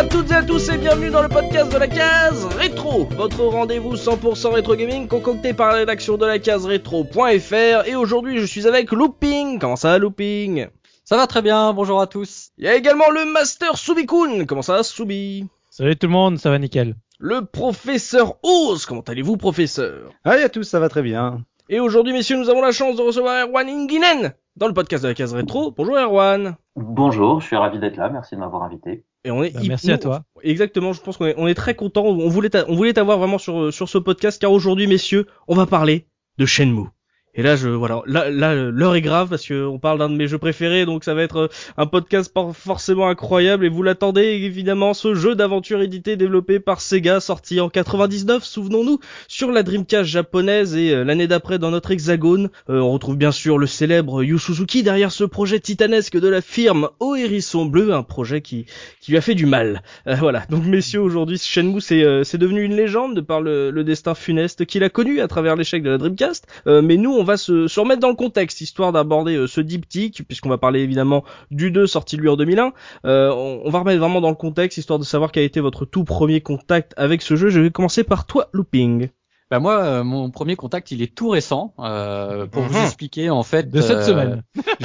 toutes et à tous et bienvenue dans le podcast de la case rétro, votre rendez-vous 100% rétro gaming concocté par la rédaction de la case rétro.fr. Et aujourd'hui je suis avec Looping. Comment ça va Looping? Ça va très bien, bonjour à tous. Il y a également le Master Soubikoun. Comment ça va Soubi? Salut tout le monde, ça va nickel. Le professeur Oz. Comment allez-vous professeur? Salut à tous, ça va très bien. Et aujourd'hui messieurs nous avons la chance de recevoir Erwan Inginen dans le podcast de la case rétro. Bonjour Erwan. Bonjour, je suis ravi d'être là, merci de m'avoir invité. Et on est merci à toi. Exactement, je pense qu'on est très content. On voulait t'avoir vraiment sur ce podcast car aujourd'hui, messieurs, on va parler de Shenmue. Et là, l'heure est grave parce que on parle d'un de mes jeux préférés, donc ça va être un podcast pas forcément incroyable et vous l'attendez évidemment, ce jeu d'aventure édité développé par Sega, sorti en 99, souvenons-nous, sur la Dreamcast japonaise et l'année d'après dans notre hexagone. On retrouve bien sûr le célèbre Yu Suzuki derrière ce projet titanesque de la firme Au Hérisson Bleu, un projet qui lui a fait du mal. Voilà, donc messieurs, aujourd'hui Shenmue c'est devenu une légende de par le destin funeste qu'il a connu à travers l'échec de la Dreamcast, mais nous on va se remettre dans le contexte, histoire d'aborder ce diptyque, puisqu'on va parler évidemment du 2 sorti lui en 2001. On va remettre vraiment dans le contexte, histoire de savoir quel a été votre tout premier contact avec ce jeu. Je vais commencer par toi, Looping. Bah moi, mon premier contact, il est tout récent. Pour vous expliquer en fait de cette semaine.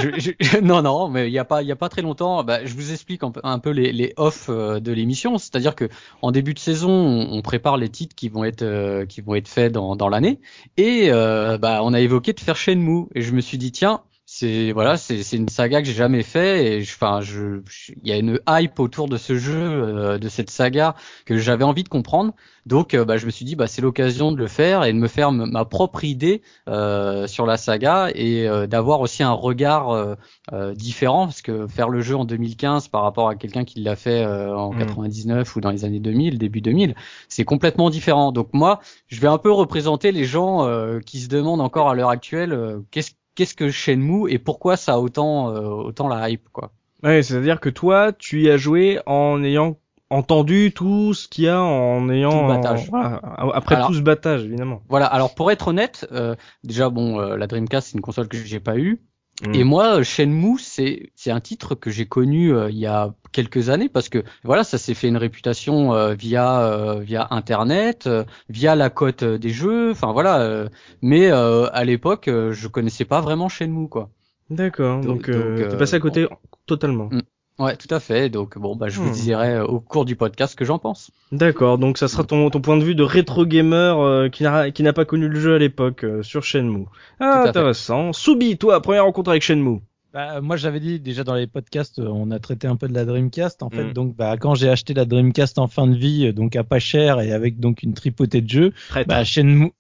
Non, mais il y a pas très longtemps. Bah, je vous explique un peu les off de l'émission. C'est-à-dire que en début de saison, on prépare les titres qui vont être faits dans l'année. Et bah on a évoqué de faire Shenmue. Et je me suis dit tiens. C'est une saga que j'ai jamais fait et il y a une hype autour de ce jeu, de cette saga que j'avais envie de comprendre. Donc je me suis dit c'est l'occasion de le faire et de me faire ma propre idée sur la saga et d'avoir aussi un regard différent, parce que faire le jeu en 2015 par rapport à quelqu'un qui l'a fait en 99 ou dans les années 2000, début 2000, c'est complètement différent. Donc moi, je vais un peu représenter les gens qui se demandent encore à l'heure actuelle qu'est-ce que Shenmue et pourquoi ça a autant la hype, quoi. Ouais, c'est-à-dire que toi, tu y as joué en ayant entendu tout ce qu'il y a, en ayant tout le battage. Après tout ce battage, évidemment. Voilà. Alors pour être honnête, déjà la Dreamcast c'est une console que j'ai pas eue. Et moi, Shenmue, c'est un titre que j'ai connu il y a quelques années parce que voilà, ça s'est fait une réputation via Internet, via la cote des jeux, enfin voilà. Mais à l'époque, je connaissais pas vraiment Shenmue, quoi. D'accord. Donc t'es passé à côté totalement. Ouais, tout à fait. Donc je vous dirai au cours du podcast ce que j'en pense. D'accord. Donc ça sera ton point de vue de rétro gamer qui n'a pas connu le jeu à l'époque sur Shenmue. Ah, intéressant. Soubi, toi, première rencontre avec Shenmue. Moi j'avais dit déjà dans les podcasts, on a traité un peu de la Dreamcast en fait. Donc quand j'ai acheté la Dreamcast en fin de vie, donc à pas cher et avec donc une tripotée de jeux, Shenmue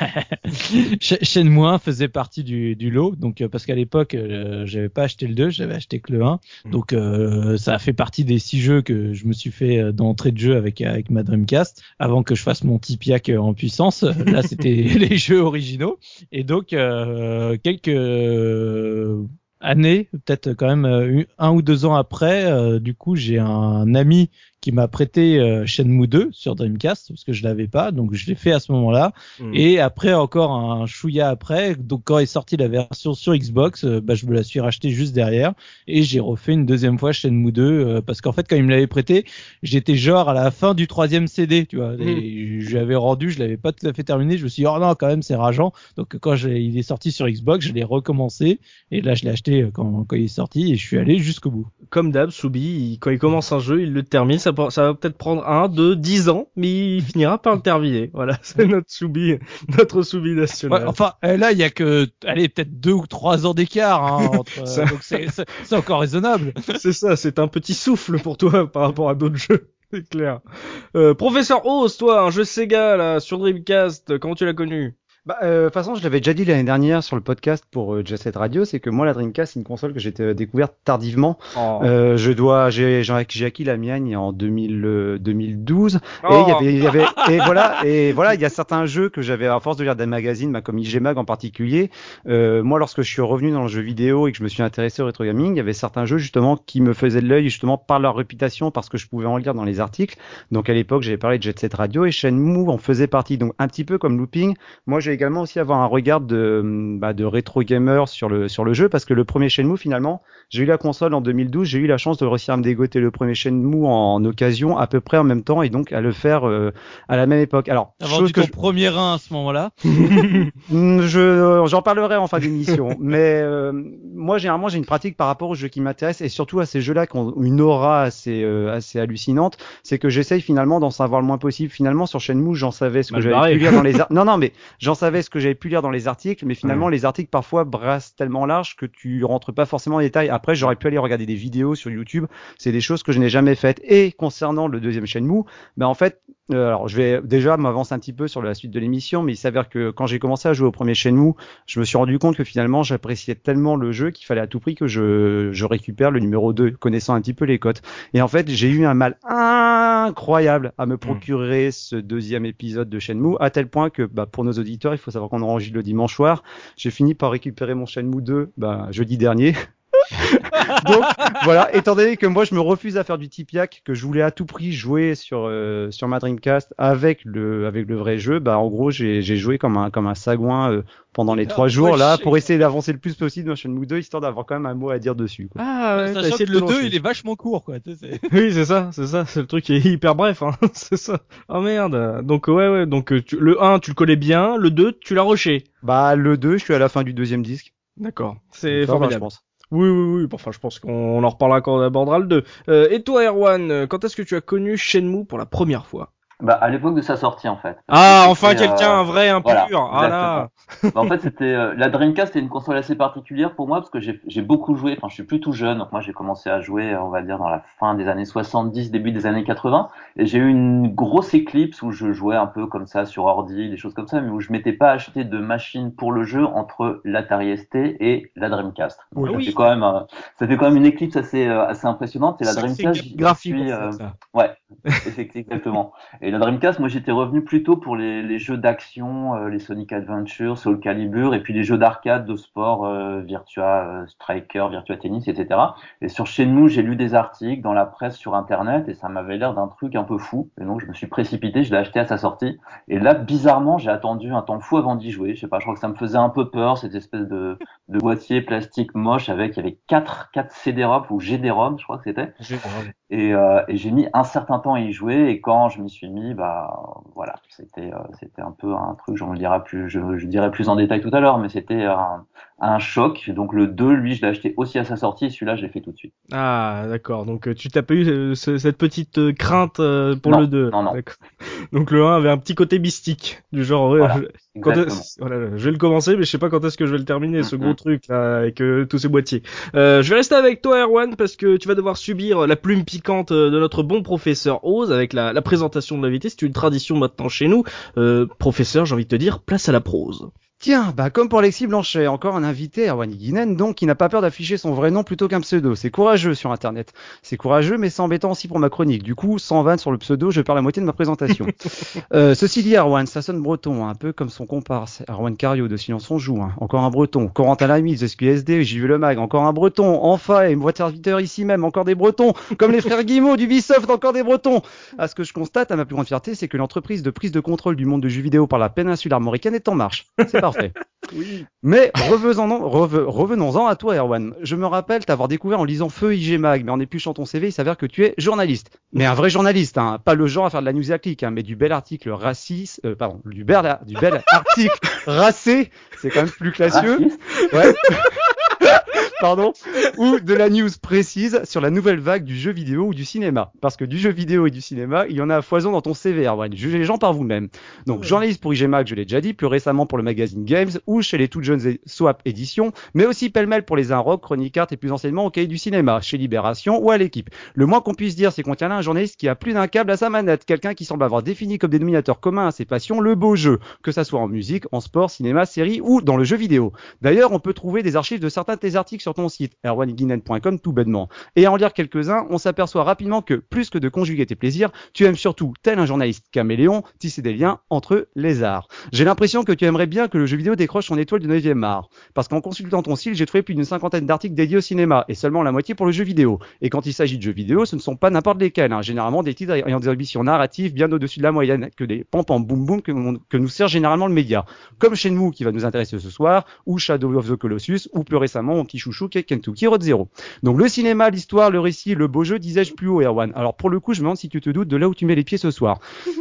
1 faisait partie du lot. Donc parce qu'à l'époque j'avais pas acheté le 2, j'avais acheté que le 1. Donc ça a fait partie des 6 jeux que je me suis fait d'entrée de jeu avec ma Dreamcast avant que je fasse mon Tipiak en puissance. Là c'était les jeux originaux et donc quelques année, peut-être quand même 1 ou 2 ans après, du coup j'ai un ami qui m'a prêté Shenmue 2 sur Dreamcast parce que je l'avais pas, donc je l'ai fait à ce moment-là. Et après encore un chouïa après, donc quand est sortie la version sur Xbox, je me la suis racheté juste derrière et j'ai refait une deuxième fois Shenmue 2 parce qu'en fait quand il me l'avait prêté, j'étais genre à la fin du 3e CD, tu vois, et je l'avais rendu, je l'avais pas tout à fait terminé, je me suis dit oh non quand même c'est rageant. Donc quand il est sorti sur Xbox, je l'ai recommencé et là je l'ai acheté quand il est sorti et je suis allé jusqu'au bout. Comme d'hab, Soubi, quand il commence un jeu, il le termine. Ça va peut-être prendre 1, 2, 10 ans, mais il finira par le terminer. Voilà, c'est notre Soubi national. Ouais, enfin, là, il y a que, peut-être 2 ou 3 ans d'écart, entre, donc c'est encore raisonnable. C'est ça, c'est un petit souffle pour toi par rapport à d'autres jeux. C'est clair. Professeur Oz, toi, un jeu Sega, là, sur Dreamcast, comment tu l'as connu? De toute façon, je l'avais déjà dit l'année dernière sur le podcast pour Jet Set Radio, c'est que moi la Dreamcast c'est une console que j'ai découverte tardivement. J'ai acquis la mienne en 2012 et il y avait il y a certains jeux que j'avais à force de lire des magazines, comme IGMag en particulier. Moi lorsque je suis revenu dans le jeu vidéo et que je me suis intéressé au rétro gaming, il y avait certains jeux justement qui me faisaient de l'œil justement par leur réputation, parce que je pouvais en lire dans les articles. Donc à l'époque, j'avais parlé de Jet Set Radio et Shenmue en faisait partie. Donc un petit peu comme Looping, moi j'ai j'ai également aussi avoir un regard de rétro gamer sur le jeu, parce que le premier Shenmue, finalement, j'ai eu la console en 2012, j'ai eu la chance de réussir à me dégoter le premier Shenmue en occasion à peu près en même temps, et donc à le faire à la même époque. Alors, ton premier 1 à ce moment-là. J'en parlerai en fin d'émission, mais moi généralement j'ai une pratique par rapport aux jeux qui m'intéressent, et surtout à ces jeux-là qui ont une aura assez hallucinante, c'est que j'essaye finalement d'en savoir le moins possible. Finalement sur Shenmue, j'en savais ce que j'avais pu lire dans les mais j'en savais ce que j'avais pu lire dans les articles, mais finalement les articles parfois brassent tellement large que tu rentres pas forcément en détail. Après, j'aurais pu aller regarder des vidéos sur YouTube, c'est des choses que je n'ai jamais faites. Et concernant le deuxième Shenmue, en fait, alors je vais déjà m'avancer un petit peu sur la suite de l'émission, mais il s'avère que quand j'ai commencé à jouer au premier Shenmue, je me suis rendu compte que finalement j'appréciais tellement le jeu qu'il fallait à tout prix que je récupère le numéro 2, connaissant un petit peu les cotes. Et en fait, j'ai eu un mal incroyable à me procurer ce deuxième épisode de Shenmue, à tel point que pour nos auditeurs, il faut savoir qu'on enregistre le dimanche soir, j'ai fini par récupérer mon Shenmue 2 jeudi dernier. Donc voilà, étant donné que moi je me refuse à faire du tipiac, que je voulais à tout prix jouer sur ma Dreamcast avec le vrai jeu, en gros j'ai joué comme un sagouin pendant les 3 jours là pour essayer d'avancer le plus possible dans Shenmue 2, histoire d'avoir quand même un mot à dire dessus, quoi. Ah ouais, t'as essayé de le 2, il est vachement court, quoi. Oui, c'est ça, c'est le truc qui est hyper bref, hein. C'est ça. Oh merde. Donc ouais, donc le 1 tu le connais bien, le 2 tu l'as rushé. Le 2, je suis à la fin du deuxième disque. D'accord, c'est formidable. Je pense. Oui. Enfin, je pense qu'on en reparlera quand on abordera le 2. Et toi, Erwan, quand est-ce que tu as connu Shenmue pour la première fois? À l'époque de sa sortie, en fait. Enfin quelqu'un, un vrai, un voilà, pur. Ah là. En fait, c'était la Dreamcast, c'était une console assez particulière pour moi parce que j'ai beaucoup joué. Enfin, je suis plus tout jeune, donc moi j'ai commencé à jouer, on va dire dans la fin des années 70, début des années 80, et j'ai eu une grosse éclipse où je jouais un peu comme ça sur ordi, des choses comme ça, mais où je m'étais pas acheté de machine pour le jeu entre l'Atari ST et la Dreamcast. Donc, ça fait quand même une éclipse assez impressionnante. Et la Dreamcast, graphique, ouais, effectivement, exactement. Et la Dreamcast, moi j'étais revenu plutôt pour les jeux d'action, les Sonic Adventure, Soul Calibur, et puis les jeux d'arcade, de sport, Virtua Striker, Virtua Tennis, etc. Et sur Shenmue, j'ai lu des articles dans la presse, sur Internet, et ça m'avait l'air d'un truc un peu fou. Et donc je me suis précipité, je l'ai acheté à sa sortie. Et là, bizarrement, j'ai attendu un temps fou avant d'y jouer. Je sais pas, je crois que ça me faisait un peu peur, cette espèce de boîtier plastique moche il y avait 4 CD-ROM ou GD-ROM, je crois que c'était. Et j'ai mis un certain temps à y jouer, et quand je m'y suis mis, voilà, c'était un peu un truc, je dirais plus en détail tout à l'heure, mais c'était un choc. Donc le 2, lui, je l'ai acheté aussi à sa sortie, et celui-là, je l'ai fait tout de suite. Ah, d'accord. Donc tu t'as pas eu cette petite crainte pour le 2. Non. Donc le 1 avait un petit côté mystique, du genre voilà, je vais le commencer, mais je sais pas quand est-ce que je vais le terminer, ce gros truc là avec tous ces boîtiers. Je vais rester avec toi, Erwan, parce que tu vas devoir subir la plume piquante de notre bon professeur Oz avec la présentation de l'invité. C'est une tradition maintenant chez nous. Professeur, j'ai envie de te dire, place à la prose. Tiens, comme pour Alexis Blanchet, encore un invité, Erwan Higuinen, donc, qui n'a pas peur d'afficher son vrai nom plutôt qu'un pseudo. C'est courageux sur Internet. C'est courageux, mais c'est embêtant aussi pour ma chronique. Du coup, sans vanne sur le pseudo, je perds la moitié de ma présentation. Ceci dit, Erwan, ça sonne breton, un peu comme son comparse, Erwan Cario de Silence on Joue, encore un breton. Corentin Lamy de SQSD, J'y vais le mag, encore un breton. Enfin, et boîte serviteur ici même, encore des bretons. Comme les frères Guillemot d'Ubisoft, encore des bretons. À ce que je constate, à ma plus grande fierté, c'est que l'entreprise de prise de contrôle du monde du jeu vidéo par la péninsule armoricaine est en marche. C'est parfait. Oui. Mais revenons-en à toi, Erwan. Je me rappelle t'avoir découvert en lisant Feu IG Mag, mais en épluchant ton CV, il s'avère que tu es journaliste. Mais un vrai journaliste, pas le genre à faire de la news à clic, mais du bel article du bel article racé, c'est quand même plus classieux. Ouais. Pardon, ou de la news précise sur la nouvelle vague du jeu vidéo ou du cinéma. Parce que du jeu vidéo et du cinéma, il y en a à foison dans ton CV, Erwan. Jugez les gens par vous-même. Donc, journaliste pour IGMAG, je l'ai déjà dit, plus récemment pour le magazine Games ou chez les toutes jeunes Swap Éditions, mais aussi pêle-mêle pour les Inrock, Chronic Art et plus anciennement au Cahier du cinéma, chez Libération ou à l'équipe. Le moins qu'on puisse dire, c'est qu'on tient là un journaliste qui a plus d'un câble à sa manette, quelqu'un qui semble avoir défini comme dénominateur commun à ses passions le beau jeu, que ça soit en musique, en sport, cinéma, série ou dans le jeu vidéo. D'ailleurs, on peut trouver des archives de certains de tes articles sur sur ton site, erwaniguinen.com, tout bêtement. Et à en lire quelques-uns, on s'aperçoit rapidement que, plus que de conjuguer tes plaisirs, tu aimes surtout, tel un journaliste caméléon, tisser des liens entre les arts. J'ai l'impression que tu aimerais bien que le jeu vidéo décroche son étoile du 9e art. Parce qu'en consultant ton site, j'ai trouvé plus d'une 50aine d'articles dédiés au cinéma, et seulement la moitié pour le jeu vidéo. Et quand il s'agit de jeux vidéo, ce ne sont pas n'importe lesquels, généralement des titres ayant des ambitions narratives bien au-dessus de la moyenne, que des pam-pam boum-boum que nous sert généralement le média. Comme Shenmue qui va nous intéresser ce soir, ou Shadow of the Colossus, ou plus récemment mon petit chouchou qui est Kentucky Road Zero. Donc le cinéma, l'histoire, le récit, le beau jeu, disais-je plus haut, Erwan. Alors pour le coup, je me demande si tu te doutes de là où tu mets les pieds ce soir.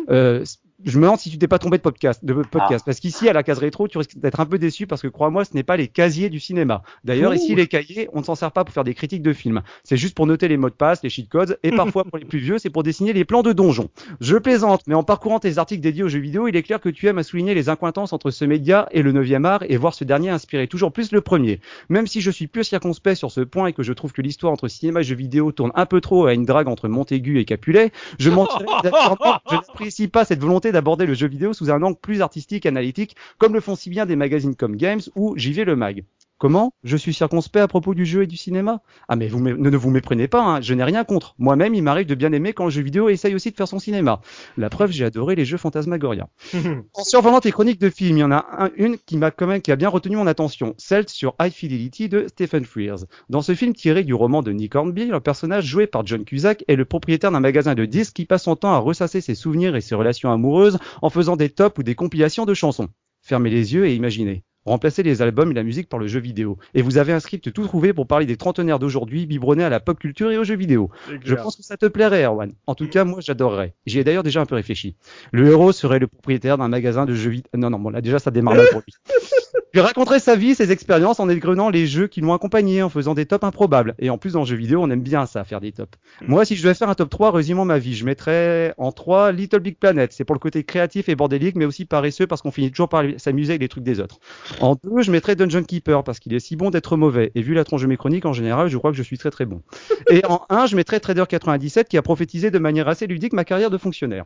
Je me demande si tu t'es pas trompé de podcast, parce qu'ici à la case rétro, tu risques d'être un peu déçu parce que crois-moi, ce n'est pas les casiers du cinéma. D'ailleurs, ici les cahiers, on ne s'en sert pas pour faire des critiques de films. C'est juste pour noter les mots de passe, les cheat codes, et parfois pour les plus vieux, c'est pour dessiner les plans de donjons. Je plaisante, mais en parcourant tes articles dédiés aux jeux vidéo, il est clair que tu aimes à souligner les incointances entre ce média et le 9e art et voir ce dernier inspirer toujours plus le premier. Même si je suis plus circonspect sur ce point et que je trouve que l'histoire entre cinéma et jeux vidéo tourne un peu trop à une drague entre Montaigu et Capulet, je n'apprécie pas cette volonté d'aborder le jeu vidéo sous un angle plus artistique, analytique, comme le font si bien des magazines comme Games ou JV Le Mag. Comment ? Je suis circonspect à propos du jeu et du cinéma ? Ah mais ne vous méprenez pas, je n'ai rien contre. Moi-même, il m'arrive de bien aimer quand le jeu vidéo essaye aussi de faire son cinéma. La preuve, j'ai adoré les jeux Fantasmagoria. En survolant tes chroniques de films, il y en a une qui a bien retenu mon attention, celle sur High Fidelity de Stephen Frears. Dans ce film tiré du roman de Nick Hornby, le personnage joué par John Cusack est le propriétaire d'un magasin de disques qui passe son temps à ressasser ses souvenirs et ses relations amoureuses en faisant des tops ou des compilations de chansons. Fermez les yeux et imaginez. Remplacez les albums et la musique par le jeu vidéo. Et vous avez un script tout trouvé pour parler des trentenaires d'aujourd'hui, biberonnés à la pop culture et aux jeux vidéo. Je pense que ça te plairait, Erwan. En tout cas, moi, j'adorerais. J'y ai d'ailleurs déjà un peu réfléchi. Le héros serait le propriétaire d'un magasin de jeux vidéo. Non, bon, là, déjà, ça démarre mal pour lui. Il raconterait sa vie, ses expériences en égrenant les jeux qui l'ont accompagné, en faisant des tops improbables. Et en plus, dans le jeu vidéo, on aime bien ça, faire des tops. Moi, si je devais faire un top 3 résumant ma vie, je mettrais en 3 Little Big Planet. C'est pour le côté créatif et bordélique, mais aussi paresseux parce qu'on finit toujours par s'amuser avec les trucs des autres. En 2, je mettrais Dungeon Keeper parce qu'il est si bon d'être mauvais. Et vu la tronche de mes chroniques, en général, je crois que je suis très très bon. Et en 1, je mettrais Trader 97 qui a prophétisé de manière assez ludique ma carrière de fonctionnaire.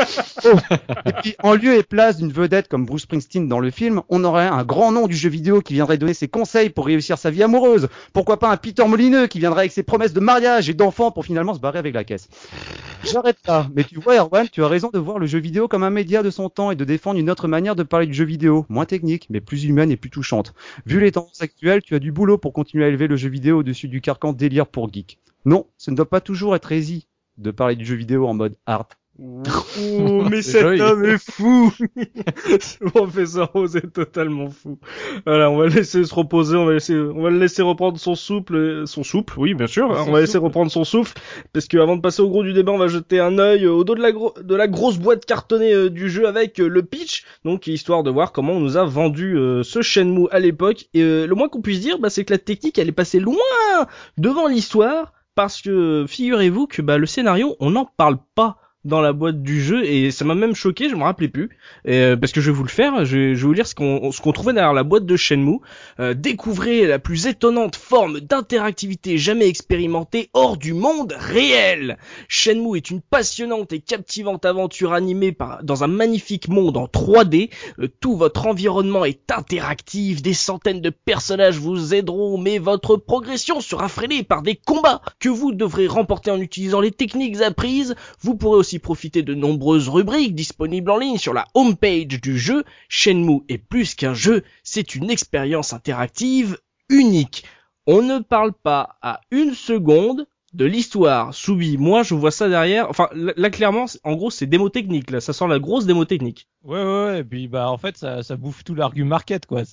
Et puis, en lieu et place d'une vedette comme Bruce Springsteen dans le film, on aurait un grand nom du jeu vidéo qui viendrait donner ses conseils pour réussir sa vie amoureuse. Pourquoi pas un Peter Molineux qui viendrait avec ses promesses de mariage et d'enfants pour finalement se barrer avec la caisse. J'arrête là. Mais tu vois, Erwan, tu as raison de voir le jeu vidéo comme un média de son temps et de défendre une autre manière de parler du jeu vidéo. Moins technique, mais plus humaine et plus touchante. Vu les tendances actuelles, tu as du boulot pour continuer à élever le jeu vidéo au-dessus du carcan délire pour geek. Non, ce ne doit pas toujours être easy de parler du jeu vidéo en mode art. Ouh, mais cet homme est fou. Ce professeur Rose est totalement fou. Voilà, on va le laisser se reposer, on va le laisser reprendre son souffle, oui, bien sûr, on va laisser reprendre son souffle, parce que avant de passer au gros du débat, on va jeter un œil au dos de la grosse boîte cartonnée du jeu avec le pitch, donc histoire de voir comment on nous a vendu ce Shenmue à l'époque, et le moins qu'on puisse dire, c'est que la technique, elle est passée loin devant l'histoire, parce que figurez-vous que le scénario, on n'en parle pas dans la boîte du jeu, et ça m'a même choqué, je me rappelais plus, parce que je vais vous le faire, je vais vous lire ce qu'on trouvait derrière la boîte de Shenmue. Découvrez la plus étonnante forme d'interactivité jamais expérimentée hors du monde réel. Shenmue est une passionnante et captivante aventure animée dans un magnifique monde en 3D. Tout votre environnement est interactif, des centaines de personnages vous aideront, mais votre progression sera freinée par des combats que vous devrez remporter en utilisant les techniques apprises. Vous pourrez aussi profiter de nombreuses rubriques disponibles en ligne sur la homepage du jeu. Shenmue est plus qu'un jeu, c'est une expérience interactive unique. On ne parle pas à une seconde de l'histoire. Soubi, moi je vois ça derrière. Enfin là clairement, en gros c'est démo technique là, ça sent la grosse démo technique. Ouais, et puis en fait ça bouffe tout l'argument market quoi.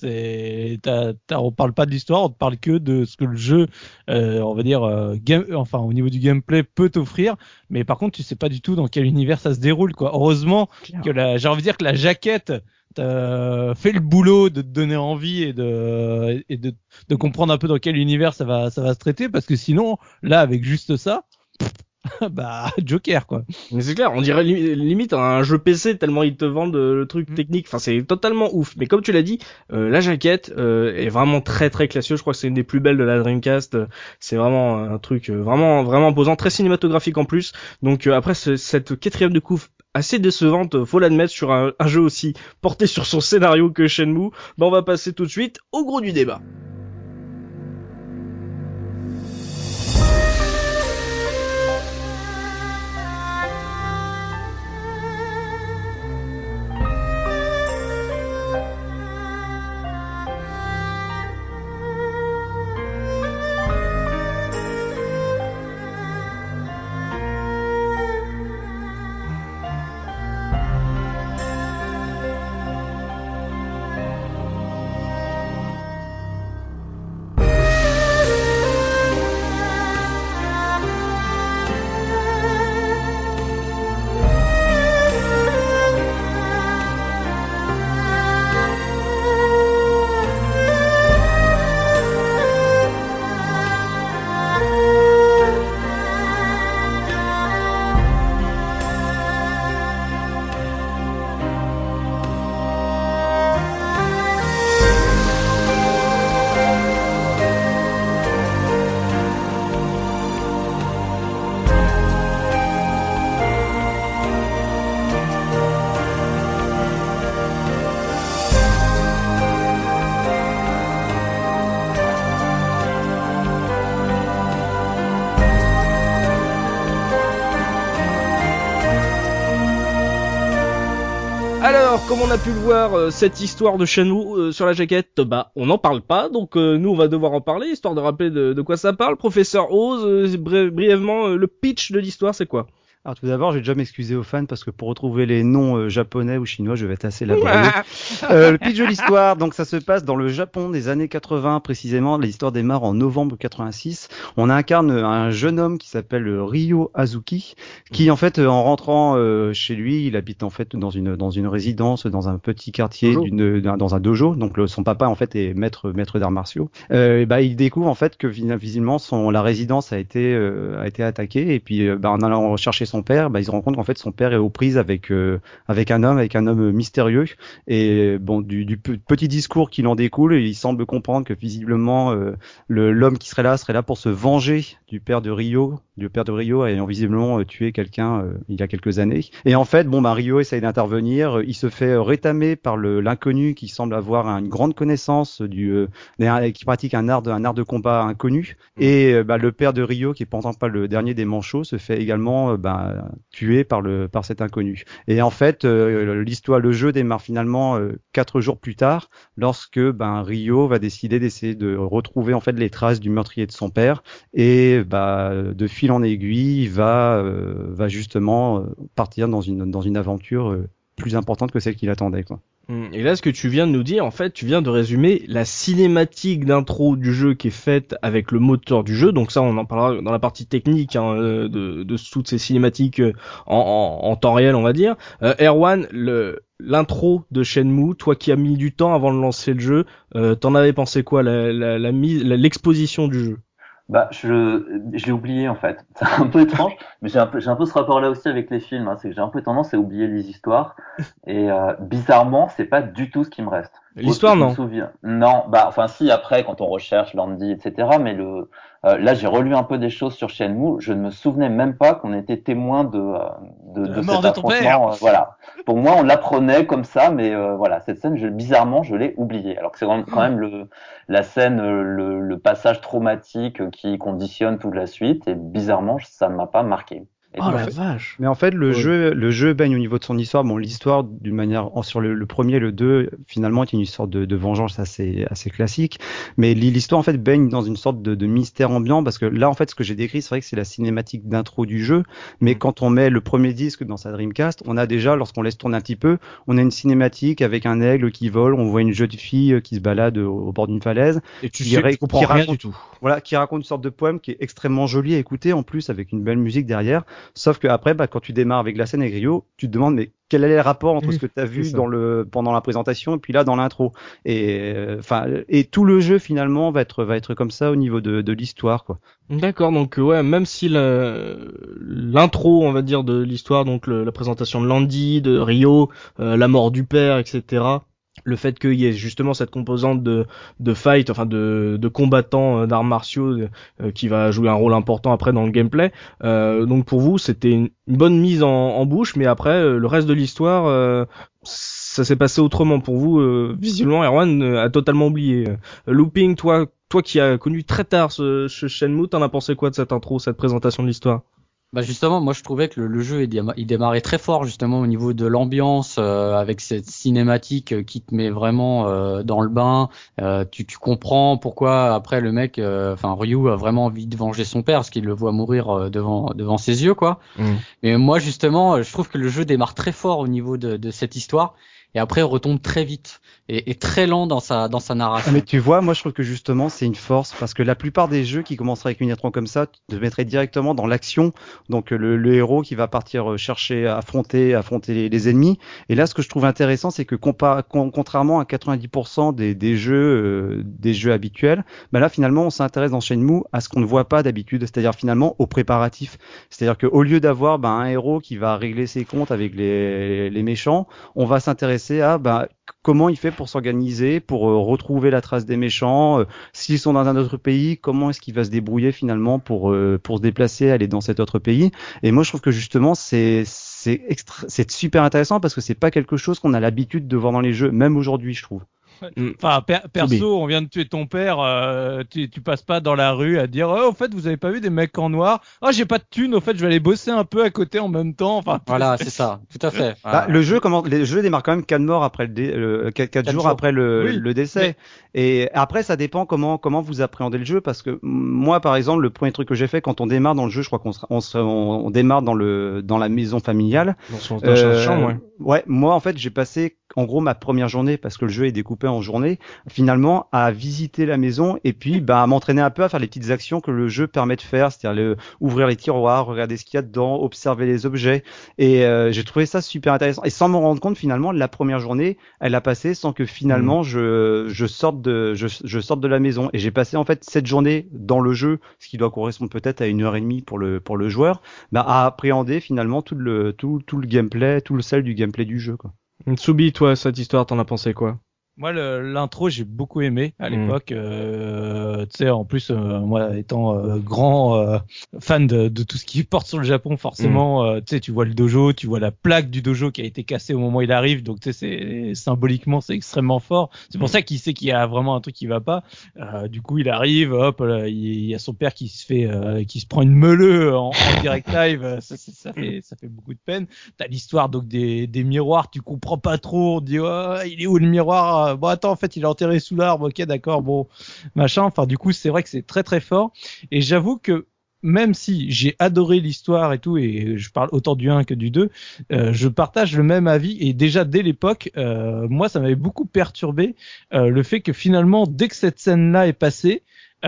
On parle pas de l'histoire, on ne parle que de ce que le jeu, on va dire au niveau du gameplay peut t'offrir, mais par contre tu sais pas du tout dans quel univers ça se déroule quoi. Heureusement que j'ai envie de dire que la jaquette fait le boulot de te donner envie et de comprendre un peu dans quel univers ça va se traiter, parce que sinon là avec juste ça Joker quoi. Mais c'est clair, on dirait limite un jeu PC tellement ils te vendent le truc technique, enfin c'est totalement ouf. Mais comme tu l'as dit, la jaquette est vraiment très très classieuse, je crois que c'est une des plus belles de la Dreamcast, c'est vraiment un truc vraiment vraiment imposant, très cinématographique en plus. Donc après cette quatrième de couve assez décevante, faut l'admettre, sur un jeu aussi porté sur son scénario que Shenmue, on va passer tout de suite au gros du débat. Alors, comme on a pu le voir, cette histoire de Shenmue sur la jaquette, on n'en parle pas, donc nous on va devoir en parler, histoire de rappeler de quoi ça parle. Professeur Oz, brièvement, le pitch de l'histoire, c'est quoi? Alors tout d'abord, je vais déjà m'excuser aux fans parce que pour retrouver les noms japonais ou chinois, je vais être assez laborieux. Le pitch de l'histoire, donc ça se passe dans le Japon des années 80 précisément. L'histoire démarre en novembre 86. On incarne un jeune homme qui s'appelle Ryo Azuki, qui en fait en rentrant chez lui, il habite en fait dans une résidence, dans un petit quartier, dans un dojo. Donc son papa en fait est maître d'arts martiaux. Il découvre en fait que visiblement la résidence a été attaquée et puis en allant chercher son père, il se rend compte qu'en fait son père est aux prises avec un homme mystérieux et du petit discours qui en découle, il semble comprendre que visiblement l'homme qui serait là pour se venger du père de Ryo ayant visiblement tué quelqu'un il y a quelques années. Et en fait, Ryo essaye d'intervenir, il se fait rétamer par l'inconnu qui semble avoir une grande connaissance qui pratique un art de combat inconnu. Et le père de Ryo, qui est pourtant pas le dernier des manchots, se fait également tué par cet inconnu. Et en fait, le jeu démarre finalement 4 jours plus tard, lorsque Ryo va décider d'essayer de retrouver en fait les traces du meurtrier de son père et de fil en aiguille va justement partir dans une aventure plus importante que celle qu'il attendait, quoi. Et là, ce que tu viens de nous dire, en fait, tu viens de résumer la cinématique d'intro du jeu qui est faite avec le moteur du jeu. Donc ça, on en parlera dans la partie technique de toutes ces cinématiques en temps réel, on va dire. Erwan, l'intro de Shenmue, toi qui as mis du temps avant de lancer le jeu, t'en avais pensé quoi, l'exposition du jeu? Je l'ai oublié en fait. C'est un peu étrange, mais j'ai un peu ce rapport-là aussi avec les films. C'est que j'ai un peu tendance à oublier les histoires. Et bizarrement, c'est pas du tout ce qui me reste. L'histoire, non. Non, si après quand on recherche Landy, etc. Mais là, j'ai relu un peu des choses sur Shenmue. Je ne me souvenais même pas qu'on était témoin de cet affrontement. Voilà. Pour moi, on l'apprenait comme ça, mais cette scène, bizarrement, je l'ai oubliée. Alors que c'est quand même la scène, le passage traumatique qui conditionne toute la suite. Et bizarrement, ça ne m'a pas marqué. La vache. Mais en fait, le jeu baigne au niveau de son histoire. L'histoire, d'une manière, sur le premier, le 2, finalement, est une histoire de vengeance assez classique. Mais l'histoire, en fait, baigne dans une sorte de mystère ambiant parce que là, en fait, ce que j'ai décrit, c'est vrai que c'est la cinématique d'intro du jeu. Mais quand on met le premier disque dans sa Dreamcast, on a déjà, lorsqu'on laisse tourner un petit peu, on a une cinématique avec un aigle qui vole, on voit une jeune fille qui se balade au bord d'une falaise. Et tu comprends rien du tout. Voilà, qui raconte une sorte de poème qui est extrêmement joli à écouter, en plus, avec une belle musique derrière. Sauf que après, quand tu démarres avec la scène avec Ryo, tu te demandes mais quel est le rapport entre ce que tu as vu pendant la présentation et puis là dans l'intro. Et tout le jeu finalement va être comme ça au niveau de l'histoire, quoi. D'accord, donc même si l'intro, on va dire, de l'histoire, donc la présentation de Landy, de Ryo, la mort du père, etc. Le fait qu'il y ait justement cette composante de fight, enfin de combattants d'arts martiaux qui va jouer un rôle important après dans le gameplay. Donc pour vous, c'était une bonne mise en bouche, mais après le reste de l'histoire, ça s'est passé autrement pour vous. Visiblement, Erwan a totalement oublié. Looping, toi qui as connu très tard ce Shenmue, t'en as pensé quoi de cette intro, cette présentation de l'histoire? Justement, moi je trouvais que le jeu il démarrait très fort justement au niveau de l'ambiance avec cette cinématique qui te met vraiment dans le bain. Tu comprends pourquoi après le mec, Ryu a vraiment envie de venger son père parce qu'il le voit mourir devant ses yeux, quoi. Mais moi justement, je trouve que le jeu démarre très fort au niveau de cette histoire. Et après, retombe très vite et très lent dans sa narration. Mais tu vois, moi je trouve que justement c'est une force parce que la plupart des jeux qui commenceraient avec une intro comme ça te mettraient directement dans l'action. Donc le héros qui va partir chercher, affronter les ennemis. Et là, ce que je trouve intéressant, c'est que contrairement à 90% des jeux habituels, là finalement on s'intéresse dans Shenmue à ce qu'on ne voit pas d'habitude, c'est-à-dire finalement aux préparatifs. C'est-à-dire qu'au lieu d'avoir un héros qui va régler ses comptes avec les méchants, on va s'intéresser à comment il fait pour s'organiser, pour retrouver la trace des méchants, s'ils sont dans un autre pays, comment est-ce qu'il va se débrouiller finalement pour se déplacer, aller dans cet autre pays. Et moi je trouve que justement c'est super intéressant parce que c'est pas quelque chose qu'on a l'habitude de voir dans les jeux, même aujourd'hui, je trouve. Enfin, perso, on vient de tuer ton père, tu passes pas dans la rue à dire, oh, au fait, vous avez pas vu des mecs en noir? Oh, j'ai pas de thunes, au fait, je vais aller bosser un peu à côté en même temps. Enfin, voilà, c'est ça, tout à fait. Bah, le jeu démarre quand même 4 morts après 4 jours après le décès. Et après, ça dépend comment vous appréhendez le jeu, parce que moi, par exemple, le premier truc que j'ai fait quand on démarre dans le jeu, je crois on démarre dans la maison familiale. Dans sa chambre, ouais. Ouais, moi, en fait, j'ai passé en gros ma première journée, parce que le jeu est découpé en journée, finalement à visiter la maison et puis à m'entraîner un peu à faire les petites actions que le jeu permet de faire, c'est-à-dire ouvrir les tiroirs, regarder ce qu'il y a dedans, observer les objets, et j'ai trouvé ça super intéressant, et sans me rendre compte finalement la première journée elle a passé sans que finalement je sorte de la maison, et j'ai passé en fait cette journée dans le jeu, ce qui doit correspondre peut-être à 1h30 pour le joueur, à appréhender finalement tout le gameplay, tout le sel du gameplay du jeu, quoi. Tsubi, toi, cette histoire, t'en as pensé quoi? Moi, l'intro, j'ai beaucoup aimé à l'époque. Tu sais, en plus, moi, étant grand fan de tout ce qui porte sur le Japon, forcément, tu sais, tu vois le dojo, tu vois la plaque du dojo qui a été cassée au moment où il arrive. Donc, tu sais, symboliquement, c'est extrêmement fort. C'est pour ça qu'il sait qu'il y a vraiment un truc qui va pas. Du coup, il arrive, hop, là, il y a son père qui se prend une meuleux en direct live. Ça fait beaucoup de peine. T'as l'histoire donc des miroirs, tu comprends pas trop. On dit, oh, il est où le miroir? Bon, attends, en fait, il est enterré sous l'arbre. Ok, d'accord, bon, machin. Enfin, du coup, c'est vrai que c'est très très fort. Et j'avoue que même si j'ai adoré l'histoire et tout, et je parle autant du 1 que du 2, je partage le même avis. Et déjà dès l'époque, moi, ça m'avait beaucoup perturbé le fait que finalement, dès que cette scène-là est passée,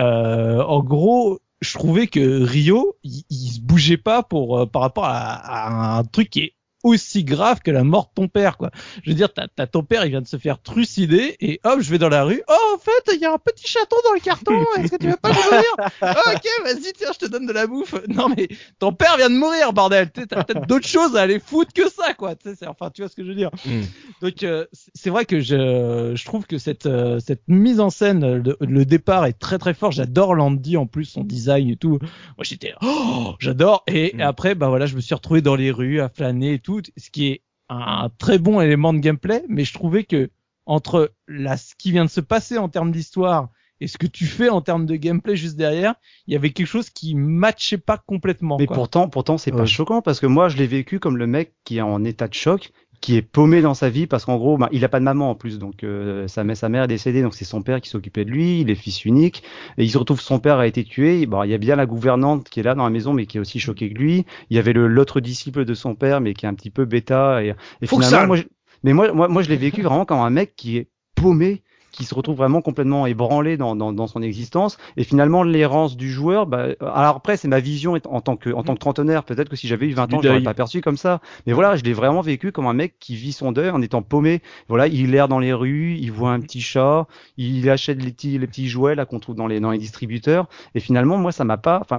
en gros, je trouvais que Ryo, il se bougeait pas par rapport à un truc qui est aussi grave que la mort de ton père, quoi. Je veux dire, t'as ton père, il vient de se faire trucider, et hop, je vais dans la rue. Oh, en fait, il y a un petit chaton dans le carton. Est-ce que tu veux pas le mourir? Oh, ok, vas-y, tiens, je te donne de la bouffe. Non, mais ton père vient de mourir, bordel. T'as peut-être d'autres choses à aller foutre que ça, quoi. Enfin, tu vois ce que je veux dire. Donc, c'est vrai que je trouve que cette mise en scène, le départ est très très fort. J'adore Landy, en plus, son design et tout. Moi, j'étais, j'adore. Et après, voilà, je me suis retrouvé dans les rues à flâner et tout. Ce qui est un très bon élément de gameplay, mais je trouvais que entre ce qui vient de se passer en termes d'histoire et ce que tu fais en termes de gameplay juste derrière, il y avait quelque chose qui matchait pas complètement. Mais quoi. pourtant c'est pas choquant, parce que moi je l'ai vécu comme le mec qui est en état de choc, qui est paumé dans sa vie, parce qu'en gros, il a pas de maman en plus, donc sa mère est décédée, donc c'est son père qui s'occupait de lui, il est fils unique, et il se retrouve, son père a été tué. Il y a bien la gouvernante qui est là dans la maison, mais qui est aussi choquée que lui. Il y avait l'autre disciple de son père, mais qui est un petit peu bêta, et finalement, moi je l'ai vécu vraiment comme un mec qui est paumé, qui se retrouve vraiment complètement ébranlé dans son existence, et finalement l'errance du joueur, alors après c'est ma vision en tant que trentenaire, peut-être que si j'avais eu 20 ans je l'aurais pas perçu comme ça, mais voilà, je l'ai vraiment vécu comme un mec qui vit son deuil en étant paumé. Voilà, il erre dans les rues, il voit un petit chat, il achète les petits jouets là qu'on trouve dans les distributeurs, et finalement moi ça m'a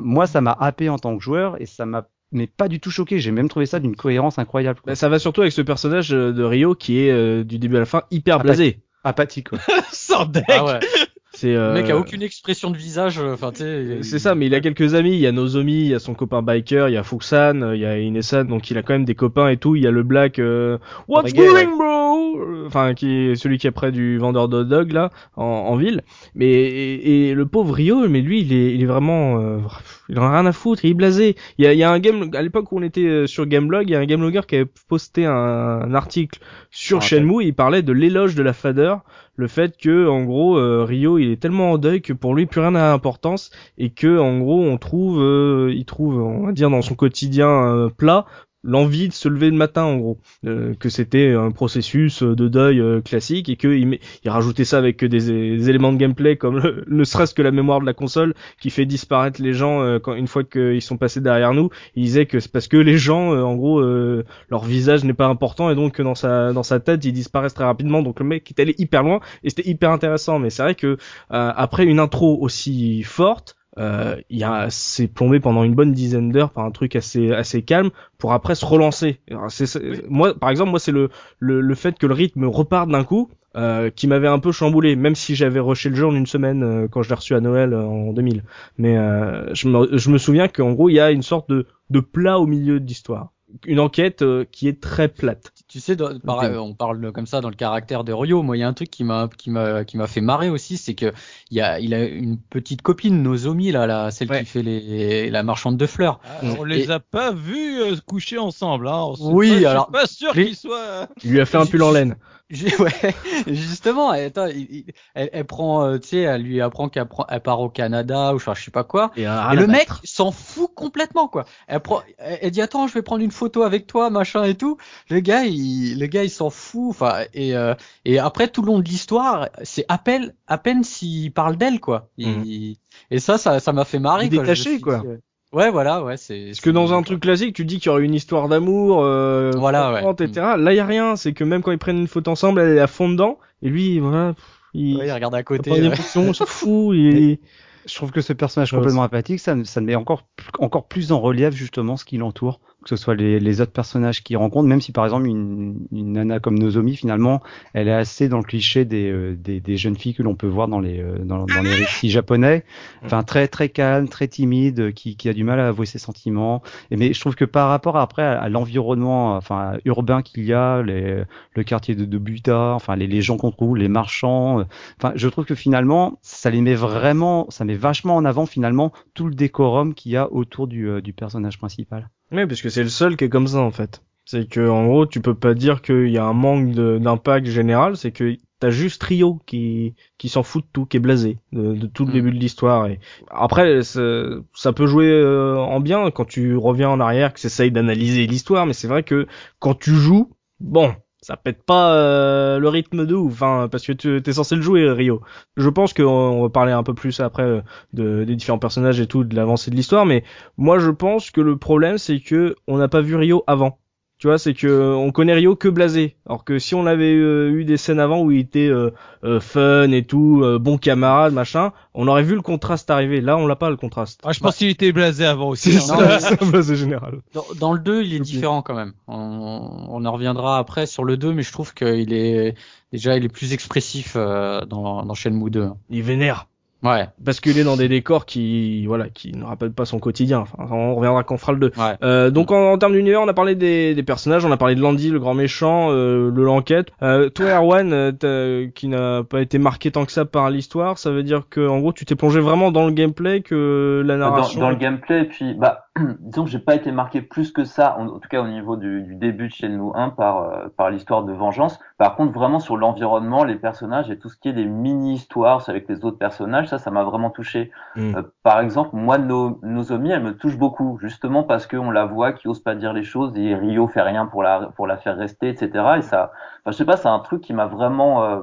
happé en tant que joueur, et ça m'a pas du tout choqué. J'ai même trouvé ça d'une cohérence incroyable, quoi. Ça va surtout avec ce personnage de Ryo qui est du début à la fin hyper blasé. Apathique, quoi. Sans deck. Ah ouais. Le mec a aucune expression de visage, enfin tu sais. C'est ça, mais il a quelques amis, il y a Nozomi, il y a son copain biker, il y a Fuxan, il y a Inesan, donc il a quand même des copains et tout, il y a le Black What's going bro, enfin qui est celui qui est près du vendeur de hot dog là en ville, mais et le pauvre Ryo, mais lui il est vraiment il en a rien à foutre, il est blasé. Il y a un game à l'époque où on était sur Gameblog, il y a un gamelogger qui avait posté un article sur Shenmue, et il parlait de l'éloge de la fadeur, le fait que en gros Ryo il est tellement en deuil que pour lui plus rien n'a d'importance, et que en gros il trouve on va dire dans son quotidien plat l'envie de se lever le matin, en gros, que c'était un processus de deuil classique, et que il rajoutait ça avec des éléments de gameplay comme ne serait-ce que la mémoire de la console qui fait disparaître les gens une fois qu'ils sont passés derrière nous. Il disait que c'est parce que les gens en gros leur visage n'est pas important, et donc que dans sa tête ils disparaissent très rapidement. Donc le mec est allé hyper loin, et c'était hyper intéressant. Mais c'est vrai que après une intro aussi forte, c'est plombé pendant une bonne dizaine d'heures par un truc assez calme pour après se relancer. Alors, moi par exemple, c'est le fait que le rythme reparte d'un coup qui m'avait un peu chamboulé, même si j'avais rushé le jeu en une semaine quand je l'ai reçu à Noël en 2000. Mais je me souviens qu'en gros il y a une sorte de plat au milieu de l'histoire. une enquête qui est très plate. Tu sais, on parle comme ça dans le caractère de Ryo. Moi, il y a un truc qui m'a fait marrer aussi, c'est que il a une petite copine, Nozomi, là, celle qui fait la marchande de fleurs. On les a pas vus coucher ensemble, hein. Oui, je suis alors pas sûr qu'ils soient. Il lui a fait un pull en laine. Ouais, justement, attends, elle prend, tu sais, elle lui apprend qu'elle part au Canada ou je sais pas quoi. Et le mec s'en fout complètement, quoi. Elle dit attends, je vais prendre une photo avec toi, machin et tout. Le gars, il s'en fout. Enfin, et après tout le long de l'histoire, c'est à peine s'il parle d'elle, quoi. Et ça m'a fait marrer. Il est détaché, quoi. Ouais, voilà, ouais, c'est. Parce que dans un truc classique, tu dis qu'il y aurait une histoire d'amour, voilà, etc. Là, il y a rien. C'est que même quand ils prennent une photo ensemble, elle est à fond dedans. Et lui, voilà, il regarde à côté. Il on se fout. Je trouve que ce personnage complètement apathique, ça met encore plus en relief justement ce qui l'entoure, que ce soit les autres personnages qu'il rencontre, même si par exemple une nana comme Nozomi finalement, elle est assez dans le cliché des jeunes filles que l'on peut voir dans les récits japonais, enfin très très calme, très timide, qui a du mal à avouer ses sentiments. Mais je trouve que par rapport après à l'environnement, enfin urbain qu'il y a, le quartier de Buta, enfin les gens qu'on trouve, les marchands, enfin je trouve que finalement ça met vachement en avant finalement tout le décorum qu'il y a autour du personnage principal. Oui, parce que c'est le seul qui est comme ça en fait. C'est que en gros, tu peux pas dire qu'il y a un manque d'impact général, c'est que t'as juste Ryo qui s'en fout de tout, qui est blasé de tout le début de l'histoire. Et après, ça peut jouer en bien quand tu reviens en arrière, que t'essayes d'analyser l'histoire, mais c'est vrai que quand tu joues, bon, ça pète pas le rythme de ouf, hein, parce que t'es censé le jouer, Ryo. Je pense qu'on va parler un peu plus après des différents personnages et tout, de l'avancée de l'histoire, mais moi je pense que le problème c'est que on n'a pas vu Ryo avant. Tu vois, c'est que on connaît Ryo que blasé. Alors que si on avait eu des scènes avant où il était fun et tout, bon camarade, machin, on aurait vu le contraste arriver. Là, on l'a pas le contraste. Ah, je pense qu'il était blasé avant aussi. C'est blasé général. Dans le 2, il est différent quand même. On en reviendra après sur le 2, mais je trouve qu'il est plus expressif dans Shenmue 2. Il vénère. Ouais. Parce qu'il est dans des décors qui ne rappellent pas son quotidien. Enfin, on reviendra quand on fera le 2. Ouais. Donc en termes d'univers, on a parlé des personnages, on a parlé de Landy, le grand méchant, le l'enquête. Toi, Erwan, qui n'a pas été marqué tant que ça par l'histoire, ça veut dire que en gros, tu t'es plongé vraiment dans le gameplay que la narration. Dans le gameplay, et puis disons que j'ai pas été marqué plus que ça, en tout cas au niveau du début de Shenmue 1 par l'histoire de vengeance. Par contre, vraiment sur l'environnement, les personnages et tout ce qui est des mini-histoires avec les autres personnages, ça m'a vraiment touché. Par exemple, moi, Nozomi, elle me touche beaucoup, justement parce qu'on la voit qui ose pas dire les choses et Ryo fait rien pour la faire rester, etc. Et ça, enfin, je sais pas, c'est un truc qui m'a vraiment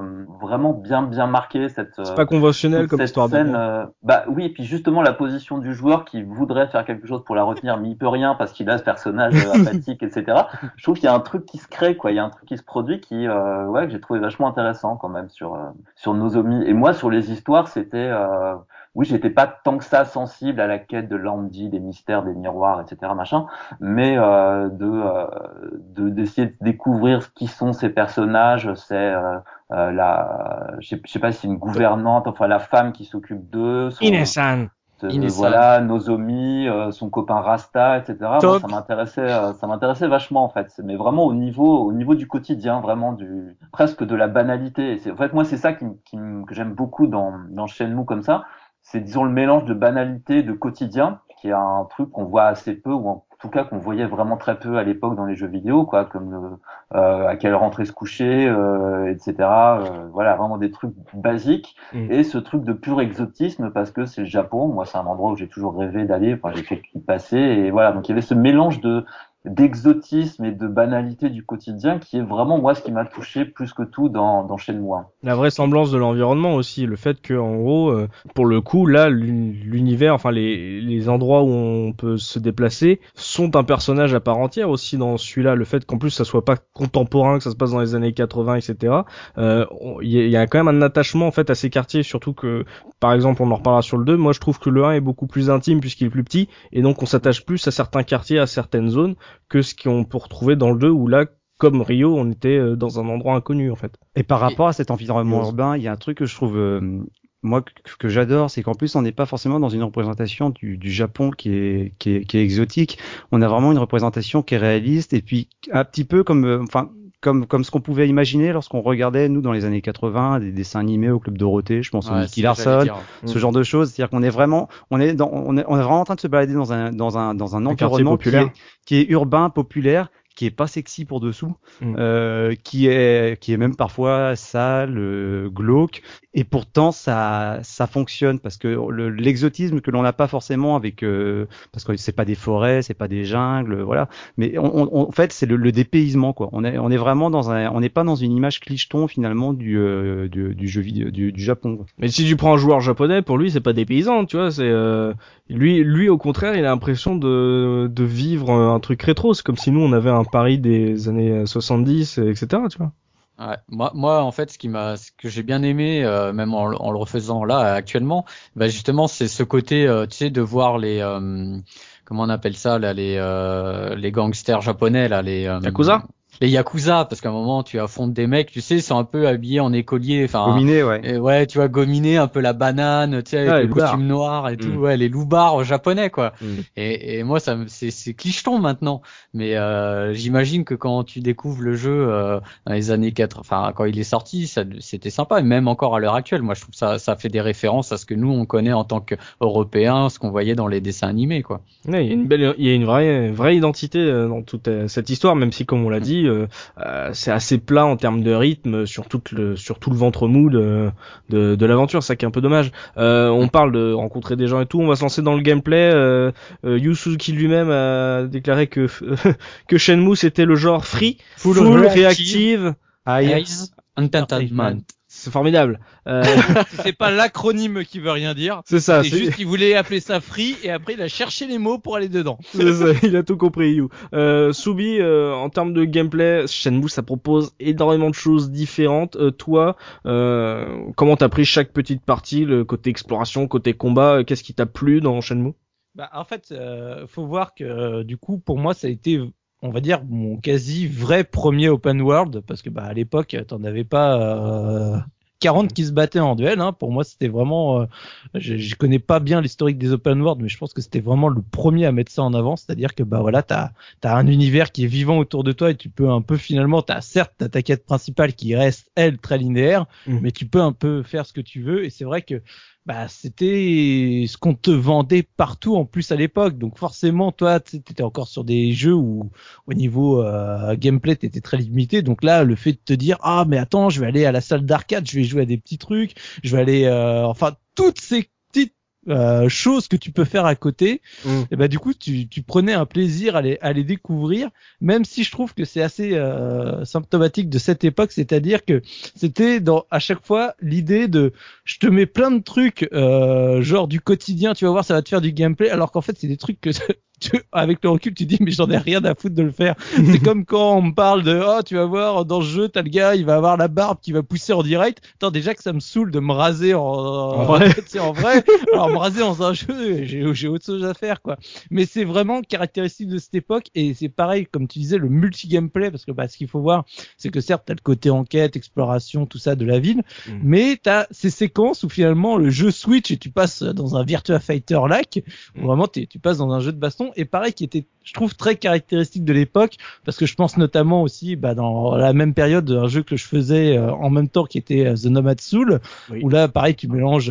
bien marqué. C'est pas conventionnel comme histoire scène. Oui, et puis justement la position du joueur qui voudrait faire quelque chose pour la retenir, mais il peut rien parce qu'il a ce personnage apathique, etc. Je trouve qu'il y a un truc qui se crée, quoi. Il y a un truc qui se produit qui, que j'ai trouvé vachement intéressant quand même sur Nozomi. Et moi, sur les histoires, c'était oui, j'étais pas tant que ça sensible à la quête de Landy, des mystères, des miroirs, etc., machin, mais d'essayer de découvrir qui sont ces personnages. C'est je sais pas si c'est une gouvernante, enfin la femme qui s'occupe d'eux. Ine-san. Voilà, Nozomi, son copain Rasta, etc. Moi, ça m'intéressait vachement en fait. Mais vraiment au niveau du quotidien, vraiment presque de la banalité. En fait, moi, c'est ça que j'aime beaucoup dans Shenmue comme ça. C'est, disons, le mélange de banalité, de quotidien, qui est un truc qu'on voit assez peu, ou en tout cas qu'on voyait vraiment très peu à l'époque dans les jeux vidéo, quoi, comme à quelle heure rentrer se coucher, etc. Voilà, vraiment des trucs basiques. Et ce truc de pur exotisme, parce que c'est le Japon. Moi, c'est un endroit où j'ai toujours rêvé d'aller. Enfin, j'ai fait y passer. Et voilà, donc il y avait ce mélange d'exotisme et de banalité du quotidien qui est vraiment moi ce qui m'a touché plus que tout dans Shenmue 1. La vraisemblance de l'environnement aussi, le fait que en gros pour le coup là l'univers, enfin les endroits où on peut se déplacer sont un personnage à part entière aussi dans celui-là, le fait qu'en plus ça soit pas contemporain, que ça se passe dans les années 80, etc. Il y a quand même un attachement en fait à ces quartiers, surtout que par exemple on en reparlera sur le 2, moi je trouve que le 1 est beaucoup plus intime puisqu'il est plus petit et donc on s'attache plus à certains quartiers, à certaines zones que ce qu'on peut retrouver dans le 2 où là, comme Ryo, on était dans un endroit inconnu en fait. Et par rapport à cet environnement urbain, il y a un truc que je trouve moi ce que j'adore, c'est qu'en plus on n'est pas forcément dans une représentation du Japon qui est exotique. On a vraiment une représentation qui est réaliste et puis un petit peu comme ce qu'on pouvait imaginer lorsqu'on regardait nous dans les années 80 des dessins animés au Club Dorothée, je pense au Nicky Larson, ce genre de choses. C'est-à-dire qu'on est vraiment on est vraiment en train de se balader dans un environnement qui est urbain, populaire, qui est pas sexy pour dessous, qui est même parfois sale, glauque, et pourtant ça fonctionne parce que l'exotisme que l'on n'a pas forcément avec parce que c'est pas des forêts, c'est pas des jungles, voilà, mais en fait c'est le dépaysement quoi. On est vraiment on n'est pas dans une image clicheton finalement du jeu vidéo du Japon quoi. Mais si tu prends un joueur japonais, pour lui c'est pas dépaysant, tu vois, c'est lui au contraire, il a l'impression de vivre un truc rétro, c'est comme si nous on avait un Paris des années 70, etc., tu vois. Ouais, moi en fait ce que j'ai bien aimé même en le refaisant là actuellement, bah justement c'est ce côté tu sais de voir les comment on appelle ça là, les gangsters japonais là, les Yakuza. Les Yakuza, parce qu'à un moment, tu affrontes des mecs, tu sais, ils sont un peu habillés en écolier, enfin. Gominés, ouais. Ouais, tu vois, gominés, un peu la banane, tu sais, avec le costume noir et tout, ouais, les loupards japonais, quoi. Et moi, c'est clicheton maintenant. Mais, j'imagine que quand tu découvres le jeu, dans les années 80, enfin, quand il est sorti, c'était sympa. Et même encore à l'heure actuelle, moi, je trouve ça fait des références à ce que nous, on connaît en tant qu'Européens, ce qu'on voyait dans les dessins animés, quoi. Ouais, il y a une vraie identité dans toute cette histoire, même si, comme on l'a dit, c'est assez plat en termes de rythme sur tout le ventre mou de l'aventure, ça qui est un peu dommage. On parle de rencontrer des gens et tout, on va se lancer dans le gameplay. Yu Suzuki lui-même a déclaré que Shenmue c'était le genre free, full reactive eyes entertainment. C'est formidable. C'est pas l'acronyme qui veut rien dire. C'est ça. C'est juste qu'il voulait appeler ça free et après il a cherché les mots pour aller dedans. C'est ça, il a tout compris, Yu. Soubi, en termes de gameplay, Shenmue ça propose énormément de choses différentes. Toi, comment t'as pris chaque petite partie, le côté exploration, côté combat, qu'est-ce qui t'a plu dans Shenmue? Bah en fait, faut voir que du coup pour moi ça a été, on va dire, mon quasi vrai premier open world, parce que bah à l'époque t'en avais pas 40 qui se battaient en duel, hein. Pour moi c'était vraiment, je connais pas bien l'historique des open world, mais je pense que c'était vraiment le premier à mettre ça en avant, c'est-à-dire que bah voilà, t'as un univers qui est vivant autour de toi et tu peux un peu finalement, t'as ta quête principale qui reste elle très linéaire, mais tu peux un peu faire ce que tu veux, et c'est vrai que bah c'était ce qu'on te vendait partout en plus à l'époque, donc forcément toi t'étais encore sur des jeux où au niveau gameplay t'étais très limité, donc là le fait de te dire ah mais attends, je vais aller à la salle d'arcade, je vais jouer à des petits trucs, je vais aller enfin toutes ces petites choses que tu peux faire à côté, et bah du coup tu prenais un plaisir à les découvrir, même si je trouve que c'est assez symptomatique de cette époque, c'est-à-dire que c'était à chaque fois l'idée de je te mets plein de trucs genre du quotidien, tu vas voir ça va te faire du gameplay, alors qu'en fait c'est des trucs que avec le recul tu dis mais j'en ai rien à foutre de le faire. C'est comme quand on me parle de oh tu vas voir dans ce jeu t'as le gars il va avoir la barbe qui va pousser en direct. Attends, déjà que ça me saoule de me raser en vrai. Alors me raser dans un jeu, j'ai autre chose à faire quoi. Mais c'est vraiment caractéristique de cette époque, et c'est pareil comme tu disais le multi-gameplay, parce que bah ce qu'il faut voir c'est que certes t'as le côté enquête, exploration, tout ça de la ville, mais t'as ces séquences où finalement le jeu switch et tu passes dans un Virtua Fighter like, où vraiment tu passes dans un jeu de baston, et pareil qui était je trouve très caractéristique de l'époque, parce que je pense notamment aussi bah dans la même période un jeu que je faisais en même temps qui était The Nomad Soul, où là pareil tu mélanges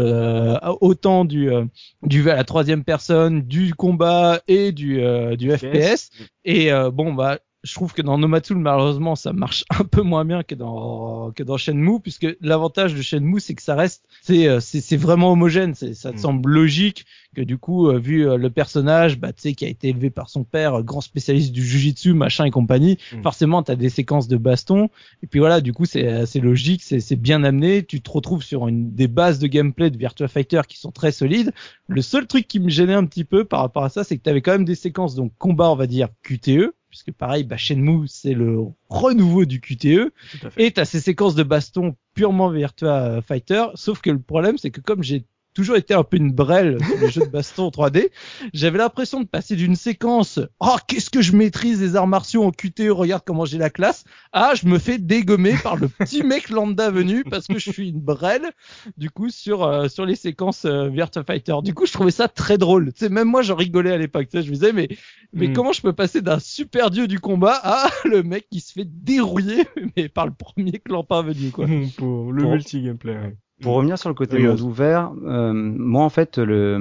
autant du à la troisième personne, du combat et du FPS. Et bon bah je trouve que dans Nomad Soul, malheureusement, ça marche un peu moins bien que dans Shenmue, puisque l'avantage de Shenmue, c'est que ça reste, c'est vraiment homogène, ça te semble logique que du coup, vu le personnage, bah, tu sais, qui a été élevé par son père, grand spécialiste du jujitsu, machin et compagnie, forcément, t'as des séquences de baston, et puis voilà, du coup, c'est logique, c'est bien amené, tu te retrouves sur des bases de gameplay de Virtua Fighter qui sont très solides. Le seul truc qui me gênait un petit peu par rapport à ça, c'est que t'avais quand même des séquences, donc combat, on va dire, QTE, puisque pareil, bah Shenmue c'est le renouveau du QTE, et t'as ces séquences de baston purement Virtua Fighter, sauf que le problème c'est que comme j'ai toujours été un peu une brêle sur les jeux de baston en 3D. J'avais l'impression de passer d'une séquence « Oh, qu'est-ce que je maîtrise les arts martiaux en QTE, regarde comment j'ai la classe !» à « Je me fais dégommer par le petit mec lambda venu parce que je suis une brêle. » Du coup, sur les séquences Virtua Fighter. Du coup, je trouvais ça très drôle. Tu sais, même moi, j'en rigolais à l'époque. Tu sais, je me disais, mais comment je peux passer d'un super dieu du combat à le mec qui se fait dérouiller mais par le premier clampin venu, quoi. Pour le multi-gameplay, ouais. Pour revenir sur le côté monde ouvert, moi en fait,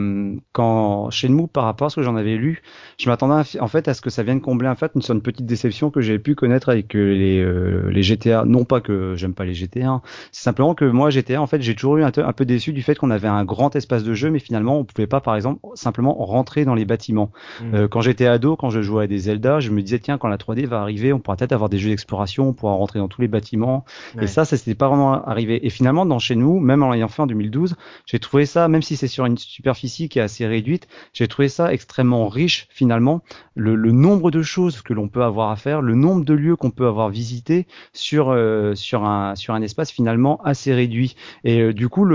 quand Shenmue, par rapport à ce que j'en avais lu, je m'attendais en fait à ce que ça vienne combler en fait une petite déception que j'avais pu connaître avec les GTA. Non pas que j'aime pas les GTA, c'est simplement que moi GTA en fait j'ai toujours eu un peu déçu du fait qu'on avait un grand espace de jeu, mais finalement on pouvait pas par exemple simplement rentrer dans les bâtiments. Quand j'étais ado, quand je jouais à des Zelda, je me disais tiens quand la 3D va arriver, on pourra peut-être avoir des jeux d'exploration, on pourra rentrer dans tous les bâtiments. Ouais. Et ça c'était pas vraiment arrivé. Et finalement dans Shenmue, même en l'ayant fait en 2012, j'ai trouvé ça, même si c'est sur une superficie qui est assez réduite, j'ai trouvé ça extrêmement riche finalement, le nombre de choses que l'on peut avoir à faire, le nombre de lieux qu'on peut avoir visités sur un espace finalement assez réduit. Et du coup,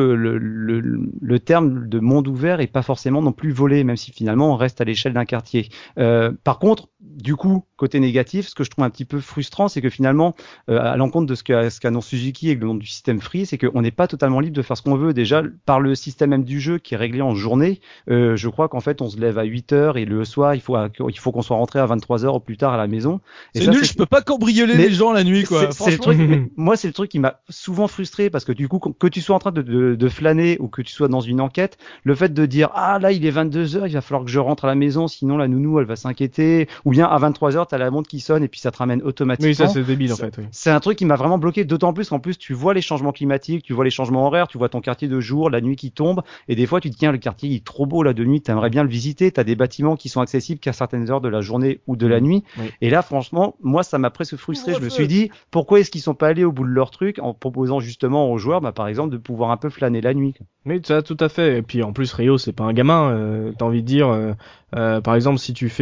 le terme de monde ouvert est pas forcément non plus volé, même si finalement on reste à l'échelle d'un quartier. Par contre, du coup, côté négatif, ce que je trouve un petit peu frustrant, c'est que finalement, à l'encontre de ce qu'annonce Suzuki avec le nom du système free, c'est qu'on n'est pas totalement libre de faire ce qu'on veut. Déjà, par le système même du jeu qui est réglé en journée, je crois qu'en fait, on se lève à 8h et le soir, il faut qu'on soit rentré à 23h au plus tard à la maison. Et c'est ça, nul, je peux pas cambrioler les gens la nuit, quoi. C'est le truc, moi, c'est le truc qui m'a souvent frustré parce que du coup, que tu sois en train de flâner ou que tu sois dans une enquête, le fait de dire, ah, là, il est 22h, il va falloir que je rentre à la maison, sinon la nounou, elle va s'inquiéter, ou bien à 23h, t'as la montre qui sonne et puis ça te ramène automatiquement. Oui, ça, c'est débile, en fait, oui. C'est un truc qui m'a vraiment bloqué, d'autant plus qu'en plus, tu vois les changements climatiques, tu vois les changements horaires, tu vois ton quartier de jour, la nuit qui tombe, et des fois, tu te dis, le quartier, il est trop beau, là, de nuit, t'aimerais bien le visiter, t'as des bâtiments qui sont accessibles qu'à certaines heures de la journée ou de la nuit. Oui. Et là, franchement, moi, ça m'a presque frustré. Je me suis dit, pourquoi est-ce qu'ils sont pas allés au bout de leur truc en proposant justement aux joueurs, par exemple, de pouvoir un peu flâner la nuit. Oui, ça, tout à fait. Et puis, en plus, Rio, c'est pas un gamin, t'as envie de dire, par exemple, si tu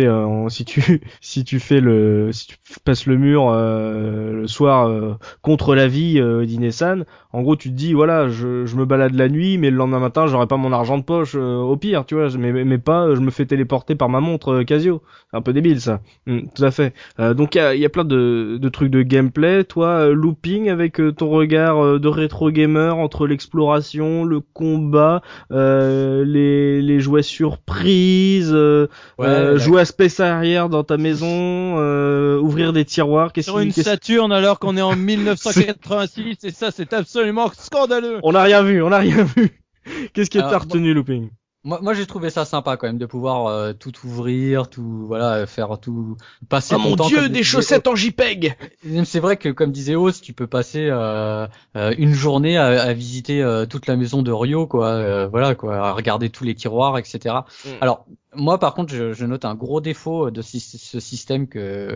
passes le mur le soir contre la vie d'Inesan, en gros tu te dis voilà, je me balade la nuit, mais le lendemain matin j'aurai pas mon argent de poche au pire, tu vois, mais pas je me fais téléporter par ma montre Casio. C'est un peu débile ça. Tout à fait. Donc il y a plein de trucs de gameplay. Toi, looping avec ton regard de rétro gamer entre l'exploration, le combat, les jouets surprises. Jouer à Space Harrier dans ta maison, ouvrir des tiroirs. Sur une Saturn alors qu'on est en 1986 et ça c'est absolument scandaleux. On n'a rien vu. Qu'est-ce qui t'a retenu, Looping? Moi j'ai trouvé ça sympa quand même de pouvoir tout ouvrir, tout faire tout passer. Oh mon Dieu, des chaussettes en JPEG. C'est vrai que comme disait Oz, tu peux passer une journée à visiter toute la maison de Ryo, quoi. Voilà, quoi, à regarder tous les tiroirs, etc. Alors moi par contre je note un gros défaut de ce système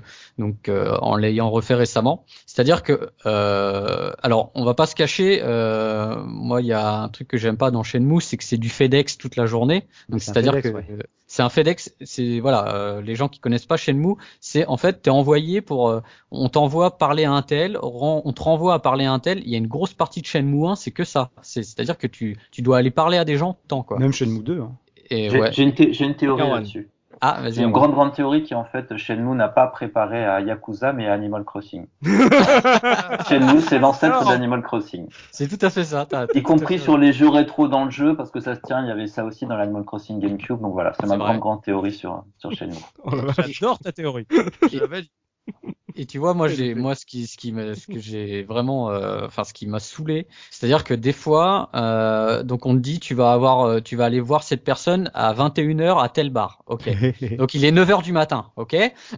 en l'ayant refait récemment, c'est-à-dire que alors on va pas se cacher, moi il y a un truc que j'aime pas dans Shenmue, c'est que c'est du FedEx toute la journée. Donc c'est-à-dire que c'est un FedEx, c'est voilà, les gens qui connaissent pas Shenmue, c'est en fait t'es envoyé pour on t'envoie parler à un tel, on te renvoie à parler à un tel, il y a une grosse partie de Shenmue 1, c'est que ça. C'est-à-dire que tu dois aller parler à des gens tout le temps, quoi. Même Shenmue 2 hein. J'ai une théorie là-dessus. Ah, vas-y. J'ai une grande théorie qui en fait Shenmue n'a pas préparé à Yakuza mais à Animal Crossing. Shenmue c'est l'ancêtre d'Animal Crossing. C'est tout à fait ça. Y compris sur les jeux rétro dans le jeu parce que ça se tient, il y avait ça aussi dans l'Animal Crossing GameCube. Donc voilà, c'est ma grande théorie sur Shenmue. J'adore ta théorie. Et tu vois, ce que j'ai vraiment, ce qui m'a saoulé, c'est-à-dire que des fois, donc on te dit, tu vas aller voir cette personne à 21h à tel bar, ok. Donc il est 9h du matin, ok.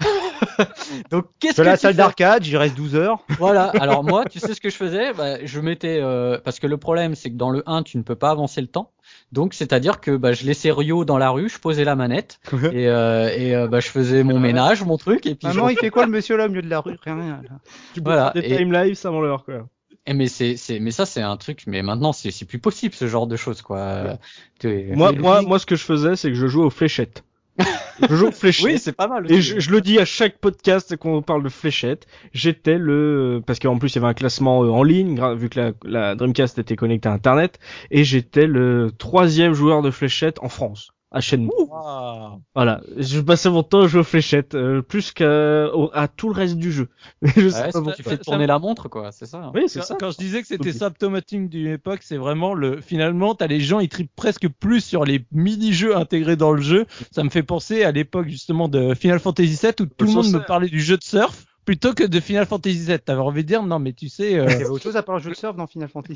Donc qu'est-ce que la salle d'arcade, j'y reste 12 heures. Voilà. Alors moi, tu sais ce que je faisais? Je mettais, parce que le problème, c'est que dans le 1, tu ne peux pas avancer le temps. Donc, c'est-à-dire que je laissais Ryo dans la rue, je posais la manette et je faisais mon ménage, mon truc et puis. Maman, il fait quoi le monsieur là au milieu de la rue? Rien. Là. Tu peux faire des time lives avant l'heure, quoi. Mais ça c'est un truc. Mais maintenant, c'est plus possible ce genre de choses, quoi. Moi, ce que je faisais, c'est que je jouais aux fléchettes. Je joue aux fléchettes. Oui, c'est pas mal. Et je le dis à chaque podcast qu'on parle de fléchettes. J'étais parce qu'en plus il y avait un classement en ligne, vu que la Dreamcast était connectée à Internet, et j'étais le 3e joueur de fléchettes en France. À Shenmue. Wow. Voilà, je passais mon temps à jouer aux fléchettes, plus à tout le reste du jeu. Je sais pas tu fais tourner la montre, quoi, c'est ça. Hein. Oui, c'est ça. Quand je disais que c'était symptomatique d'une époque, c'est vraiment finalement, t'as les gens, ils tripent presque plus sur les mini-jeux intégrés dans le jeu. Ça me fait penser à l'époque, justement, de Final Fantasy VII où tout le monde me parlait du jeu de surf. Plutôt que de Final Fantasy VII, t'avais envie de dire non mais tu sais. Il y avait autre chose à part le jeu de surf dans Final Fantasy.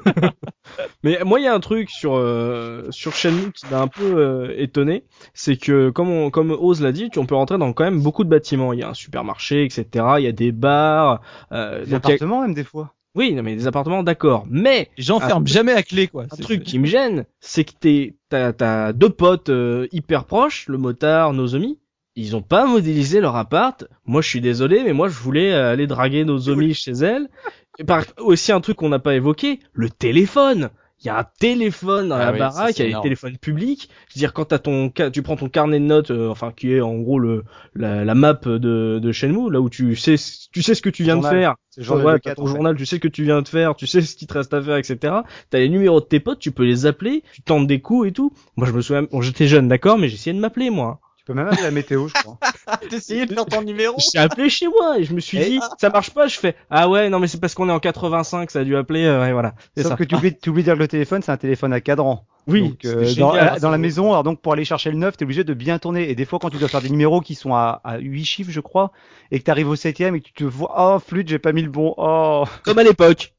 Mais moi il y a un truc sur Shenmue qui m'a un peu étonné, c'est que comme Oz l'a dit, on peut rentrer dans quand même beaucoup de bâtiments. Il y a un supermarché, etc. Il y a des bars, des appartements même des fois. Oui, non mais des appartements, d'accord. Mais les gens ferment jamais à clé quoi. Un truc qui me gêne, c'est que t'as deux potes hyper proches, le motard, Nozomi. Ils ont pas modélisé leur appart. Moi, je suis désolé, mais moi, je voulais aller draguer Nozomi chez elle. Et aussi un truc qu'on n'a pas évoqué, le téléphone. Il y a un téléphone dans la baraque, il y a des téléphones publics. Je veux dire, quand tu prends ton carnet de notes, qui est en gros la map de Shenmue, là où tu sais ce que tu viens de faire. T'as ton journal, tu sais ce que tu viens de faire, tu sais ce qu'il te reste à faire, etc. T'as les numéros de tes potes, tu peux les appeler, tu tentes des coups et tout. Moi, je me souviens, j'étais jeune, d'accord, mais j'essayais de m'appeler, moi. Tu peux même appeler la météo, je crois. T'essayais de faire ton numéro? J'ai appelé chez moi et je me suis dit, ça marche pas, je fais, ah ouais, non mais c'est parce qu'on est en 85, ça a dû appeler, et voilà. Sauf que tu oublies de dire que le téléphone, c'est un téléphone à cadran. Oui. Donc, dans la maison, alors donc pour aller chercher le 9, t'es obligé de bien tourner. Et des fois, quand tu dois faire des numéros qui sont à 8 chiffres, je crois, et que t'arrives au 7e et que tu te vois, oh, flûte, j'ai pas mis le bon, oh. Comme à l'époque.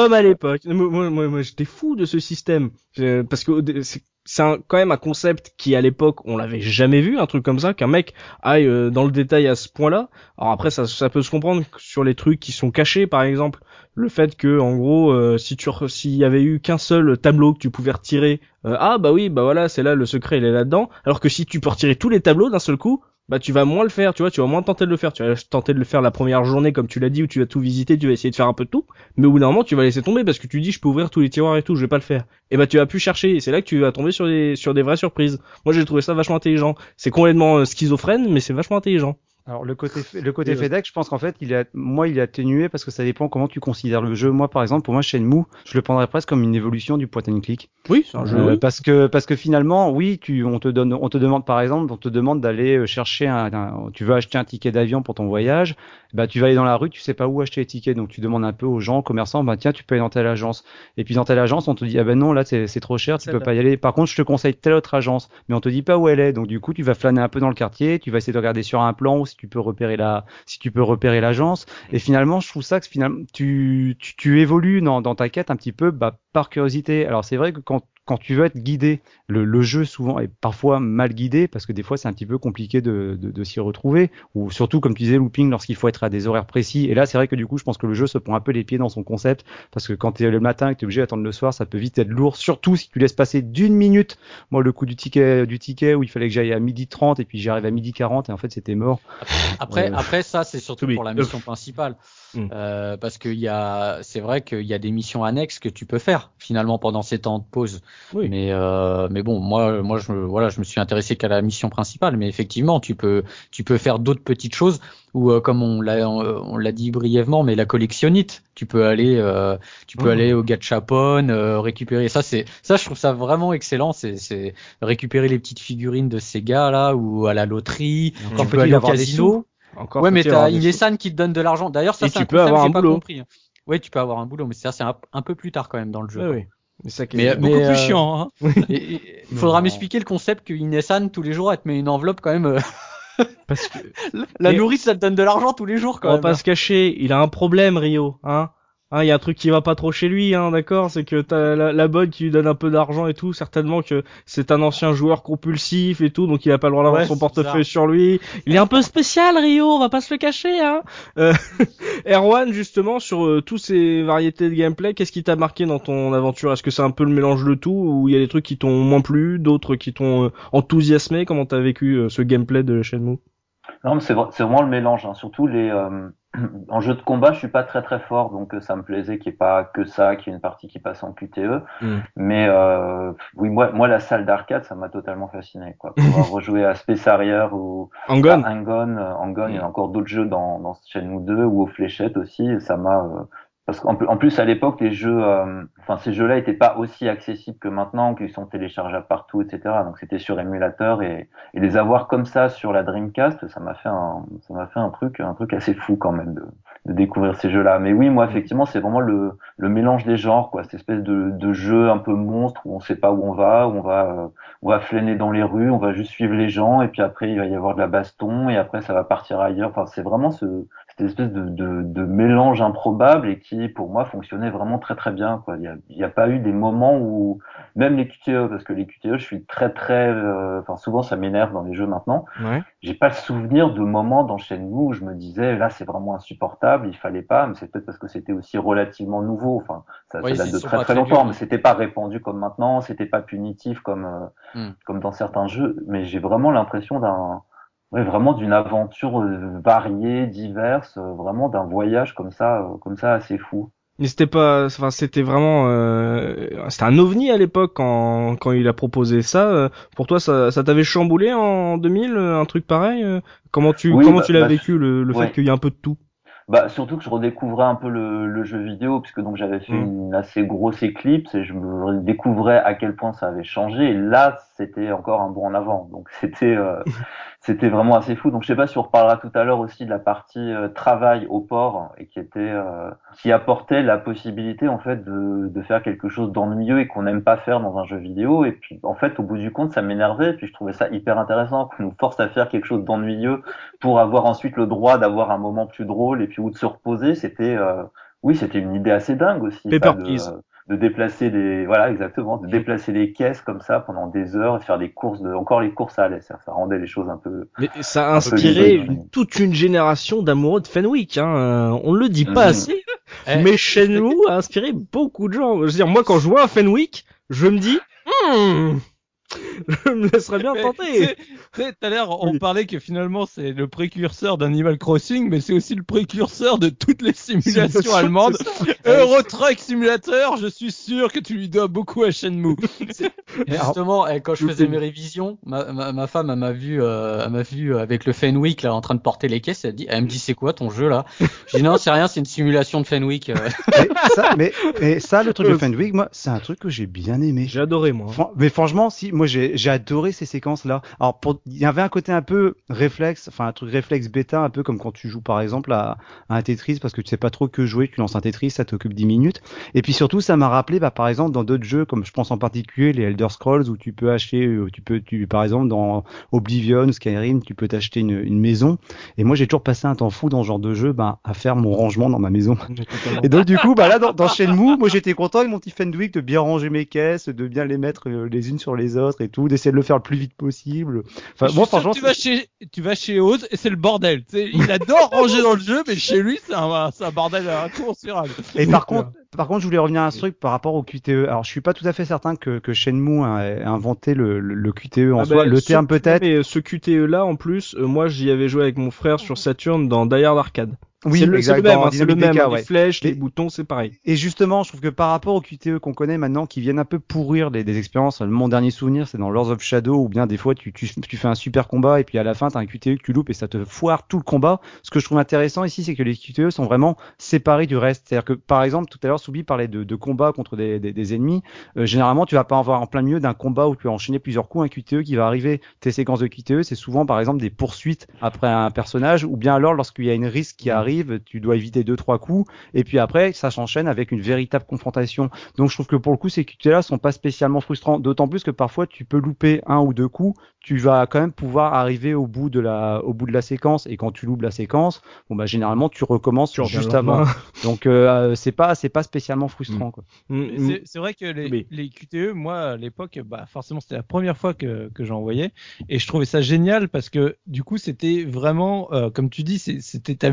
Moi, j'étais fou de ce système. Parce que c'est quand même un concept qui, à l'époque, on l'avait jamais vu, un truc comme ça, qu'un mec aille dans le détail à ce point-là. Alors après, ça peut se comprendre sur les trucs qui sont cachés, par exemple. Le fait que, en gros, s'il y avait eu qu'un seul tableau que tu pouvais retirer, voilà, c'est là, le secret, il est là-dedans. Alors que si tu peux retirer tous les tableaux d'un seul coup, tu vas moins le faire, tu vois, tu vas moins tenter de le faire. Tu vas tenter de le faire la première journée, comme tu l'as dit, où tu vas tout visiter, tu vas essayer de faire un peu de tout. Mais au bout d'un moment, tu vas laisser tomber parce que tu dis, je peux ouvrir tous les tiroirs et tout, je vais pas le faire. Et tu vas plus chercher. Et c'est là que tu vas tomber sur des vraies surprises. Moi, j'ai trouvé ça vachement intelligent. C'est complètement schizophrène, mais c'est vachement intelligent. Alors le côté FedEx, je pense qu'en fait il est atténué parce que ça dépend comment tu considères le jeu. Moi par exemple, pour moi Shenmue, je le prendrais presque comme une évolution du point and click. Oui, c'est un jeu. Oui. Parce que finalement, oui, on te demande par exemple, on te demande d'aller chercher tu veux acheter un ticket d'avion pour ton voyage, tu vas aller dans la rue, tu sais pas où acheter les tickets, donc tu demandes un peu aux gens, aux commerçants, tiens, tu peux aller dans telle agence. Et puis dans telle agence, on te dit non, là c'est trop cher, tu peux pas y aller. Par contre, je te conseille telle autre agence, mais on te dit pas où elle est. Donc du coup, tu vas flâner un peu dans le quartier, tu vas essayer de regarder sur un plan si tu peux repérer l'agence. Et finalement, je trouve ça que finalement tu évolues dans ta quête un petit peu par curiosité. Alors c'est vrai que quand tu veux être guidé, le jeu souvent est parfois mal guidé parce que des fois c'est un petit peu compliqué de s'y retrouver, ou surtout comme tu disais looping lorsqu'il faut être à des horaires précis. Et là c'est vrai que du coup je pense que le jeu se prend un peu les pieds dans son concept parce que quand t'es le matin et que t'es obligé d'attendre le soir, ça peut vite être lourd, surtout si tu laisses passer d'une minute. Moi le coup du ticket où il fallait que j'aille à 12h30 et puis j'y arrive à 12h40 et en fait c'était mort. Après ça c'est surtout pour la mission principale. Parce que c'est vrai qu'il y a des missions annexes que tu peux faire finalement pendant ces temps de pause. Oui. Mais bon, moi je me suis intéressé qu'à la mission principale, mais effectivement tu peux faire d'autres petites choses ou comme on l'a dit brièvement, mais la collectionnite, tu peux aller aller au Gachapon, récupérer ça je trouve ça vraiment excellent, c'est récupérer les petites figurines de ces gars là ou à la loterie, tu peux aller au casino. Encore mais t'as une Nissan qui te donne de l'argent. D'ailleurs, ça, c'est un concept que j'ai pas compris. Ouais, tu peux avoir un boulot, mais ça, c'est un peu plus tard quand même dans le jeu. Oui. Mais beaucoup plus chiant. Hein. Il faudra m'expliquer le concept qu'une Nissan, tous les jours, elle te met une enveloppe quand même. Parce que la nourrice, ça te donne de l'argent tous les jours quand même. On va pas se cacher, il a un problème, Rio, hein. Il y a un truc qui va pas trop chez lui, d'accord, c'est que t'as la bonne qui lui donne un peu d'argent et tout, certainement que c'est un ancien joueur compulsif et tout, donc il a pas le droit d'avoir son portefeuille sur lui. Il est un peu spécial, Rio, on va pas se le cacher, hein. Erwan, justement, sur tous ces variétés de gameplay, qu'est-ce qui t'a marqué dans ton aventure? Est-ce que c'est un peu le mélange de tout, ou il y a des trucs qui t'ont moins plu, d'autres qui t'ont enthousiasmé? Comment t'as vécu ce gameplay de Shenmue? Non, mais c'est vraiment le mélange, hein. Surtout en jeu de combat, je suis pas très très fort, donc ça me plaisait qu'il n'y ait pas que ça, qu'il y ait une partie qui passe en QTE. Mais oui, moi la salle d'arcade, ça m'a totalement fasciné, quoi. Pouvoir rejouer à Space Harrier ou Hang-On. à Hang-On, il y a encore d'autres jeux dans Shenmue 2 ou aux fléchettes aussi, et ça m'a parce qu'en plus à l'époque les jeux, enfin ces jeux-là étaient pas aussi accessibles que maintenant, qu'ils sont téléchargeables partout, etc. Donc c'était sur émulateur et les avoir comme ça sur la Dreamcast, ça m'a fait un truc assez fou quand même de découvrir ces jeux-là. Mais oui, moi effectivement c'est vraiment le mélange des genres, quoi, cette espèce de jeu un peu monstre où on sait pas où on va flâner dans les rues, on va juste suivre les gens et puis après il va y avoir de la baston et après ça va partir ailleurs. Enfin c'est vraiment cette espèce de mélange improbable et qui pour moi fonctionnait vraiment très très bien, quoi. Il y a pas eu des moments où même les QTE, parce que les QTE je suis très enfin souvent ça m'énerve dans les jeux maintenant. Ouais. J'ai pas le souvenir de moments dans Shenmue où je me disais là c'est vraiment insupportable, il fallait pas, mais c'est peut-être parce que c'était aussi relativement nouveau, enfin ça date de très très longtemps, mais c'était pas répandu comme maintenant, c'était pas punitif comme dans certains jeux, mais j'ai vraiment l'impression vraiment d'une aventure variée, diverse, vraiment d'un voyage comme ça assez fou. Mais c'était vraiment, c'était un ovni à l'époque quand il a proposé ça. Pour toi, ça t'avait chamboulé en 2000, un truc pareil. Comment tu l'as vécu le fait qu'il y ait un peu de tout? Bah surtout que je redécouvrais un peu le jeu vidéo, puisque donc j'avais fait une assez grosse éclipse et je me découvrais à quel point ça avait changé. Et là, c'était encore un bond en avant. Donc c'était vraiment assez fou. Donc je sais pas si on reparlera tout à l'heure aussi de la partie travail au port et qui apportait la possibilité en fait de faire quelque chose d'ennuyeux et qu'on n'aime pas faire dans un jeu vidéo. Et puis en fait au bout du compte ça m'énervait. Et puis je trouvais ça hyper intéressant qu'on nous force à faire quelque chose d'ennuyeux pour avoir ensuite le droit d'avoir un moment plus drôle et puis ou de se reposer. C'était une idée assez dingue aussi. De déplacer de déplacer les caisses comme ça pendant des heures et de faire des courses encore les courses à l'aise, ça rendait les choses un peu. Mais ça a inspiré toute une génération d'amoureux de Fenwick, on ne le dit pas assez, mais Shenmue a inspiré beaucoup de gens. Je veux dire, moi quand je vois un Fenwick, je me dis je me laisserais bien tenter. Tout à l'heure, on parlait que finalement c'est le précurseur d'Animal Crossing, mais c'est aussi le précurseur de toutes les simulations allemandes. Euro Truck Simulator, je suis sûr que tu lui dois beaucoup à Shenmue. Justement, quand je faisais mes révisions, ma femme elle m'a vu avec le Fenwick là en train de porter les caisses. Elle me dit c'est quoi ton jeu là? J'ai dit non, c'est rien, c'est une simulation de Fenwick. Mais ça, le truc de Fenwick, moi, c'est un truc que j'ai bien aimé. J'ai adoré moi. Mais franchement, si moi j'ai adoré ces séquences là. Alors il y avait un côté un peu réflexe, enfin un truc réflexe bêta, un peu comme quand tu joues par exemple à un Tetris parce que tu sais pas trop que jouer, tu lances un Tetris, ça t'occupe 10 minutes. Et puis surtout ça m'a rappelé par exemple dans d'autres jeux comme je pense en particulier les Elder Scrolls où tu peux acheter par exemple dans Oblivion, Skyrim, tu peux t'acheter une maison. Et moi j'ai toujours passé un temps fou dans ce genre de jeu à faire mon rangement dans ma maison. Et donc du coup là dans Shenmue, moi j'étais content avec mon petit Fenwick de bien ranger mes caisses, de bien les mettre les unes sur les autres et tout, d'essayer de le faire le plus vite possible. Enfin, moi, franchement, tu vas chez Oz et c'est le bordel. Il adore ranger dans le jeu, mais chez lui, c'est un bordel inconsidérable. Et par contre, je voulais revenir à un truc par rapport au QTE. Alors, je suis pas tout à fait certain que Shenmue a inventé le QTE en soi. Le terme peut-être. Mais ce QTE là, en plus, moi, j'y avais joué avec mon frère sur Saturn dans Die Hard Arcade. Oui, c'est le même, DK, les flèches, les boutons, c'est pareil. Et justement, je trouve que par rapport au QTE qu'on connaît maintenant, qui viennent un peu pourrir des expériences, mon dernier souvenir, c'est dans Lords of Shadow, où bien des fois tu fais un super combat et puis à la fin t'as un QTE que tu loupes et ça te foire tout le combat. Ce que je trouve intéressant ici, c'est que les QTE sont vraiment séparés du reste. C'est-à-dire que par exemple, tout à l'heure, Soubi parlait de combats contre des ennemis. Généralement, tu vas pas avoir en plein milieu d'un combat où tu vas enchaîner plusieurs coups un QTE qui va arriver. Tes séquences de QTE, c'est souvent par exemple des poursuites après un personnage, ou bien alors lorsqu'il y a une risque qui arrive, tu dois éviter 2-3 coups et puis après ça s'enchaîne avec une véritable confrontation. Donc je trouve que pour le coup ces QTE là sont pas spécialement frustrants, d'autant plus que parfois tu peux louper 1 ou 2 coups, tu vas quand même pouvoir arriver au bout de la séquence, et quand tu loupes la séquence, généralement tu recommences juste avant. Donc c'est pas spécialement frustrant quoi. C'est vrai que les QTE, moi à l'époque, forcément c'était la première fois que j'en voyais et je trouvais ça génial parce que du coup c'était vraiment comme tu dis, t'avais une séquence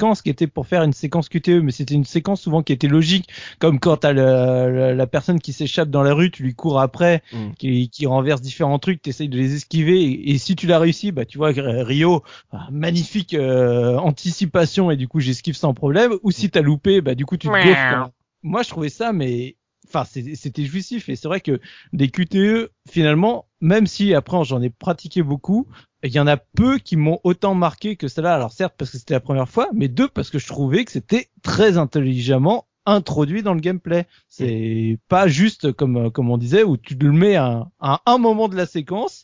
séquence qui était pour faire une séquence QTE, mais c'était une séquence souvent qui était logique, comme quand t'as la personne qui s'échappe dans la rue, tu lui cours après, qui renverse différents trucs, t'essayes de les esquiver, et si tu l'as réussi, bah tu vois Rio, magnifique anticipation, et du coup j'esquive sans problème. Ou si t'as loupé, bah du coup tu te gaufres. Moi je trouvais ça, mais enfin c'était jouissif, et c'est vrai que des QTE finalement, même si après j'en ai pratiqué beaucoup, il y en a peu qui m'ont autant marqué que celle-là. Alors certes parce que c'était la première fois, mais deux parce que je trouvais que c'était très intelligemment introduit dans le gameplay. C'est pas juste comme on disait où tu le mets à un moment de la séquence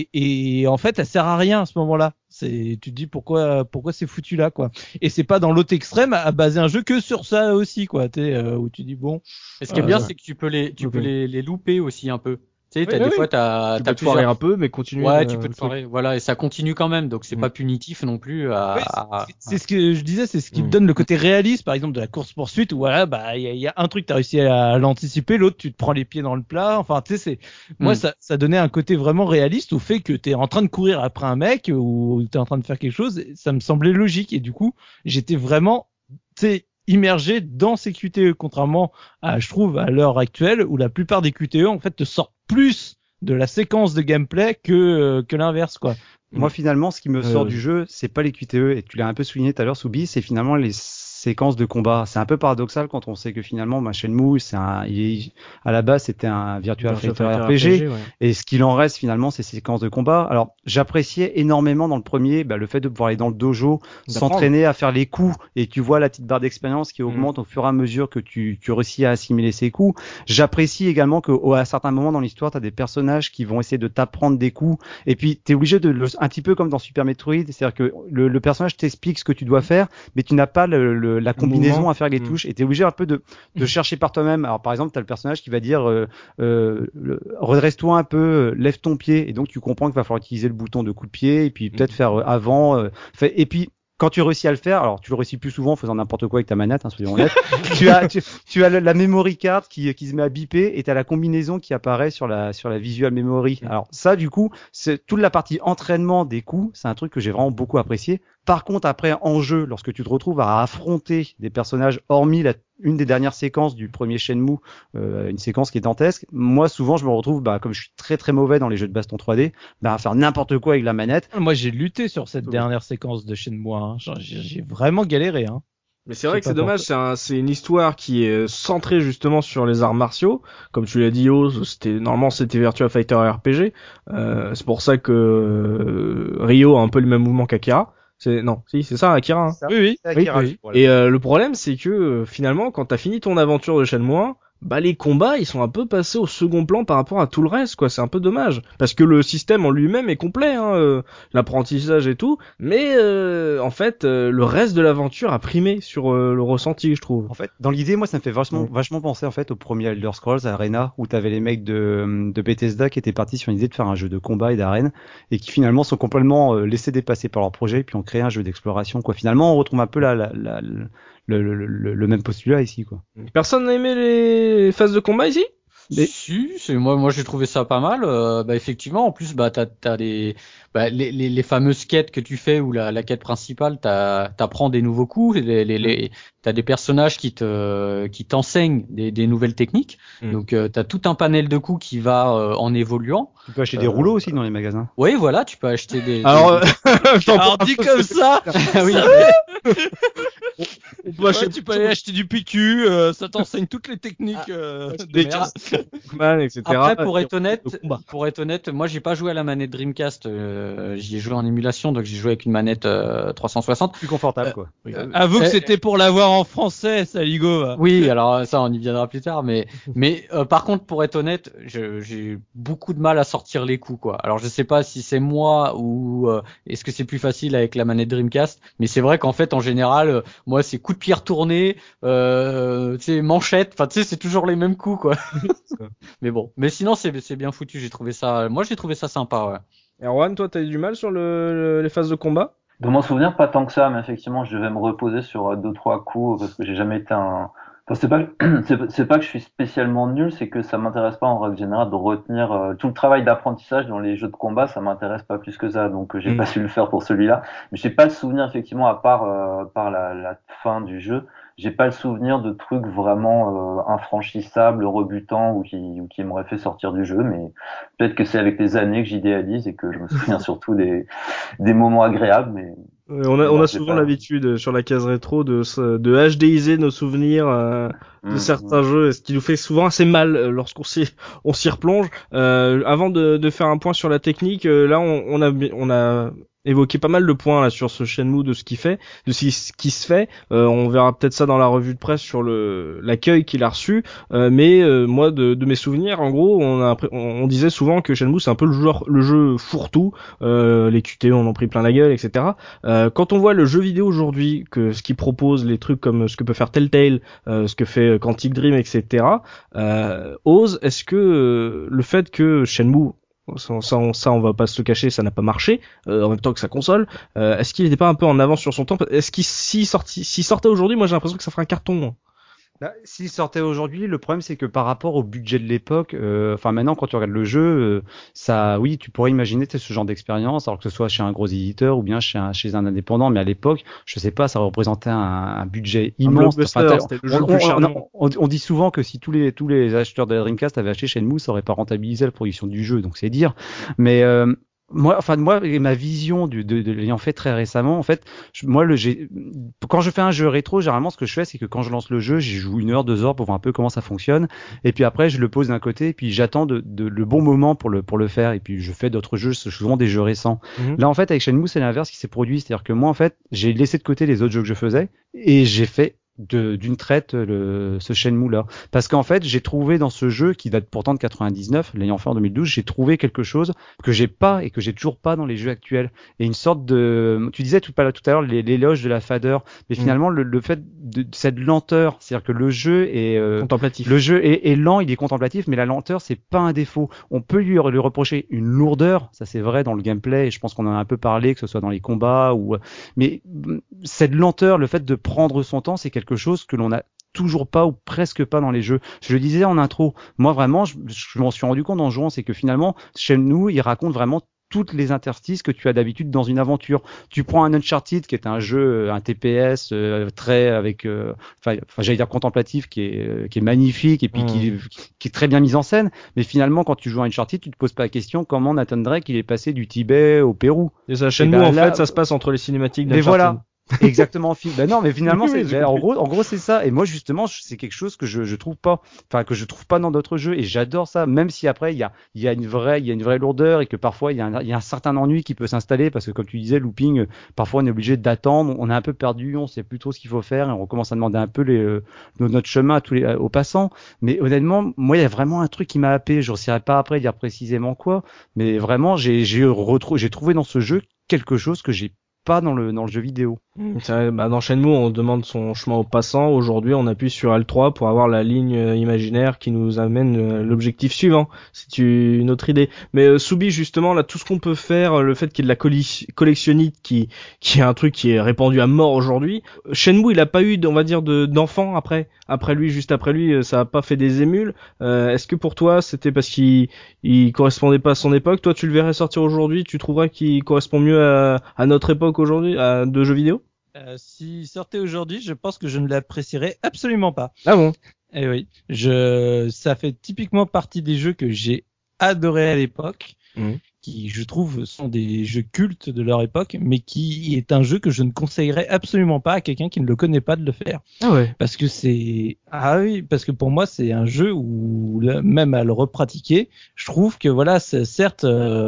et en fait elle sert à rien à ce moment-là. Tu te dis pourquoi c'est foutu là, quoi. Et c'est pas dans l'autre extrême à baser un jeu que sur ça aussi, quoi. Où tu dis bon. Et ce qui est bien, c'est que tu peux les louper aussi un peu. Tu sais, des fois, t'as te foirer un peu, mais continuer. Ouais, tu peux te foirer. Voilà, et ça continue quand même, donc c'est pas punitif non plus. C'est ce que je disais, c'est ce qui te donne le côté réaliste, par exemple, de la course poursuite, où voilà, bah, il y a un truc, t'as réussi à l'anticiper, l'autre, tu te prends les pieds dans le plat. Enfin, tu sais, moi, ça donnait un côté vraiment réaliste au fait que t'es en train de courir après un mec, ou t'es en train de faire quelque chose, ça me semblait logique, et du coup, j'étais vraiment, tu sais, immergé dans ces QTE, contrairement à, je trouve, à l'heure actuelle, où la plupart des QTE, en fait, te sortent plus de la séquence de gameplay que l'inverse, quoi. Moi, finalement, ce qui me sort du jeu, c'est pas les QTE, et tu l'as un peu souligné tout à l'heure, Soubi, c'est finalement les séquences de combat. C'est un peu paradoxal quand on sait que finalement, Shenmue, à la base, c'était un Virtua Fighter RPG, et ce qu'il en reste finalement, c'est ces séquences de combat. Alors, j'appréciais énormément dans le premier, le fait de pouvoir aller dans le dojo, s'entraîner à faire les coups, et tu vois la petite barre d'expérience qui augmente au fur et à mesure que tu réussis à assimiler ces coups. J'apprécie également que, à certains moments dans l'histoire, t'as des personnages qui vont essayer de t'apprendre des coups, et puis t'es obligé un petit peu comme dans Super Metroid, c'est-à-dire que le personnage t'explique ce que tu dois faire, mais tu n'as pas la combinaison à faire avec les touches, et t'es obligé un peu de chercher par toi-même. Alors par exemple, t'as le personnage qui va dire redresse-toi un peu, lève ton pied, et donc tu comprends qu'il va falloir utiliser le bouton de coup de pied, et puis peut-être faire avant, et puis quand tu réussis à le faire, alors tu le réussis plus souvent en faisant n'importe quoi avec ta manette, soyons honnêtes. tu as la memory card qui se met à biper, et tu as la combinaison qui apparaît sur la visual memory. Alors ça, du coup, c'est toute la partie entraînement des coups, c'est un truc que j'ai vraiment beaucoup apprécié. Par contre, après, en jeu, lorsque tu te retrouves à affronter des personnages, hormis une des dernières séquences du premier Shenmue, une séquence qui est dantesque, moi, souvent, je me retrouve, comme je suis très très mauvais dans les jeux de baston 3D, à faire n'importe quoi avec la manette. Moi, j'ai lutté sur cette dernière séquence de Shenmue, hein. J'ai vraiment galéré, hein. Mais c'est vrai que c'est dommage, c'est une histoire qui est centrée justement sur les arts martiaux. Comme tu l'as dit, Oz, normalement c'était Virtua Fighter RPG. C'est pour ça que Ryo a un peu le même mouvement qu'Akira. C'est ça, Akira. Hein. Oui. Akira, oui. Et le problème, c'est que finalement, quand t'as fini ton aventure de Shenmue 1, les combats, ils sont un peu passés au second plan par rapport à tout le reste, quoi. C'est un peu dommage. Parce que le système en lui-même est complet, l'apprentissage et tout. Mais, en fait, le reste de l'aventure a primé sur le ressenti, je trouve. En fait, dans l'idée, moi, ça me fait vachement penser, en fait, au premier Elder Scrolls Arena, où t'avais les mecs de Bethesda qui étaient partis sur une idée de faire un jeu de combat et d'arène, et qui finalement sont complètement laissés dépasser par leur projet, puis ont créé un jeu d'exploration, quoi. Finalement, on retrouve un peu le même postulat ici, quoi. Personne n'a aimé les phases de combat ici? Si, moi j'ai trouvé ça pas mal. Effectivement, en plus t'as les fameuses quêtes que tu fais, où la quête principale t'apprends des nouveaux coups, t'as des personnages qui t'enseignent des nouvelles techniques. Donc t'as tout un panel de coups qui va en évoluant. Tu peux acheter des rouleaux aussi dans les magasins. Oui, voilà, tu peux acheter des. Alors dit comme ça. Oui. Tu peux aller acheter du PQ, ça t'enseigne toutes les techniques des etc. Après, pour être honnête, moi j'ai pas joué à la manette Dreamcast, j'y ai joué en émulation, donc j'ai joué avec une manette 360. Plus confortable, quoi. Avoue que c'était pour l'avoir en français, Saligo. Oui, alors ça on y viendra plus tard, mais par contre, pour être honnête, j'ai beaucoup de mal à sortir les coups, quoi. Alors je sais pas si c'est moi ou est-ce que c'est plus facile avec la manette Dreamcast, mais c'est vrai qu'en fait en général, moi c'est coup de pied retourné, manchette, c'est toujours les mêmes coups, quoi. Mais bon, mais sinon c'est bien foutu, j'ai trouvé ça sympa, ouais. Erwan, toi t'as eu du mal sur les phases de combat? De mon souvenir, pas tant que ça, mais effectivement je devais me reposer sur 2-3 coups, parce que j'ai jamais été Enfin, c'est pas que je suis spécialement nul, c'est que ça m'intéresse pas en règle générale de retenir tout le travail d'apprentissage dans les jeux de combat, ça m'intéresse pas plus que ça, donc j'ai pas su le faire pour celui-là. Mais j'ai pas le souvenir effectivement à part la fin du jeu, j'ai pas le souvenir de trucs vraiment infranchissables, rebutants ou qui m'auraient fait sortir du jeu. Mais peut-être que c'est avec les années que j'idéalise et que je me souviens surtout des moments agréables. Mais on a souvent l'habitude sur la case rétro de HDiser nos souvenirs de certains jeux, ce qui nous fait souvent assez mal lorsqu'on s'y replonge. Avant de faire un point sur la technique, là on a évoqué pas mal de points là sur ce Shenmue, de ce qui se fait. On verra peut-être ça dans la revue de presse sur l'accueil qu'il a reçu. Mais moi de mes souvenirs, en gros, on disait souvent que Shenmue c'est un peu le jeu fourre-tout. Les QTE en ont pris plein la gueule, etc. Quand on voit le jeu vidéo aujourd'hui, que ce qu'il propose, les trucs comme ce que peut faire Telltale, ce que fait Quantic Dream, etc. Est-ce que le fait que Shenmue, ça on va pas se le cacher, ça n'a pas marché en même temps que sa console, est-ce qu'il n'était pas un peu en avance sur son temps? Est-ce qu'il s'il sortait aujourd'hui, moi j'ai l'impression que ça ferait un carton. S'il sortait aujourd'hui, le problème c'est que par rapport au budget de l'époque, maintenant quand tu regardes le jeu, oui, tu pourrais imaginer ce genre d'expérience, alors que ce soit chez un gros éditeur ou bien chez un indépendant, mais à l'époque, je sais pas, ça représentait un budget immense. On dit souvent que si tous les acheteurs de la Dreamcast avaient acheté Shenmue, ça aurait pas rentabilisé la production du jeu, donc c'est dire. Mais moi, ma vision de l'ayant fait très récemment, en fait, quand je fais un jeu rétro, généralement, ce que je fais, c'est que quand je lance le jeu, j'y joue 1 heure, 2 heures pour voir un peu comment ça fonctionne. Et puis après, je le pose d'un côté, et puis j'attends le bon moment pour le faire. Et puis je fais d'autres jeux, souvent des jeux récents. Là, en fait, avec Shenmue, c'est l'inverse qui s'est produit. C'est-à-dire que moi, en fait, j'ai laissé de côté les autres jeux que je faisais, et j'ai fait d'une traite ce Shenmue là, parce qu'en fait j'ai trouvé dans ce jeu qui date pourtant de 99, l'ayant fait en 2012, j'ai trouvé quelque chose que j'ai pas et que j'ai toujours pas dans les jeux actuels, et une sorte de, tu disais tout à l'heure l'éloge de la fadeur, mais finalement le fait de cette lenteur, c'est-à-dire que le jeu est contemplatif, le jeu est lent, il est contemplatif, mais la lenteur c'est pas un défaut. On peut lui reprocher une lourdeur, ça c'est vrai dans le gameplay, et je pense qu'on en a un peu parlé, que ce soit dans les combats mais cette lenteur, le fait de prendre son temps, c'est quelque chose que l'on a toujours pas ou presque pas dans les jeux. Je le disais en intro, moi vraiment je m'en suis rendu compte en jouant, c'est que finalement Shenmue il raconte vraiment toutes les interstices que tu as d'habitude dans une aventure. Tu prends un Uncharted qui est un jeu, un TPS très avec, j'allais dire contemplatif, qui est magnifique et puis qui est très bien mis en scène. Mais finalement, quand tu joues à Uncharted, tu te poses pas la question comment Nathan Drake il est passé du Tibet au Pérou. Et ça, Shenmue en fait, ça se passe entre les cinématiques d'Uncharted. Mais voilà. Exactement. Non, mais finalement, en gros, c'est ça. Et moi, justement, c'est quelque chose que je trouve pas dans d'autres jeux. Et j'adore ça, même si après, il y a une vraie lourdeur et que parfois, il y a un certain ennui qui peut s'installer parce que, comme tu disais, looping, parfois, on est obligé d'attendre, on est un peu perdu, on sait plus trop ce qu'il faut faire et on commence à demander un peu notre chemin aux passants. Mais honnêtement, moi, il y a vraiment un truc qui m'a happé. Je ne saurais pas après dire précisément quoi, mais vraiment, j'ai trouvé dans ce jeu quelque chose que j'ai pas dans le jeu vidéo. Dans Shenmue, on demande son chemin aux passants. Aujourd'hui, on appuie sur L3 pour avoir la ligne imaginaire qui nous amène l'objectif suivant. C'est une autre idée. Mais Soubi, justement, là, tout ce qu'on peut faire, le fait qu'il y ait de la collectionnite qui est un truc qui est répandu à mort aujourd'hui. Shenmue, il a pas eu, on va dire, d'enfants après lui, juste après lui, ça a pas fait des émules. Est-ce que pour toi, c'était parce qu'il correspondait pas à son époque? Toi, tu le verrais sortir aujourd'hui, tu trouverais qu'il correspond mieux à notre époque aujourd'hui, de jeux vidéo? S'il sortait aujourd'hui, je pense que je ne l'apprécierais absolument pas. Ah bon? Eh oui, ça fait typiquement partie des jeux que j'ai adoré à l'époque, qui je trouve sont des jeux cultes de leur époque, mais qui est un jeu que je ne conseillerais absolument pas à quelqu'un qui ne le connaît pas de le faire. Ah ouais. Parce que pour moi c'est un jeu où même à le repratiquer, je trouve que voilà, certes,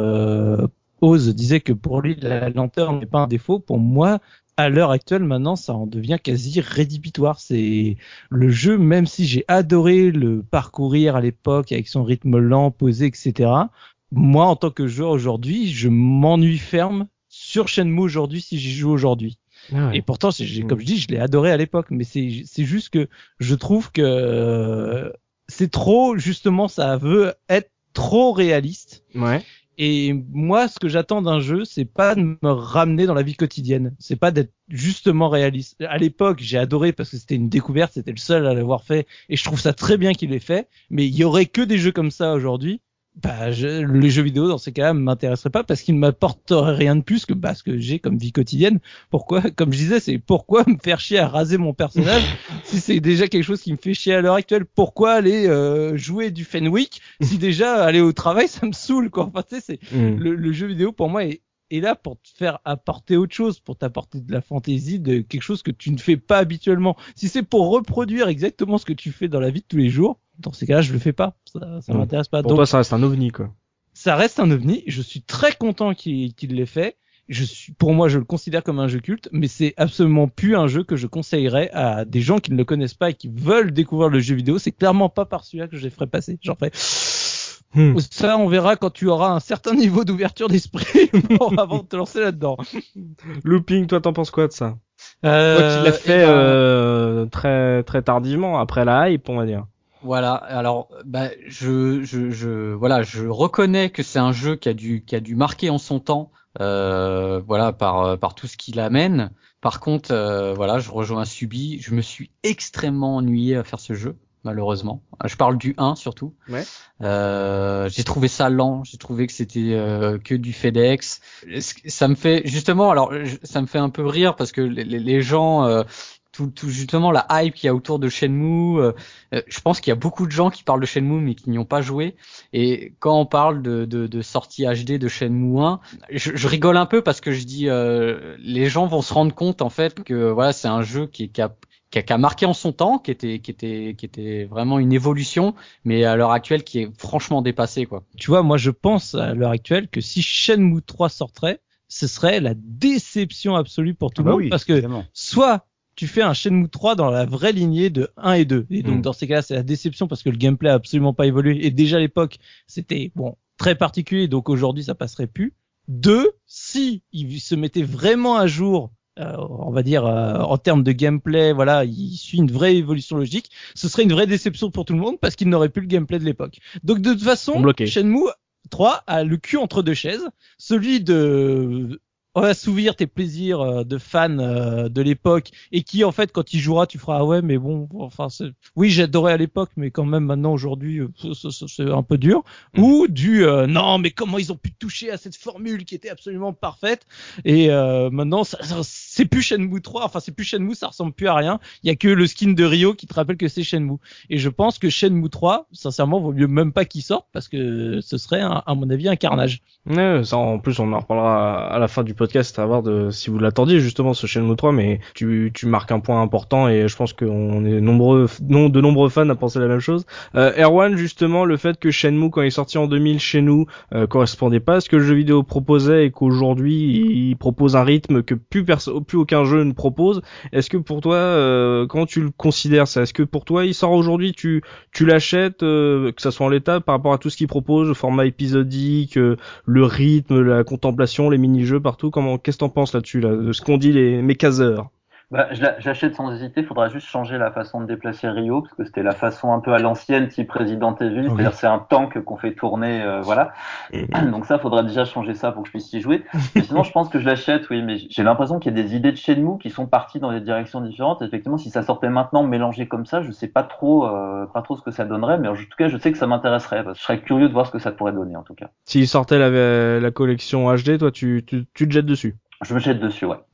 Oz disait que pour lui la lenteur n'est pas un défaut. Pour moi, à l'heure actuelle, maintenant, ça en devient quasi rédhibitoire. C'est le jeu, même si j'ai adoré le parcourir à l'époque avec son rythme lent, posé, etc. Moi, en tant que joueur aujourd'hui, je m'ennuie ferme sur Shenmue aujourd'hui si j'y joue aujourd'hui. Ah ouais. Et pourtant, comme je dis, je l'ai adoré à l'époque, mais c'est juste que je trouve que c'est trop, justement, ça veut être trop réaliste. Ouais. Et moi, ce que j'attends d'un jeu, c'est pas de me ramener dans la vie quotidienne. C'est pas d'être justement réaliste. À l'époque, j'ai adoré parce que c'était une découverte, c'était le seul à l'avoir fait, et je trouve ça très bien qu'il l'ait fait. Mais il y aurait que des jeux comme ça aujourd'hui. Les jeux vidéo dans ces cas-là m'intéresseraient pas parce qu'ils ne m'apporteraient rien de plus que ce que j'ai comme vie quotidienne. Pourquoi, comme je disais, c'est pourquoi me faire chier à raser mon personnage si c'est déjà quelque chose qui me fait chier à l'heure actuelle. Pourquoi aller jouer du Fenwick si déjà aller au travail ça me saoule quoi. Enfin, tu sais, le jeu vidéo pour moi est là pour te faire apporter autre chose, pour t'apporter de la fantaisie, de quelque chose que tu ne fais pas habituellement. Si c'est pour reproduire exactement ce que tu fais dans la vie de tous les jours, dans ces cas-là, je le fais pas. Ça m'intéresse pas. Pour toi, ça reste un ovni, quoi. Ça reste un ovni. Je suis très content qu'il l'ait fait. Pour moi, je le considère comme un jeu culte, mais c'est absolument plus un jeu que je conseillerais à des gens qui ne le connaissent pas et qui veulent découvrir le jeu vidéo. C'est clairement pas par celui-là que je les ferai passer. J'en ferai. Ça, on verra quand tu auras un certain niveau d'ouverture d'esprit avant de te lancer là-dedans. Looping, toi, t'en penses quoi de ça? Toi qui l'as fait très très tardivement, après la hype, on va dire. Voilà. Alors, je reconnais que c'est un jeu qui a dû marquer en son temps, par tout ce qu'il amène. Par contre, je rejoins Subi. Je me suis extrêmement ennuyé à faire ce jeu. Malheureusement. Je parle du 1 surtout. Ouais. J'ai trouvé ça lent, j'ai trouvé que c'était que du FedEx. Ça me fait ça me fait un peu rire parce que les gens tout justement la hype qu'il y a autour de Shenmue, je pense qu'il y a beaucoup de gens qui parlent de Shenmue mais qui n'y ont pas joué, et quand on parle de sortie HD de Shenmue 1, je rigole un peu parce que je dis les gens vont se rendre compte en fait que voilà, c'est un jeu qui a marqué en son temps, qui était vraiment une évolution, mais à l'heure actuelle qui est franchement dépassé quoi. Tu vois, moi je pense à l'heure actuelle que si Shenmue 3 sortait, ce serait la déception absolue pour tout le monde, parce que évidemment. Soit tu fais un Shenmue 3 dans la vraie lignée de 1 et 2, et donc dans ces cas-là c'est la déception parce que le gameplay a absolument pas évolué, et déjà à l'époque c'était très particulier, donc aujourd'hui ça passerait plus. 2, si il se mettait vraiment à jour, on va dire en termes de gameplay, voilà, il suit une vraie évolution logique, ce serait une vraie déception pour tout le monde parce qu'il n'aurait plus le gameplay de l'époque. Donc de toute façon, Shenmue 3 a le cul entre deux chaises, celui de assouvir tes plaisirs de fan de l'époque, et qui en fait quand il jouera tu feras ouais mais bon, enfin oui j'adorais à l'époque mais quand même maintenant aujourd'hui c'est un peu dur, ou du non mais comment ils ont pu toucher à cette formule qui était absolument parfaite, et maintenant c'est plus Shenmue 3, enfin c'est plus Shenmue, ça ressemble plus à rien, il y a que le skin de Ryo qui te rappelle que c'est Shenmue, et je pense que Shenmue 3 sincèrement vaut mieux même pas qu'il sorte parce que ce serait à mon avis un carnage. Ouais, ça en plus on en reparlera à la fin du podcast, à voir si vous l'attendiez justement ce Shenmue 3, mais tu marques un point important et je pense qu'on est de nombreux fans à penser la même chose. Erwan, justement, le fait que Shenmue, quand il est sorti en 2000 chez nous, correspondait pas à ce que le jeu vidéo proposait, et qu'aujourd'hui il propose un rythme que plus aucun jeu ne propose. Est-ce que pour toi, comment tu le considères ça? Est-ce que pour toi il sort aujourd'hui, tu l'achètes, que ça soit en l'état par rapport à tout ce qu'il propose, le format épisodique, le rythme, la contemplation, les mini-jeux partout? Qu'est-ce que t'en penses là-dessus, de ce qu'ont dit mes caseurs? J'achète sans hésiter. Il faudra juste changer la façon de déplacer Ryo, parce que c'était la façon un peu à l'ancienne, type Resident Evil. C'est-à-dire c'est un tank qu'on fait tourner, voilà. Donc ça, faudra déjà changer ça pour que je puisse y jouer. Mais sinon, je pense que je l'achète, oui. Mais j'ai l'impression qu'il y a des idées de Shenmue qui sont parties dans des directions différentes. Effectivement, si ça sortait maintenant mélangé comme ça, je sais pas trop ce que ça donnerait. Mais en tout cas, je sais que ça m'intéresserait. Je serais curieux de voir ce que ça pourrait donner, en tout cas. S'il sortait la collection HD, toi, tu te jettes dessus? Je me jette dessus, ouais.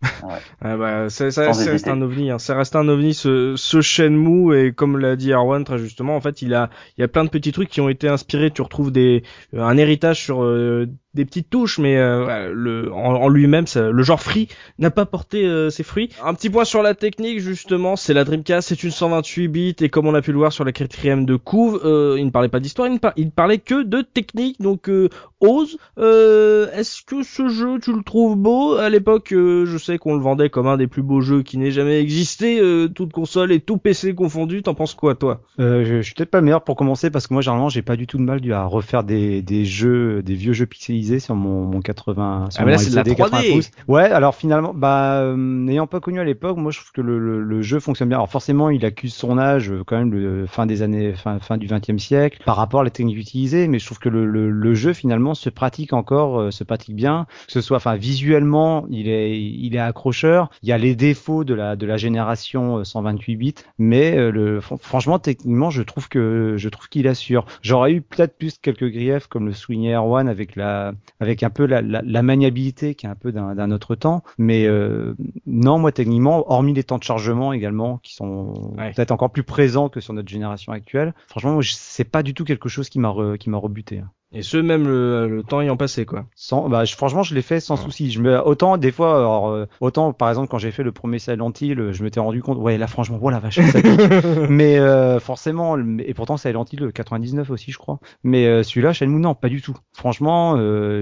Ça reste un ovni, hein. Ça reste un ovni, ce Shenmue, et comme l'a dit Erwan très justement, en fait, il y a plein de petits trucs qui ont été inspirés. Tu retrouves un héritage sur des petites touches, mais en lui-même, le genre free n'a pas porté ses fruits. Un petit point sur la technique, justement, c'est la Dreamcast, c'est une 128 bits, et comme on a pu le voir sur la 4ème de couve, il ne parlait pas d'histoire, il parlait que de technique, donc Oz, est-ce que ce jeu, tu le trouves beau? À l'époque, je sais qu'on le vendait comme un des plus beaux jeux qui n'ait jamais existé, toute console et tout PC confondu. T'en penses quoi, toi? Je suis peut-être pas le meilleur pour commencer, parce que moi, généralement, j'ai pas du tout de mal à refaire des vieux jeux pixelisés utilisé sur mon 80. Sur mais là, mon c'est de la LCD 3D. 80 pouces. Ouais, alors finalement, n'ayant pas connu à l'époque, moi je trouve que le jeu fonctionne bien. Alors forcément, il accuse son âge, quand même, fin du XXe siècle, par rapport à la technique utilisée, mais je trouve que le jeu finalement se pratique bien, que ce soit, enfin, visuellement, il est accrocheur. Il y a les défauts de la génération 128 bits, mais franchement, techniquement, je trouve qu'il assure. J'aurais eu peut-être plus quelques griefs comme le Swing Air One avec un peu la maniabilité qui est un peu d'un autre temps, mais non, moi techniquement, hormis les temps de chargement également qui sont peut-être encore plus présents que sur notre génération actuelle, franchement, moi, c'est pas du tout quelque chose qui m'a rebuté. Et ce, même le temps ayant passé, quoi. Franchement, je l'ai fait sans souci. Autant, des fois, alors, autant, par exemple, quand j'ai fait le premier Silent Hill, je m'étais rendu compte, ouais, là, franchement, voilà, vache, ça pique. Mais, forcément, et pourtant, Silent Hill 99 aussi, je crois. Mais, celui-là, Shenmue, non, pas du tout. Franchement,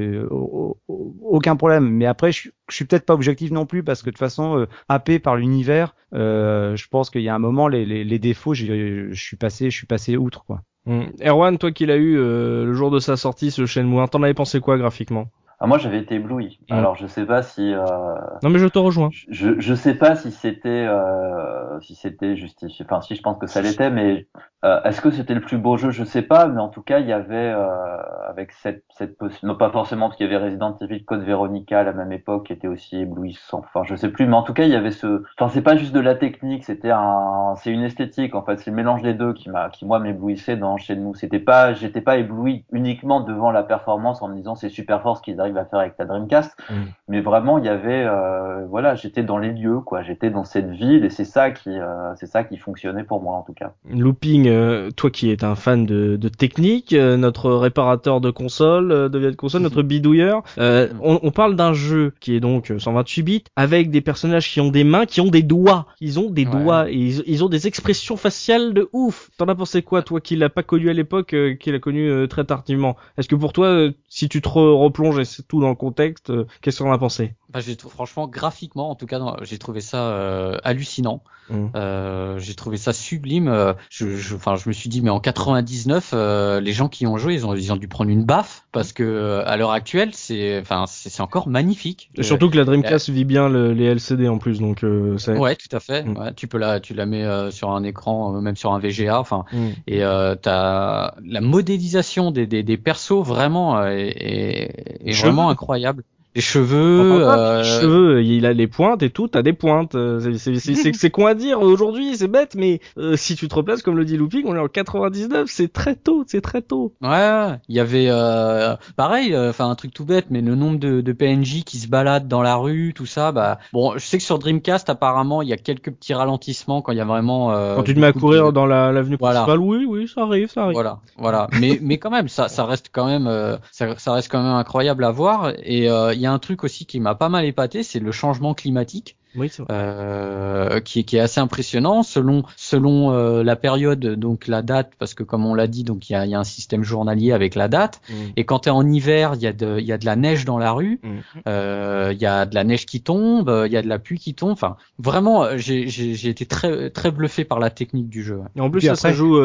aucun problème. Mais après, je suis peut-être pas objectif non plus parce que de toute façon, happé par l'univers, je pense qu'il y a un moment, les défauts, je suis passé outre, quoi. Erwan, toi qui l'as eu le jour de sa sortie, ce Shenmue 1, t'en avais pensé quoi graphiquement? Moi, j'avais été ébloui. Alors, je sais pas si. Non, mais je te rejoins. Je sais pas si c'était justifié. Enfin, si je pense que ça l'était, mais est-ce que c'était le plus beau jeu? Je sais pas, mais en tout cas, il y avait avec non, pas forcément parce qu'il y avait Resident Evil Code Veronica à la même époque qui était aussi éblouissant. Enfin, je sais plus, mais en tout cas, il y avait Enfin, c'est pas juste de la technique, c'est une esthétique en fait. C'est le mélange des deux qui moi m'éblouissait dans Shenmue. J'étais pas ébloui uniquement devant la performance en me disant c'est super fort ce qu'ils arrivent à faire avec ta Dreamcast, mais vraiment il y avait j'étais dans les lieux, quoi, j'étais dans cette ville et c'est ça qui fonctionnait pour moi en tout cas. Looping, toi qui es un fan de technique, notre réparateur de console, de vieilles consoles, notre bidouilleur, on parle d'un jeu qui est donc 128 bits avec des personnages qui ont des mains, qui ont des doigts, doigts et ils ont des expressions faciales de ouf. T'en as pensé quoi, toi qui l'as pas connu à l'époque, qui l'a connu très tardivement? Est-ce que pour toi, si tu te replonges et c'est tout dans le contexte, qu'est-ce qu'on a pensé? Franchement, graphiquement, en tout cas, j'ai trouvé ça hallucinant. J'ai trouvé ça sublime. Je me suis dit, mais en 99, les gens qui y ont joué, ils ont dû prendre une baffe parce que à l'heure actuelle, c'est encore magnifique. Et surtout que la Dreamcast vit bien les LCD en plus, donc ouais, tout à fait. Ouais, tu la mets sur un écran, même sur un VGA. Et t'as la modélisation des persos vraiment est vraiment incroyable. Les cheveux, il a les pointes et tout, t'as des pointes. C'est con à dire aujourd'hui, c'est bête, mais si tu te replaces, comme le dit Looping, on est en 99, c'est très tôt. Ouais, il y avait pareil, un truc tout bête, mais le nombre de PNJ qui se baladent dans la rue, tout ça, bon, je sais que sur Dreamcast, apparemment, il y a quelques petits ralentissements quand il y a vraiment quand tu te mets à courir dans l'avenue principale, oui, ça arrive. Voilà. mais quand même, ça reste quand même, ça reste quand même incroyable à voir. Et il y a un truc aussi qui m'a pas mal épaté, c'est le changement climatique. Oui, c'est vrai. Qui est assez impressionnant selon la période, donc la date, parce que comme on l'a dit, donc il y a un système journalier avec la date. Et quand t'es en hiver, il y a de la neige dans la rue, il y a de la neige qui tombe, il y a de la pluie qui tombe. Enfin, vraiment, j'ai été très très bluffé par la technique du jeu. Et en plus, ça joue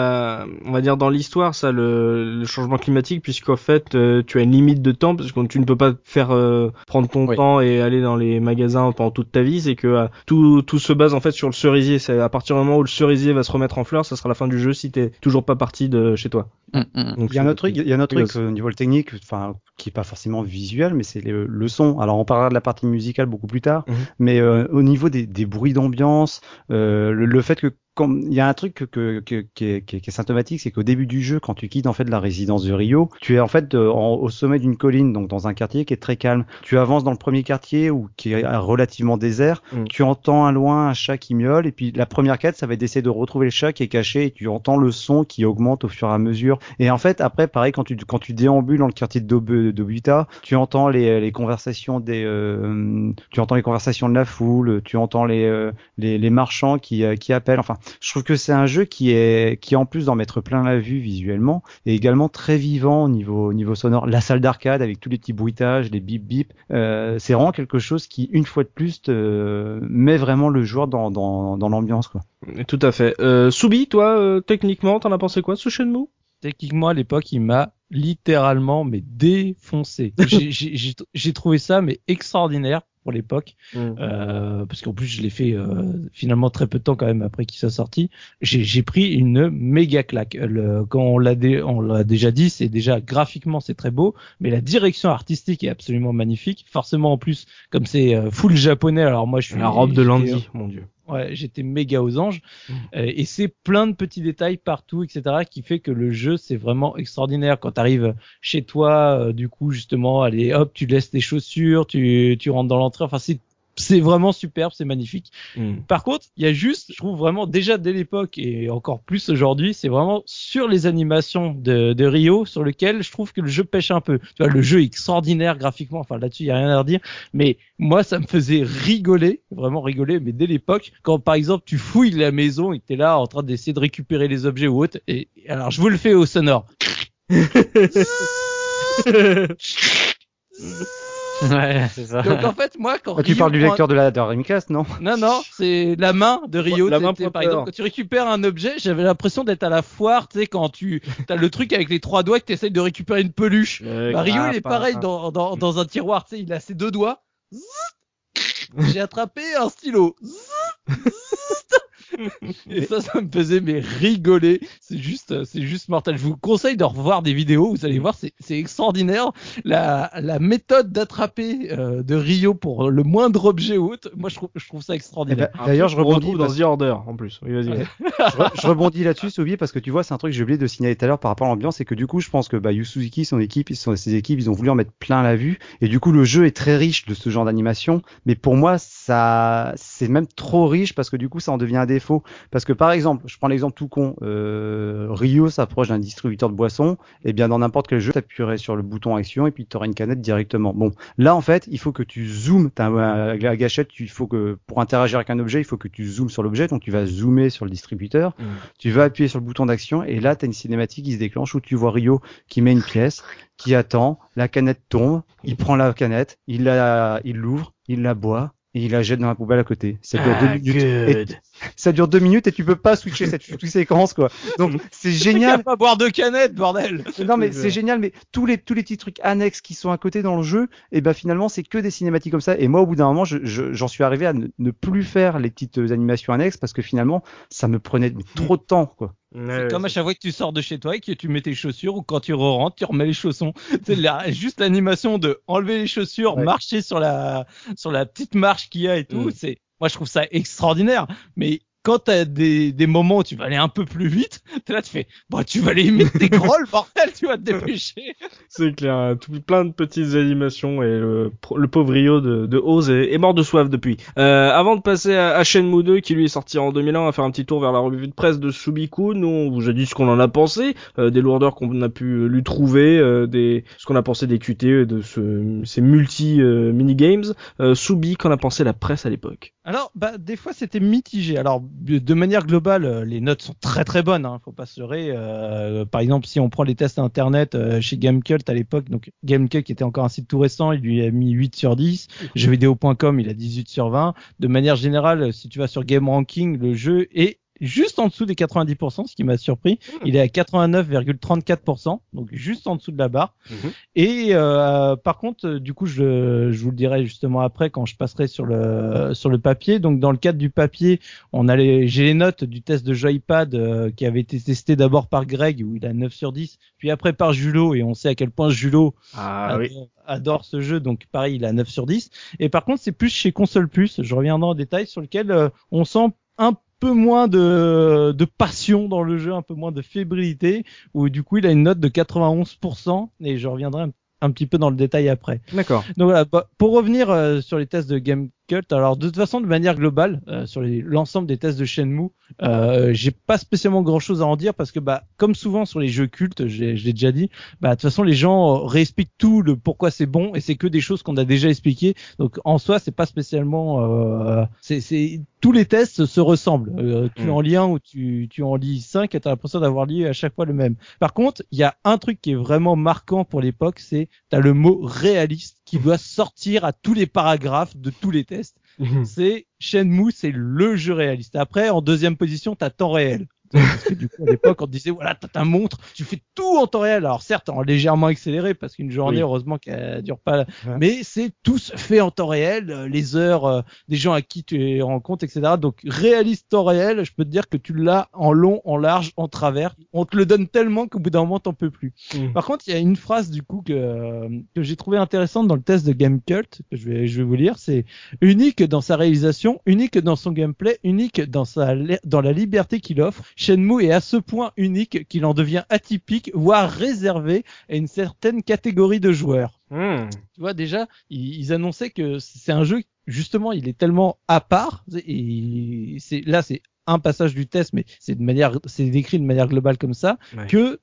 on va dire dans l'histoire, ça, le changement climatique, puisqu'en fait, tu as une limite de temps, parce que tu ne peux pas faire prendre ton temps et aller dans les magasins pendant toute ta vie, c'est que tout se base en fait sur le cerisier. C'est à partir du moment où le cerisier va se remettre en fleurs, ça sera la fin du jeu si t'es toujours pas parti de chez toi. Donc, il y a un autre truc au niveau technique, qui est pas forcément visuel, mais c'est le son. Alors on parlera de la partie musicale beaucoup plus tard, mais au niveau des bruits d'ambiance, le fait que il y a un truc qui est symptomatique, c'est qu'au début du jeu, quand tu quittes en fait la résidence de Rio, tu es en fait au sommet d'une colline, donc dans un quartier qui est très calme. Tu avances dans le premier quartier qui est relativement désert. Tu entends à loin un chat qui miaule, et puis la première quête, ça va être d'essayer de retrouver le chat qui est caché, et tu entends le son qui augmente au fur et à mesure. Et en fait, après, pareil, quand tu déambules dans le quartier d'Obita, tu entends les conversations tu entends les conversations de la foule, tu entends les marchands qui appellent. Enfin, je trouve que c'est un jeu qui en plus d'en mettre plein la vue visuellement, est également très vivant au niveau sonore. La salle d'arcade avec tous les petits bruitages, les bip bip, c'est vraiment quelque chose qui, une fois de plus, met vraiment le joueur dans l'ambiance, quoi. Tout à fait. Soubi, toi, techniquement, t'en as pensé quoi de ce Shenmue? Techniquement, à l'époque, il m'a littéralement mais défoncé. J'ai trouvé ça mais extraordinaire pour l'époque, parce qu'en plus je l'ai fait finalement très peu de temps quand même après qu'il soit sorti. J'ai pris une méga claque. Quand on l'a déjà dit, c'est déjà graphiquement c'est très beau, mais la direction artistique est absolument magnifique. Forcément en plus comme c'est full japonais, alors moi je suis la robe de Landy, mon Dieu. Ouais, j'étais méga aux anges. Et c'est plein de petits détails partout, etc., qui fait que le jeu, c'est vraiment extraordinaire. Quand t'arrives chez toi, du coup, justement, allez, hop, tu laisses tes chaussures, tu rentres dans l'entrée. Enfin, c'est vraiment superbe, c'est magnifique. Par contre, il y a juste, je trouve vraiment, déjà dès l'époque et encore plus aujourd'hui, c'est vraiment sur les animations de Ryo sur lequel je trouve que le jeu pêche un peu. Tu vois, le jeu est extraordinaire graphiquement, enfin là-dessus, il y a rien à redire, mais moi, ça me faisait rigoler, vraiment rigoler, mais dès l'époque, quand par exemple, tu fouilles la maison et que t'es là en train d'essayer de récupérer les objets ou autre, et alors je vous le fais au sonore. Ouais, c'est ça. Donc en fait, moi, quand tu parles du lecteur de la Dreamcast, non? Non, c'est la main de Ryo. La main par exemple, quand tu récupères un objet, j'avais l'impression d'être à la foire, tu sais, quand t'as le truc avec les 3 doigts que t'essayes de récupérer une peluche. Ryo, il est pareil dans un tiroir, tu sais, il a ses 2 doigts. J'ai attrapé un stylo. Et ça me faisait rigoler. C'est juste mortel. Je vous conseille de revoir des vidéos. Vous allez voir, c'est extraordinaire. La méthode d'attraper de Ryo pour le moindre objet ou autre. Moi, je trouve ça extraordinaire. D'ailleurs, je rebondis dans The Order en plus. Oui, vas-y. je rebondis là-dessus, Sobi, parce que tu vois, c'est un truc que j'ai oublié de signaler tout à l'heure par rapport à l'ambiance, c'est que du coup, je pense que Yu Suzuki, ses équipes, ils ont voulu en mettre plein la vue, et du coup, le jeu est très riche de ce genre d'animation. Mais pour moi, c'est même trop riche parce que du coup, ça en devient un défaut. Parce que par exemple, je prends l'exemple tout con, Ryo s'approche d'un distributeur de boissons, et bien dans n'importe quel jeu, t'appuierais sur le bouton action et puis t'aurais une canette directement. Bon, là en fait, il faut que tu zoomes, t'as la gâchette, il faut que pour interagir avec un objet, il faut que tu zoomes sur l'objet, donc tu vas zoomer sur le distributeur, tu vas appuyer sur le bouton d'action et là t'as une cinématique qui se déclenche où tu vois Ryo qui met une pièce, qui attend, la canette tombe, il prend la canette, il l'ouvre, il la boit. Et il la jette dans la poubelle à côté. Ça dure 2 minutes. Ça dure 2 minutes et tu peux pas switcher cette séquence, quoi. Donc, c'est génial. Tu peux pas boire de canettes, bordel. Non, mais c'est génial, mais tous les petits trucs annexes qui sont à côté dans le jeu, et ben, finalement, c'est que des cinématiques comme ça. Et moi, au bout d'un moment, j'en suis arrivé à ne plus faire les petites animations annexes parce que finalement, ça me prenait trop de temps, quoi. C'est comme à chaque fois que tu sors de chez toi et que tu mets tes chaussures ou quand tu rentres, tu remets les chaussons. C'est juste l'animation de enlever les chaussures, marcher sur la petite marche qu'il y a et tout. Moi, je trouve ça extraordinaire. Mais quand t'as des moments où tu vas aller un peu plus vite, t'es là, tu fais, tu vas aller mettre tes grolles, bordel, tu vas te dépêcher. C'est clair, plein de petites animations et le pauvre Ryo de Oz est mort de soif depuis. Avant de passer à Shenmue 2 qui lui est sorti en 2001, on va faire un petit tour vers la revue de presse de Subiku. Nous, on vous a dit ce qu'on en a pensé, des lourdeurs qu'on a pu lui trouver, ce qu'on a pensé des QTE, de ces mini-games. Subi, qu'en a pensé la presse à l'époque? Alors, des fois, c'était mitigé. Alors, de manière globale, les notes sont très très bonnes, hein, faut pas se leurrer. Par exemple, si on prend les tests internet chez Gamecult à l'époque, donc Gamecult qui était encore un site tout récent, il lui a mis 8 sur 10. Jeuxvideo.com, il a 18 sur 20. De manière générale, si tu vas sur Game Ranking, le jeu est juste en dessous des 90%, ce qui m'a surpris. Il est à 89,34%, donc juste en dessous de la barre. Et par contre, du coup, je vous le dirai justement après quand je passerai sur le papier. Donc dans le cadre du papier, j'ai les notes du test de Joypad qui avait été testé d'abord par Greg où il a 9 sur 10, puis après par Julo, et on sait à quel point Julo adore ce jeu, donc pareil, il a 9 sur 10. Et par contre, c'est plus chez Console Plus, je reviendrai en détail, sur lequel on sent un peu moins de passion dans le jeu, un peu moins de fébrilité, où du coup il a une note de 91%, et je reviendrai un petit peu dans le détail après. D'accord. Donc voilà, pour revenir sur les tests de Gamecult, alors de toute façon de manière globale, sur l'ensemble des tests de Shenmue, j'ai pas spécialement grand chose à en dire parce que comme souvent sur les jeux cultes, je l'ai déjà dit, de toute façon les gens réexpliquent tout le pourquoi c'est bon et c'est que des choses qu'on a déjà expliquées. Donc en soi c'est pas spécialement c'est tous les tests se ressemblent. Tu en lis un ou tu en lis 5 et t'as l'impression d'avoir lu à chaque fois le même. Par contre, il y a un truc qui est vraiment marquant pour l'époque, c'est t'as le mot réaliste qui doit sortir à tous les paragraphes de tous les tests. C'est Shenmue, c'est le jeu réaliste. Après, en deuxième position, t'as temps réel. Parce que du coup, à l'époque, on disait, voilà, t'as ta montre, tu fais tout en temps réel. Alors certes, en légèrement accéléré, parce qu'une journée, heureusement qu'elle dure pas, mais c'est tous fait en temps réel, les heures, des gens à qui tu les rencontres, etc. Donc, réaliste temps réel, je peux te dire que tu l'as en long, en large, en travers. On te le donne tellement qu'au bout d'un moment, t'en peux plus. Par contre, il y a une phrase, du coup, que j'ai trouvé intéressante dans le test de Gamecult, que je vais vous lire. C'est unique dans sa réalisation, unique dans son gameplay, unique dans la liberté qu'il offre. Shenmue est à ce point unique qu'il en devient atypique, voire réservé à une certaine catégorie de joueurs. Tu vois, déjà, ils annonçaient que c'est un jeu, justement, il est tellement à part, et c'est un passage du test, mais c'est décrit de manière globale comme ça, que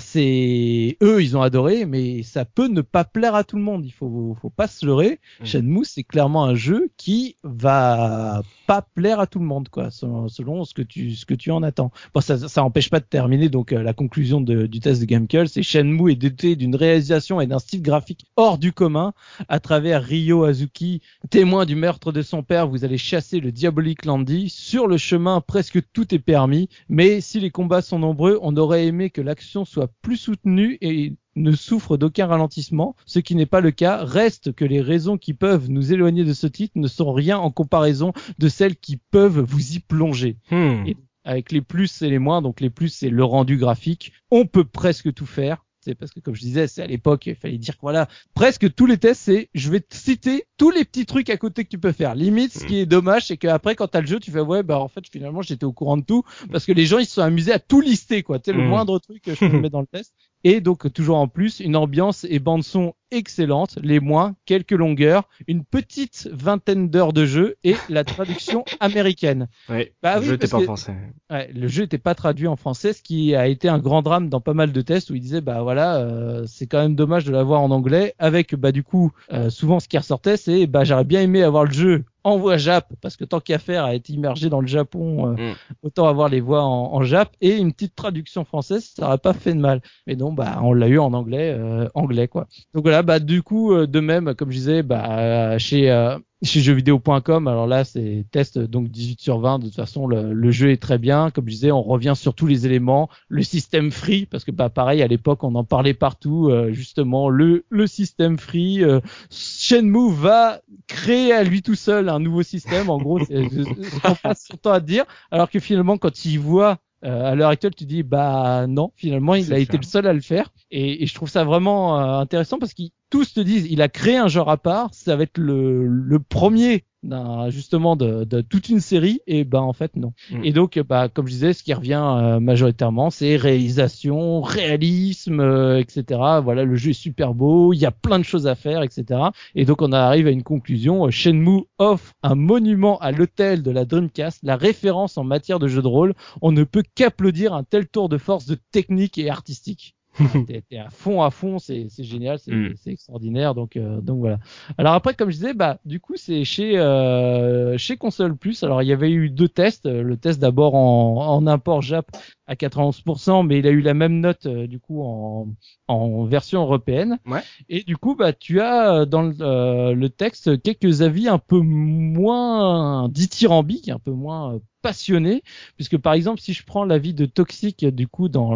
c'est eux, ils ont adoré, mais ça peut ne pas plaire à tout le monde. Il faut pas se leurrer. Shenmue, c'est clairement un jeu qui va pas plaire à tout le monde, quoi, selon ce que tu en attends. Bon, ça empêche pas de terminer. Donc la conclusion du test de Gamecult, c'est Shenmue est doté d'une réalisation et d'un style graphique hors du commun. À travers Ryo Hazuki, témoin du meurtre de son père, vous allez chasser le diabolique Landy. Sur le chemin, presque tout est permis. Mais si les combats sont nombreux, on aurait aimé que l'action soit plus soutenue et ne souffre d'aucun ralentissement, ce qui n'est pas le cas. Reste que les raisons qui peuvent nous éloigner de ce titre ne sont rien en comparaison de celles qui peuvent vous y plonger. Et avec les plus et les moins, donc les plus c'est le rendu graphique, on peut presque tout faire. C'est parce que, comme je disais, c'est à l'époque, il fallait dire que voilà, presque tous les tests, c'est, je vais te citer tous les petits trucs à côté que tu peux faire. Limite, ce qui est dommage, c'est qu'après, quand t'as le jeu, tu fais, en fait, finalement, j'étais au courant de tout, parce que les gens, ils se sont amusés à tout lister, quoi. Tu sais, le moindre truc que je peux mettre dans le test. Et donc, toujours en plus, une ambiance et bande-son excellente, les moins, quelques longueurs, une petite vingtaine d'heures de jeu et la traduction américaine. Le jeu n'était pas en français. Le jeu n'était pas traduit en français, ce qui a été un grand drame dans pas mal de tests où ils disaient, c'est quand même dommage de l'avoir en anglais, avec, du coup, souvent ce qui ressortait, c'est, j'aurais bien aimé avoir le jeu en voix Jap, parce que tant qu'à faire à être immergé dans le Japon, autant avoir les voix en Jap, et une petite traduction française, ça aurait pas fait de mal. Mais non, on l'a eu en anglais, quoi. Donc voilà, du coup, de même, comme je disais, chez jeuxvideo.com, alors là c'est test donc 18/20, de toute façon le jeu est très bien, comme je disais, on revient sur tous les éléments, le système free, parce que pareil à l'époque on en parlait partout, justement le système free, Shenmue va créer à lui tout seul un nouveau système, en gros c'est on passe son temps à dire, alors que finalement quand il voit à l'heure actuelle, tu dis non, finalement il a été le seul à le faire, et je trouve ça vraiment intéressant parce qu'ils tous te disent il a créé un genre à part, ça va être le premier justement de toute une série, et en fait non. Et donc comme je disais, ce qui revient majoritairement, c'est réalisation, réalisme, etc. Voilà, le jeu est super beau, il y a plein de choses à faire, etc. Et donc on arrive à une conclusion. Shenmue offre un monument à l'hôtel de la Dreamcast, la référence en matière de jeu de rôle. On ne peut qu'applaudir un tel tour de force de technique et artistique. T'es à fond, c'est génial, c'est extraordinaire, donc voilà. Alors après, comme je disais, du coup c'est chez Console Plus. Alors il y avait eu deux tests, le test d'abord en import Jap à 91%, mais il a eu la même note du coup en version européenne. Et du coup tu as dans le texte quelques avis un peu moins dithyrambiques, un peu moins passionné, puisque par exemple si je prends l'avis de Toxic du coup dans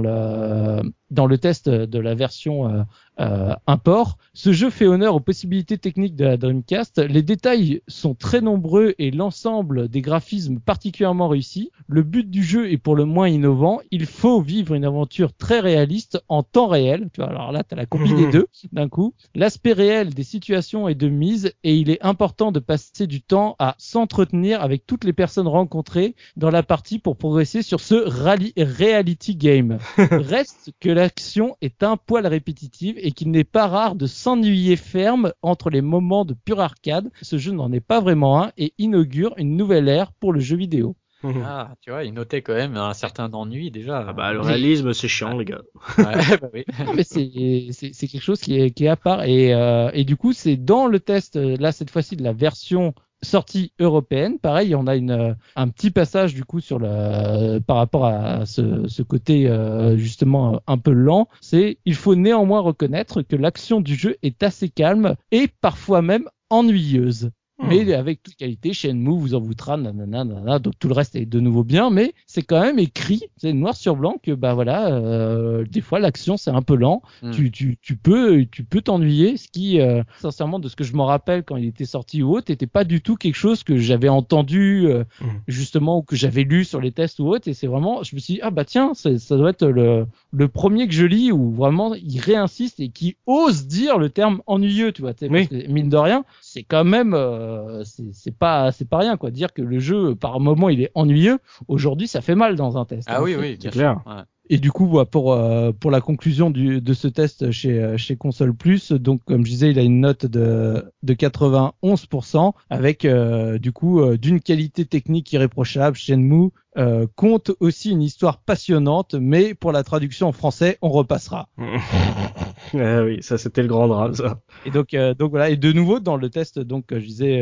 le test de la version import, ce jeu fait honneur aux possibilités techniques de la Dreamcast, les détails sont très nombreux et l'ensemble des graphismes particulièrement réussis, le but du jeu est pour le moins innovant, il faut vivre une aventure très réaliste en temps réel, tu vois, alors là t'as la combi des deux d'un coup, l'aspect réel des situations est de mise et il est important de passer du temps à s'entretenir avec toutes les personnes rencontrées dans la partie pour progresser sur ce reality game. Reste que l'action est un poil répétitive et qu'il n'est pas rare de s'ennuyer ferme entre les moments de pure arcade. Ce jeu n'en est pas vraiment un et inaugure une nouvelle ère pour le jeu vidéo. Ah, tu vois, il notait quand même un certain ennui déjà. Le réalisme, c'est chiant, les gars. Oui. Mais c'est quelque chose qui est à part et du coup, c'est dans le test là cette fois-ci de la version sortie européenne. Pareil, on a un petit passage du coup sur par rapport à ce côté justement un peu lent. C'est il faut néanmoins reconnaître que l'action du jeu est assez calme et parfois même ennuyeuse. Mais avec toute qualité, Shenmue vous en voudra, nanana, donc tout le reste est de nouveau bien, mais c'est quand même écrit, c'est noir sur blanc que des fois l'action c'est un peu lent, tu peux t'ennuyer, ce qui sincèrement de ce que je m'en rappelle quand il était sorti ou autre, n'était pas du tout quelque chose que j'avais entendu justement ou que j'avais lu sur les tests ou autre, et c'est vraiment, je me suis dit tiens, ça doit être le premier que je lis où vraiment il réinsiste et qui ose dire le terme ennuyeux, tu vois, parce que, mine de rien, c'est quand même c'est pas rien quoi, dire que le jeu par moment il est ennuyeux aujourd'hui ça fait mal dans un test. Oui bien sûr. Ouais. Et du coup pour la conclusion de ce test chez Console Plus, donc comme je disais il a une note de 91% avec d'une qualité technique irréprochable. Shenmue compte aussi une histoire passionnante, mais pour la traduction en français on repassera. Oui, ça c'était le grand drame ça. Et donc voilà, et de nouveau dans le test donc je disais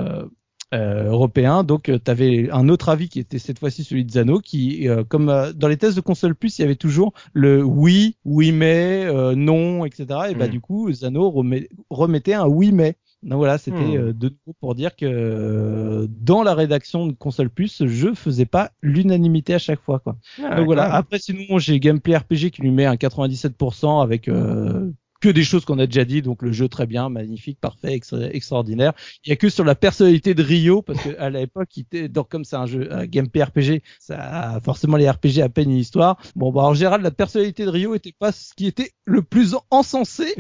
européen, donc t'avais un autre avis qui était cette fois-ci celui de Zano qui comme dans les tests de console plus il y avait toujours le oui mais non etc, et du coup Zano remettait un oui mais. Donc voilà, c'était de nouveau pour dire que dans la rédaction de console plus ce jeu faisait pas l'unanimité à chaque fois quoi. Donc voilà, après sinon j'ai Gameplay RPG qui lui met un 97% avec que des choses qu'on a déjà dit, donc le jeu très bien, magnifique, parfait, extraordinaire. Il y a que sur la personnalité de Ryo, parce que à l'époque, donc comme c'est un jeu gameplay RPG, ça forcément les RPG à peine une histoire. Bon, en général, la personnalité de Ryo était pas ce qui était le plus encensé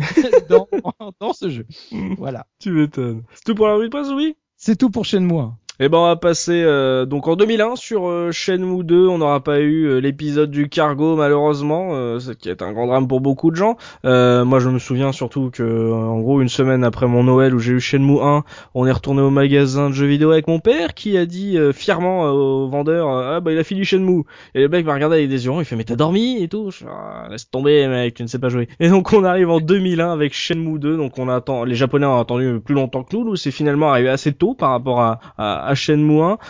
dans ce jeu. Voilà. Tu m'étonnes. C'est tout pour la revue de presse, oui? C'est tout pour Shenmue 1. Eh ben on va passer donc en 2001 sur Shenmue 2, on n'aura pas eu l'épisode du cargo malheureusement, ce qui est un grand drame pour beaucoup de gens. Moi je me souviens surtout que en gros une semaine après mon Noël où j'ai eu Shenmue 1, on est retourné au magasin de jeux vidéo avec mon père qui a dit fièrement au vendeur il a fini Shenmue. Et le mec m'a regardé avec des yeux ronds, il fait mais t'as dormi et tout. Je fais, laisse tomber mec, tu ne sais pas jouer. Et donc on arrive en 2001 avec Shenmue 2, donc les Japonais ont attendu plus longtemps que nous c'est finalement arrivé assez tôt par rapport à Shenmue 1.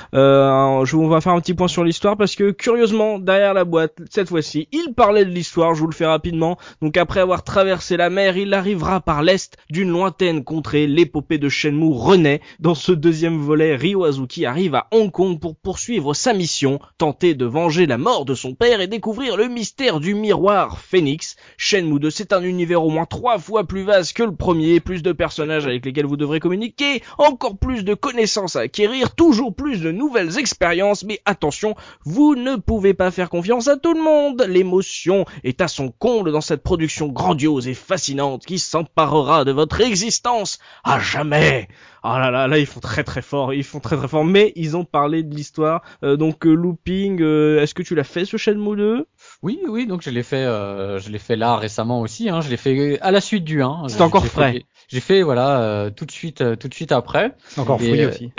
On va faire un petit point sur l'histoire parce que curieusement derrière la boîte cette fois-ci il parlait de l'histoire, je vous le fais rapidement. Donc après avoir traversé la mer il arrivera par l'est d'une lointaine contrée, l'épopée de Shenmue renaît. Dans ce deuxième volet, Ryo Hazuki arrive à Hong Kong pour poursuivre sa mission, tenter de venger la mort de son père et découvrir le mystère du miroir Phoenix. Shenmue 2 c'est un univers au moins 3 fois plus vaste que le premier, plus de personnages avec lesquels vous devrez communiquer, encore plus de connaissances à acquérir, toujours plus de nouvelles expériences, mais attention, vous ne pouvez pas faire confiance à tout le monde. L'émotion est à son comble dans cette production grandiose et fascinante qui s'emparera de votre existence à jamais. Ah là, ils font très très fort, mais ils ont parlé de l'histoire. Looping, est-ce que tu l'as fait ce Shenmue 2? Oui, donc je l'ai fait là récemment aussi, je l'ai fait à la suite du 1. C'est encore frais. J'ai fait tout de suite après. Encore fouillé aussi.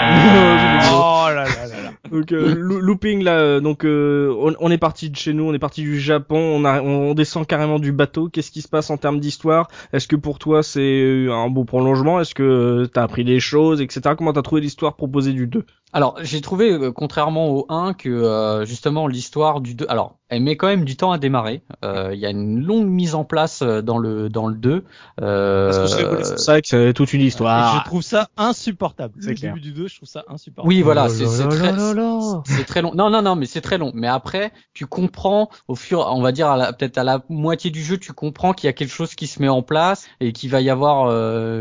Oh là là. Donc Looping là, on est parti de chez nous, on est parti du Japon, on descend carrément du bateau. Qu'est-ce qui se passe en termes d'histoire? Est-ce que pour toi c'est un beau prolongement? Est-ce que t'as appris des choses, etc. Comment t'as trouvé l'histoire proposée du 2? Alors, j'ai trouvé, contrairement au 1, que justement l'histoire du 2, alors elle met quand même du temps à démarrer. Il y a une longue mise en place dans le 2. Parce que c'est ça que c'est toute une histoire. Je trouve ça insupportable. C'est le clair. début du 2, je trouve ça insupportable. Oui, voilà, c'est très long. Non, mais c'est très long. Mais après, tu comprends au fur, on va dire peut-être à la moitié du jeu, tu comprends qu'il y a quelque chose qui se met en place et qu'il va y avoir,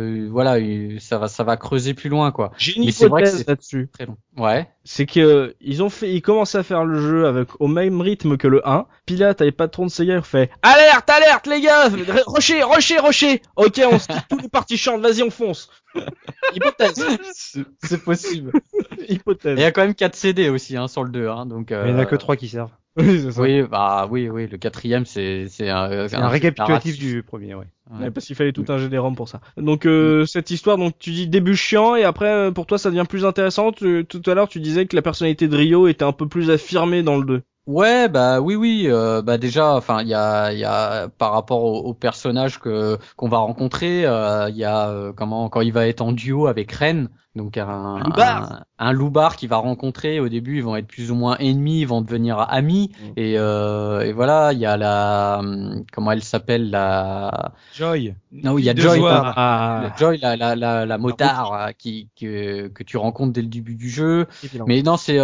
ça va creuser plus loin, quoi. J'ai une hypothèse là-dessus. Très long. Ouais. C'est que ils commencent à faire le jeu au même rythme que le 1. Puis là, t'avais pas trop de Sega, il fait alerte les gars, rocher. Ok, on se quitte tous les parties chiantes, vas-y on fonce. Hypothèse. C'est possible. Hypothèse. Il y a quand même 4 CD aussi sur le 2 donc Mais il n'y en a que 3 qui servent. Oui, c'est ça. Oui, le 4e c'est un récapitulatif du premier, ouais. Ouais, parce qu'il fallait tout un GD-ROM pour ça. Donc cette histoire, donc tu dis début chiant et après pour toi ça devient plus intéressant. Tout à l'heure tu disais que la personnalité de Ryo était un peu plus affirmée dans le 2. Ouais, bah oui, bah déjà, enfin il y a par rapport au personnage qu'on va rencontrer, il y a quand il va être en duo avec Ren, donc un loupard qu'il va rencontrer. Au début, ils vont être plus ou moins ennemis, ils vont devenir amis, et voilà, il y a comment elle s'appelle, la Joy. Non, il y a Joy, Joy, la motard que tu rencontres dès le début du jeu. Mais non, c'est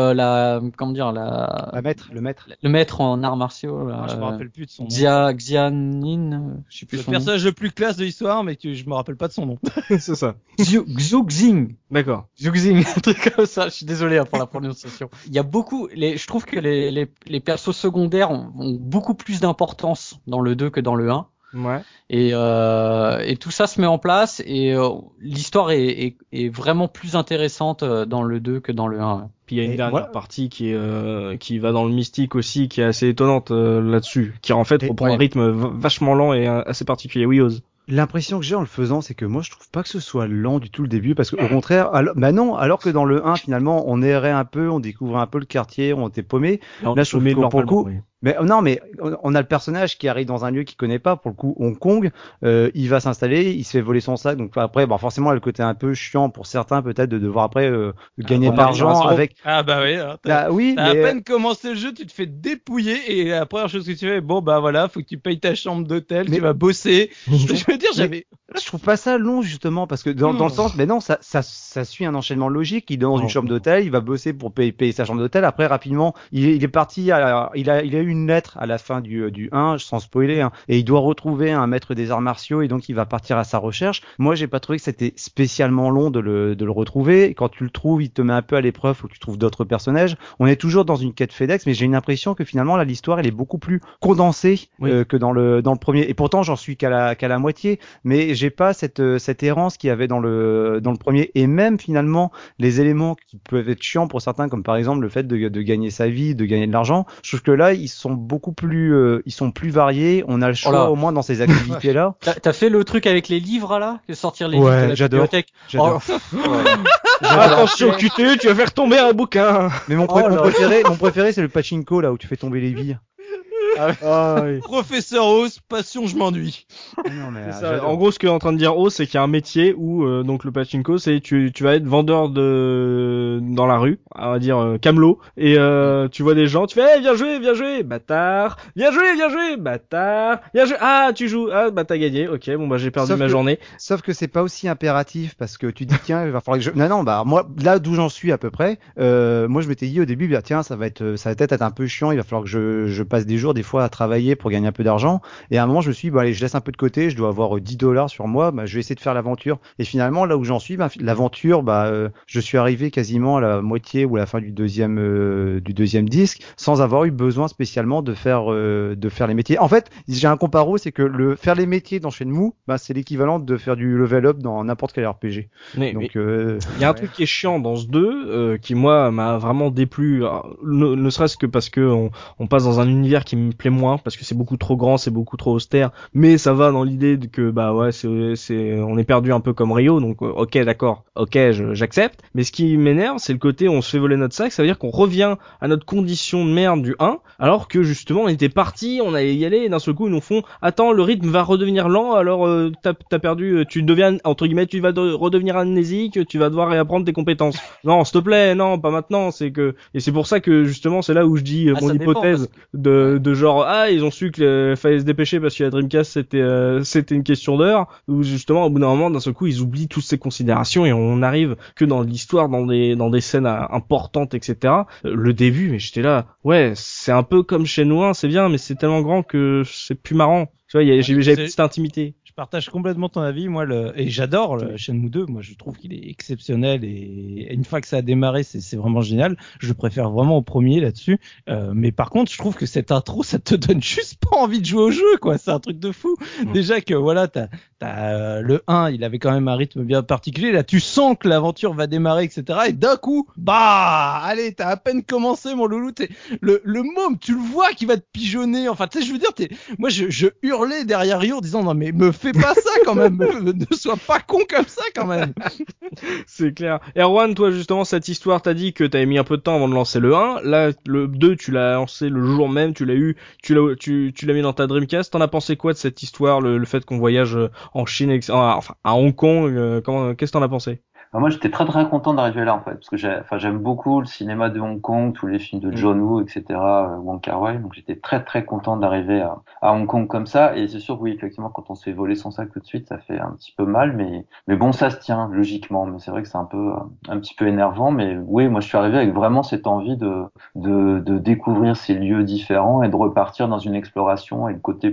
le maître en arts martiaux. Je me rappelle plus de son nom. Xianin, je sais plus son nom. Le personnage le plus classe de l'histoire, mais que je me rappelle pas de son nom. C'est ça. Xu Xing. D'accord. Xu Xing, un truc comme ça. Je suis désolé pour la prononciation. Il y a beaucoup, je trouve que les persos secondaires ont beaucoup plus d'importance dans le 2 que dans le 1. Ouais. Et tout ça se met en place et l'histoire est vraiment plus intéressante dans le 2 que dans le 1. Puis il y a une dernière partie qui va dans le mystique aussi, qui est assez étonnante là-dessus, qui en fait reprend un rythme vachement lent et assez particulier. Oui, Oz. L'impression que j'ai en le faisant, c'est que moi je trouve pas que ce soit lent du tout le début, parce qu'au contraire, alors que dans le 1 finalement on errait un peu, on découvrait un peu le quartier, on était paumé. Là je trouve que pour le coup, mais on a le personnage qui arrive dans un lieu qu'il connaît pas, pour le coup Hong Kong, il va s'installer, il se fait voler son sac, donc après forcément il y a le côté un peu chiant pour certains peut-être de devoir après gagner de l'argent avec. Ah bah oui. T'as à peine commencé le jeu, tu te fais dépouiller et la première chose que tu fais, bon bah voilà, faut que tu payes ta chambre d'hôtel, tu vas bosser. Je trouve pas ça long justement, parce que dans le sens, mais non, ça suit un enchaînement logique. Il est dans une chambre d'hôtel, il va bosser pour payer sa chambre d'hôtel. Après rapidement, il est parti. Il a eu une lettre à la fin du 1, sans spoiler, hein, et il doit retrouver un maître des arts martiaux et donc il va partir à sa recherche. Moi, j'ai pas trouvé que c'était spécialement long de le retrouver. Et quand tu le trouves, il te met un peu à l'épreuve, faut que tu trouves d'autres personnages. On est toujours dans une quête FedEx, mais j'ai une impression que finalement là, l'histoire elle est beaucoup plus condensée que dans le premier. Et pourtant, j'en suis qu'à la moitié. Mais j'ai pas cette errance qu'il y avait dans le premier, et même finalement les éléments qui peuvent être chiants pour certains, comme par exemple le fait de gagner sa vie, de gagner de l'argent. Je trouve que là ils sont beaucoup plus variés. On a le choix au moins dans ces activités là. T'as fait le truc avec les livres là, de sortir les livres de la bibliothèque. J'adore. Attention QT, tu vas faire tomber un bouquin. Mais mon préféré c'est le pachinko là où tu fais tomber les billes. Professeur Oz, passion, je m'ennuie. Non, mais, en gros, ce qu'est en train de dire Oz, c'est qu'il y a un métier où donc le pachinko, c'est tu vas être vendeur dans la rue, on va dire camelot, et tu vois des gens, tu fais viens jouer, bâtard, viens jouer, bâtard, viens jouer, ah tu joues, ah bah t'as gagné, ok, bon bah j'ai perdu ma journée. Sauf que c'est pas aussi impératif, parce que tu dis tiens il va falloir que non bah moi là d'où j'en suis à peu près, moi je m'étais dit au début tiens ça va peut-être être un peu chiant, il va falloir que je passe des jours des fois à travailler pour gagner un peu d'argent, et à un moment je me suis dit allez, je laisse un peu de côté, je dois avoir $10 sur moi, je vais essayer de faire l'aventure, et finalement là où j'en suis, l'aventure je suis arrivé quasiment à la moitié ou à la fin du deuxième disque sans avoir eu besoin spécialement de faire les métiers. En fait j'ai un comparo, c'est que faire les métiers dans Shenmue c'est l'équivalent de faire du level up dans n'importe quel RPG. Donc il y a un truc qui est chiant dans ce 2 qui moi m'a vraiment déplu, ne serait-ce que parce que on passe dans un univers qui me plaît moins, parce que c'est beaucoup trop grand, c'est beaucoup trop austère, mais ça va dans l'idée que on est perdu un peu comme Rio, donc ok d'accord, j'accepte, mais ce qui m'énerve c'est le côté on se fait voler notre sac, ça veut dire qu'on revient à notre condition de merde du 1, alors que justement on était parti, on allait y aller, et d'un seul coup ils nous font attends, le rythme va redevenir lent, alors t'as perdu, tu deviens entre guillemets, tu vas redevenir amnésique, tu vas devoir réapprendre tes compétences. Non s'il te plaît, non pas maintenant, et c'est pour ça que justement c'est là où je dis mon hypothèse de genre ils ont su qu'il fallait se dépêcher parce que la Dreamcast c'était une question d'heure, où justement au bout d'un moment d'un seul coup ils oublient toutes ces considérations et on arrive que dans l'histoire, dans des scènes importantes, etc. Le début, mais j'étais là, c'est un peu comme Shenmue 1, c'est bien, mais c'est tellement grand que c'est plus marrant, tu vois, j'avais cette intimité. Je partage complètement ton avis, et j'adore le Shenmue 2, moi je trouve qu'il est exceptionnel, et une fois que ça a démarré, c'est vraiment génial. Je le préfère vraiment au premier là-dessus, mais par contre, je trouve que cette intro, ça te donne juste pas envie de jouer au jeu, quoi. C'est un truc de fou. Déjà que voilà, t'as le 1, il avait quand même un rythme bien particulier. Là, tu sens que l'aventure va démarrer, etc. Et d'un coup, allez, t'as à peine commencé, mon loulou. Le môme, tu le vois qui va te pigeonner. Enfin, tu sais, je veux dire, moi, je hurle hurler derrière Ryo en disant non mais me fais pas ça quand même, ne sois pas con comme ça quand même. C'est clair. Erwan, toi justement cette histoire, t'as dit que t'avais mis un peu de temps avant de lancer le 1. Là le 2 tu l'as lancé le jour même, tu l'as mis dans ta Dreamcast. T'en as pensé quoi de cette histoire, le fait qu'on voyage en Chine, enfin à Hong Kong, qu'est-ce que t'en as pensé? Moi, j'étais très très content d'arriver là en fait, parce que j'aime beaucoup le cinéma de Hong Kong, tous les films de John Woo, etc., Wong Kar-wai. Donc j'étais très très content d'arriver à Hong Kong comme ça. Et c'est sûr, oui, effectivement, quand on se fait voler son sac tout de suite, ça fait un petit peu mal, mais bon, ça se tient logiquement. Mais c'est vrai que c'est un petit peu énervant. Mais oui, moi, je suis arrivé avec vraiment cette envie de découvrir ces lieux différents et de repartir dans une exploration et le côté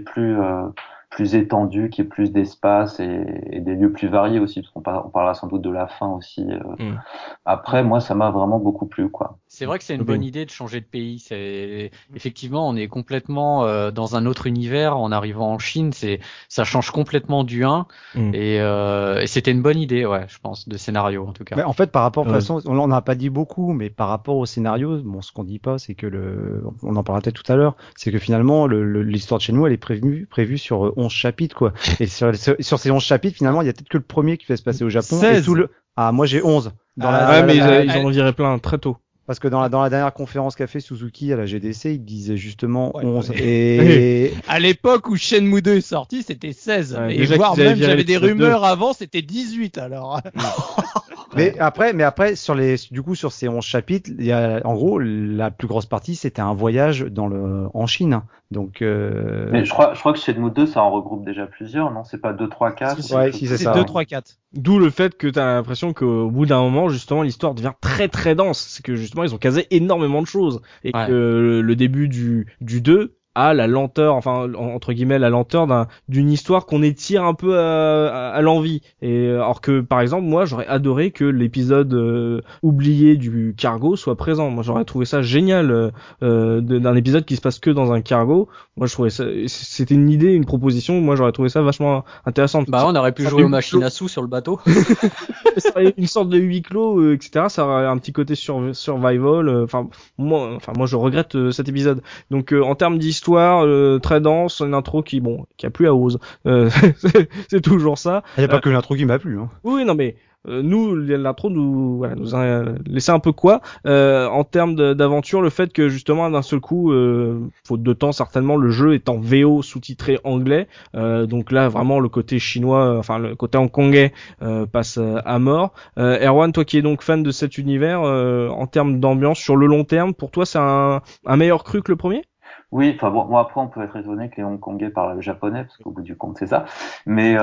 plus étendu, qui est plus d'espace et des lieux plus variés aussi, parce qu'on parlera sans doute de la fin aussi. Après, moi, ça m'a vraiment beaucoup plu, quoi. C'est vrai que c'est une bonne idée de changer de pays. Effectivement, on est complètement dans un autre univers en arrivant en Chine. Ça change complètement du 1 et c'était une bonne idée, ouais, je pense, de scénario en tout cas. Mais en fait, par rapport, de toute façon, on n'en a pas dit beaucoup, mais par rapport au scénario, bon, ce qu'on dit pas, c'est que on en parlera peut-être tout à l'heure, c'est que finalement, l'histoire de Shenmue, elle est prévue sur 11 chapitres, quoi. Et sur ces 11 chapitres, finalement, il y a peut-être que le premier qui fait se passer au Japon. 16. Et moi j'ai 11. Ils en ont viré plein très tôt. Parce que dans la dernière conférence qu'a fait Suzuki à la GDC, il disait justement 11. Et à l'époque où Shenmue 2 est sorti, c'était 16. Ouais, et voire même, j'avais des rumeurs avant, c'était 18, alors. mais après, sur ces 11 chapitres, il y a, en gros, la plus grosse partie, c'était un voyage en Chine. Donc, Mais je crois que Shenmue 2, ça en regroupe déjà plusieurs, non? C'est pas 2, 3, 4? C'est ça. 2, 3, 4. D'où le fait que t'as l'impression qu'au bout d'un moment, justement, l'histoire devient très très dense. C'est que justement, ils ont casé énormément de choses. Et que le début du 2 a la lenteur, enfin, entre guillemets, la lenteur d'une histoire qu'on étire un peu à l'envie. Et alors que, par exemple, moi, j'aurais adoré que l'épisode oublié du cargo soit présent. Moi, j'aurais trouvé ça génial d'un épisode qui se passe que dans un cargo. Moi, je trouvais ça, c'était une idée, une proposition. Moi, j'aurais trouvé ça vachement intéressant. Bah, on aurait pu jouer aux machines à sous sur le bateau. Ça aurait une sorte de huis clos, etc. Ça aurait un petit côté survival. Enfin, moi, je regrette cet épisode. Donc, en termes d'histoire, très dense, une intro qui a plu à Oz. C'est toujours ça. Il n'y a pas que l'intro qui m'a plu. Hein. Oui, non mais nous, l'intro nous a laissé un peu quoi. En termes d'aventure, le fait que justement d'un seul coup, faute de temps certainement, le jeu est en VO sous-titré anglais. Donc là, vraiment le côté chinois, enfin le côté hongkongais passe à mort. Erwan, toi qui es donc fan de cet univers, en termes d'ambiance sur le long terme, pour toi c'est un meilleur cru que le premier? Oui, enfin bon, moi après on peut être étonné que les Hongkongais parlent japonais parce qu'au bout du compte c'est ça. Mais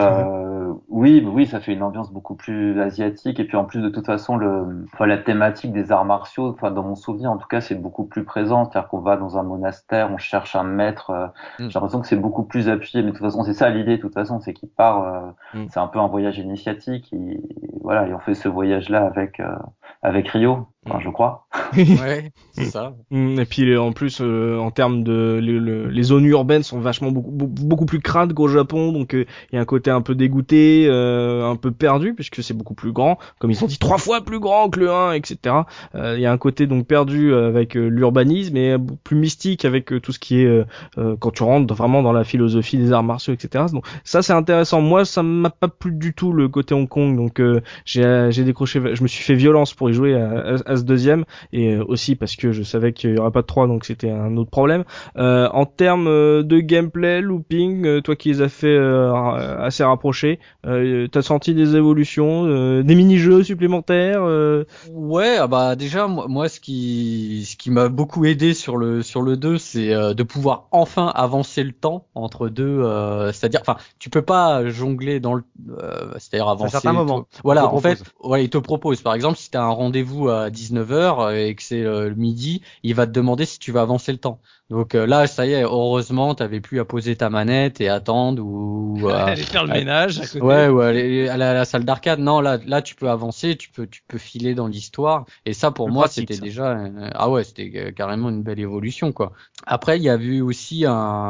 oui, ça fait une ambiance beaucoup plus asiatique et puis en plus de toute façon la thématique des arts martiaux, enfin dans mon souvenir en tout cas c'est beaucoup plus présent, c'est-à-dire qu'on va dans un monastère, on cherche un maître. J'ai l'impression que c'est beaucoup plus appuyé, mais de toute façon c'est ça l'idée, de toute façon c'est qu'il part, c'est un peu un voyage initiatique et on fait ce voyage là avec Ryo, enfin, je crois. Ouais, c'est ça. Et puis en plus en termes de les zones urbaines sont vachement beaucoup plus crades qu'au Japon, donc il y a un côté un peu dégoûté, un peu perdu puisque c'est beaucoup plus grand, comme ils ont dit 3 fois plus grand que le 1, etc. Il y a un côté donc perdu avec l'urbanisme et plus mystique avec tout ce qui est quand tu rentres vraiment dans la philosophie des arts martiaux, etc. Donc ça c'est intéressant. Moi ça m'a pas plu du tout le côté Hong Kong, donc j'ai décroché, je me suis fait violence pour y jouer à ce deuxième, et aussi parce que je savais qu'il y aurait pas de 3, donc c'était un autre problème. En termes de gameplay, looping, toi qui les as fait assez rapprochés, t'as senti des évolutions, des mini-jeux supplémentaires? Ouais, bah déjà moi ce qui m'a beaucoup aidé sur le 2, c'est de pouvoir enfin avancer le temps entre deux, c'est-à-dire enfin tu peux pas jongler dans le c'est-à-dire avancer à un certain moment. Voilà, en fait, voilà, il te propose par exemple si tu as un rendez-vous à 19h et que c'est le midi, il va te demander si tu vas avancer le temps. Donc là, ça y est, heureusement, t'avais plus à poser ta manette et attendre ou aller faire le ménage à côté. Ouais, ou aller à la salle d'arcade. Non, là, tu peux avancer, tu peux filer dans l'histoire. Et ça, pour moi, pratique, c'était déjà, c'était carrément une belle évolution, quoi. Après, il y a eu aussi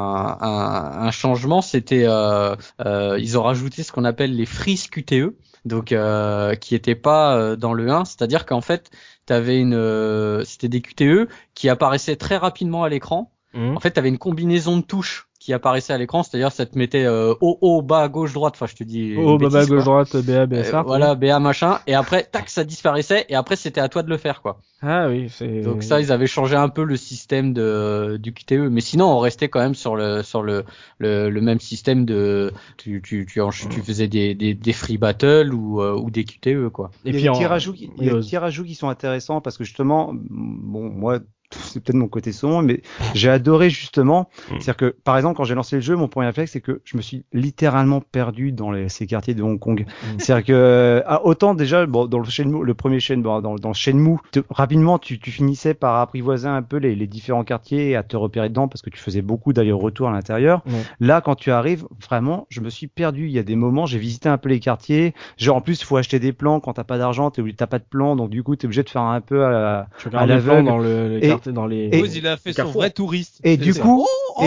un changement. C'était, ils ont rajouté ce qu'on appelle les frises QTE. Donc, qui étaient pas dans le 1. C'est-à-dire qu'en fait, t'avais c'était des QTE qui apparaissaient très rapidement à l'écran. En fait, t'avais une combinaison de touches qui apparaissait à l'écran, c'est-à-dire ça te mettait haut, bas, gauche, droite. Enfin, je te dis. Haut, bas, gauche, droite, BA, BSA. Voilà, BA machin. Et après, tac, ça disparaissait. Et après, c'était à toi de le faire, quoi. Ah oui, c'est. Donc ça, ils avaient changé un peu le système du QTE, mais sinon, on restait quand même sur le même système de. Tu faisais des free battles ou des QTE, quoi. Et puis il y a des petits rajouts qui sont intéressants parce que justement, bon, moi, c'est peut-être mon côté sombre, mais j'ai adoré justement. C'est-à-dire que, par exemple, quand j'ai lancé le jeu, mon premier réflexe, c'est que je me suis littéralement perdu dans ces quartiers de Hong Kong. C'est-à-dire que, autant déjà, bon, dans le premier Shenmue, dans Shenmue, rapidement, tu finissais par apprivoiser un peu les différents quartiers et à te repérer dedans parce que tu faisais beaucoup d'aller-retour à l'intérieur. Là, quand tu arrives, vraiment, je me suis perdu. Il y a des moments, j'ai visité un peu les quartiers. Genre, en plus, il faut acheter des plans. Quand t'as pas d'argent, t'as pas de plans. Donc, du coup, t'es obligé de faire un peu à l'aveugle. Dans les il a fait son vrai touriste. Et du coup,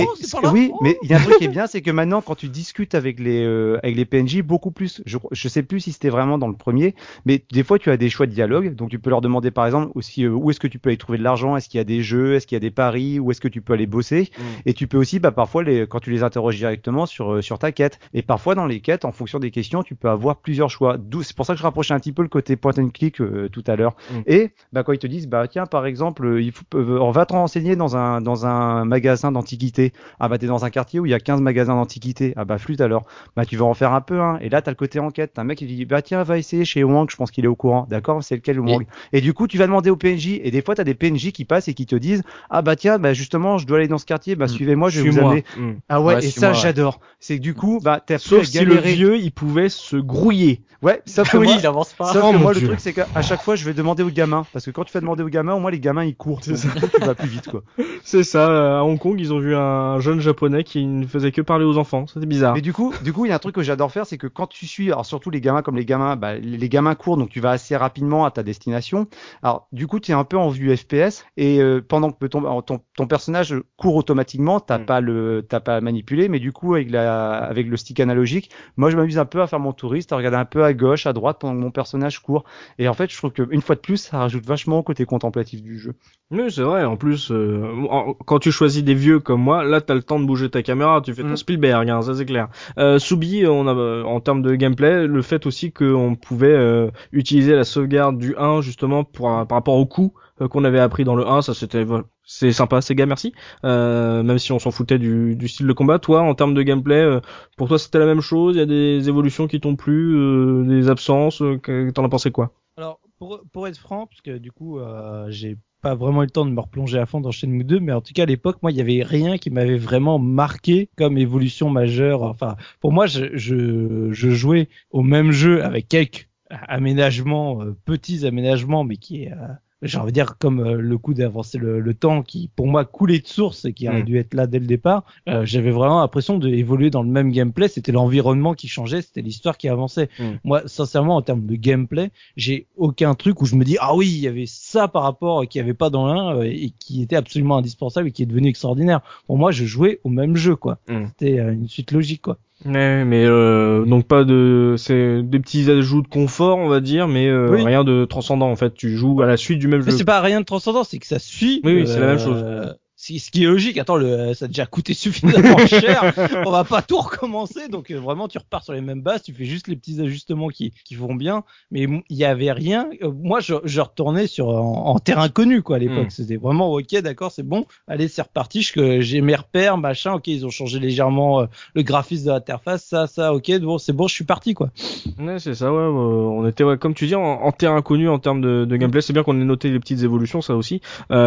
oui, mais il y a un truc qui est bien, c'est que maintenant, quand tu discutes avec les PNJ, beaucoup plus, je sais plus si c'était vraiment dans le premier, mais des fois, tu as des choix de dialogue, donc tu peux leur demander, par exemple, aussi, où est-ce que tu peux aller trouver de l'argent, est-ce qu'il y a des jeux, est-ce qu'il y a des paris, où est-ce que tu peux aller bosser, et tu peux aussi, parfois, quand tu les interroges directement sur ta quête, et parfois, dans les quêtes, en fonction des questions, tu peux avoir plusieurs choix. C'est pour ça que je rapprochais un petit peu le côté point and click tout à l'heure. Et, quand ils te disent, tiens, par exemple, on va te renseigner dans un magasin d'antiquités. T'es dans un quartier où il y a 15 magasins d'antiquités. Flûte alors. Tu vas en faire un peu, hein. Et là, t'as le côté enquête. T'as un mec qui dit, tiens, va essayer chez Wang, je pense qu'il est au courant. D'accord, c'est lequel Wang? Et du coup, tu vas demander au PNJ. Et des fois, t'as des PNJ qui passent et qui te disent, tiens, justement, je dois aller dans ce quartier. Suivez-moi, je vais vous amener. Ah ouais, et ça, j'adore. C'est que du coup, t'as sauf si le vieux, il pouvait se grouiller. Ouais, sauf que moi, il avance pas. Sauf que moi, le truc, c'est qu'à chaque fois, je vais demander aux gamins. Parce que quand tu fais demander aux gamins, au moins, les gamins, ils courent. C'est ça. Tu vas plus vite, quoi. C'est ça. À Hong Kong, ils ont vu un jeune japonais qui ne faisait que parler aux enfants. C'était bizarre. Mais du coup, il y a un truc que j'adore faire, c'est que quand tu suis, alors surtout les gamins, les gamins courent, donc tu vas assez rapidement à ta destination. Alors, du coup, tu es un peu en vue FPS et pendant que ton personnage court automatiquement, t'as pas à manipuler, mais du coup, avec le stick analogique, moi, je m'amuse un peu à faire mon touriste, à regarder un peu à gauche, à droite pendant que mon personnage court. Et en fait, je trouve qu'une fois de plus, ça rajoute vachement au côté contemplatif du jeu. Oui, c'est vrai. En plus, quand tu choisis des vieux comme moi, là, t'as le temps de bouger ta caméra. Tu fais ton Spielberg, hein, ça c'est clair. Soubi, on a en termes de gameplay, le fait aussi qu'on pouvait utiliser la sauvegarde du 1 justement par rapport au coup qu'on avait appris dans le 1. Ça c'est sympa, Sega, merci. Même si on s'en foutait du style de combat. Toi, en termes de gameplay, pour toi, c'était la même chose? Il y a des évolutions qui t'ont plu, des absences. T'en as pensé quoi? Alors, pour être franc, parce que du coup, j'ai pas vraiment eu le temps de me replonger à fond dans Shenmue 2, mais en tout cas à l'époque, moi, il y avait rien qui m'avait vraiment marqué comme évolution majeure. Enfin, pour moi, je jouais au même jeu avec quelques aménagements, petits aménagements, mais qui est j'ai envie de dire comme le coup d'avancer le temps qui pour moi coulait de source et qui aurait dû être là dès le départ. J'avais vraiment l'impression d'évoluer dans le même gameplay. C'était l'environnement qui changeait, c'était l'histoire qui avançait. Moi, sincèrement, en termes de gameplay, j'ai aucun truc où je me dis oui, il y avait ça par rapport qu'il n'y avait pas dans l'un et qui était absolument indispensable et qui est devenu extraordinaire. Pour moi, je jouais au même jeu, quoi. C'était une suite logique, quoi. Ouais, mais donc c'est des petits ajouts de confort, on va dire, mais rien de transcendant en fait. Tu joues à la suite du même jeu. Mais c'est pas rien de transcendant, c'est que ça suit. Oui, c'est la même chose. Ce qui est logique. Attends, ça a déjà coûté suffisamment cher. On va pas tout recommencer. Donc vraiment, tu repars sur les mêmes bases. Tu fais juste les petits ajustements qui vont bien. Mais il y avait rien. Moi, je retournais en terrain connu, quoi, à l'époque. C'était vraiment ok, d'accord, c'est bon. Allez, c'est reparti. J'ai mes repères, machin. Ok, ils ont changé légèrement le graphisme de l'interface. Ça, ok, bon, c'est bon, je suis parti, quoi. Ouais, c'est ça. Ouais, on était, comme tu dis, en terrain connu en termes de gameplay. C'est bien qu'on ait noté les petites évolutions, ça aussi.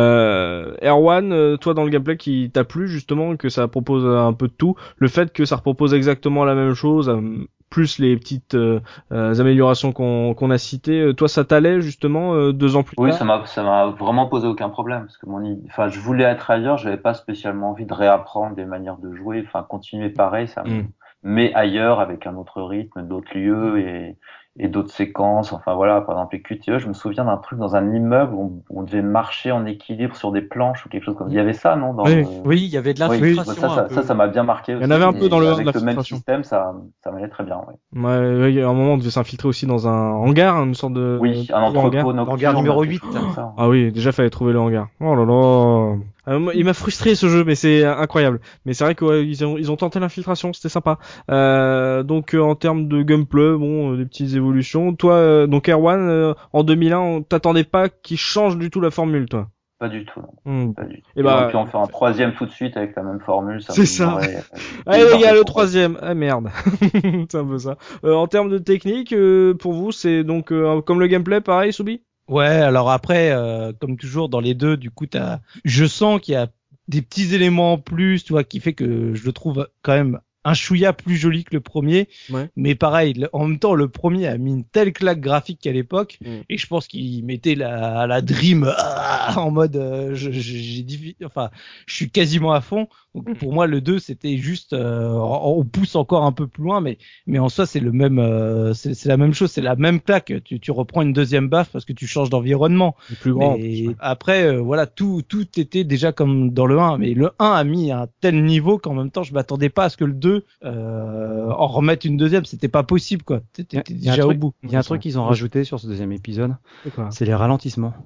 Erwan, toi dans le gameplay qui t'a plu justement, que ça propose un peu de tout, le fait que ça propose exactement la même chose, plus les petites améliorations qu'on a citées, toi ça t'allait justement 2 ans plus tard? Oui, ça m'a vraiment posé aucun problème parce que je voulais être ailleurs, j'avais pas spécialement envie de réapprendre des manières de jouer, continuer pareil, ça me met ailleurs avec un autre rythme, d'autres lieux et d'autres séquences. Enfin voilà, par exemple les QTE, je me souviens d'un truc dans un immeuble où on devait marcher en équilibre sur des planches ou quelque chose comme ça. Il y avait ça, non? Oui, il y avait de l'infiltration. Ça m'a bien marqué. Il y en avait un peu dans le avec le même système, ça m'allait très bien. Ouais, à un moment on devait s'infiltrer aussi dans un hangar, une sorte de un entrepôt hangar numéro 8. Ah oui, déjà fallait trouver le hangar. Oh là là. Il m'a frustré ce jeu, mais c'est incroyable. Mais c'est vrai qu'ils ont tenté l'infiltration, c'était sympa. Donc en termes de gameplay, des petites évolutions. Toi, donc Erwan, en 2001, on t'attendait pas qu'il change du tout la formule, toi? Pas du tout, non. Pas du tout. Et bah, puis on fait un troisième tout de suite avec la même formule. C'est ça. Allez les gars, le troisième. Ah merde. C'est un peu ça. En termes de technique, pour vous, c'est donc comme le gameplay, pareil, Soubi? Ouais, alors après, comme toujours dans les deux, du coup, je sens qu'il y a des petits éléments en plus, tu vois, qui fait que je le trouve quand même un chouïa plus joli que le premier. Ouais. Mais pareil, en même temps, le premier a mis une telle claque graphique à l'époque, et je pense qu'il mettait la Dream en mode, je suis quasiment à fond. Donc pour moi, le 2, c'était juste, on pousse encore un peu plus loin, mais en soi, c'est le même, c'est la même chose, c'est la même claque. Tu reprends une deuxième baffe parce que tu changes d'environnement. C'est plus grand. Mais après, voilà, tout était déjà comme dans le 1, mais le 1 a mis un tel niveau qu'en même temps, je m'attendais pas à ce que le 2 en remette une deuxième, c'était pas possible, quoi. T'étais déjà au bout. Il y a un truc qu'ils ont rajouté sur ce deuxième épisode, c'est les ralentissements.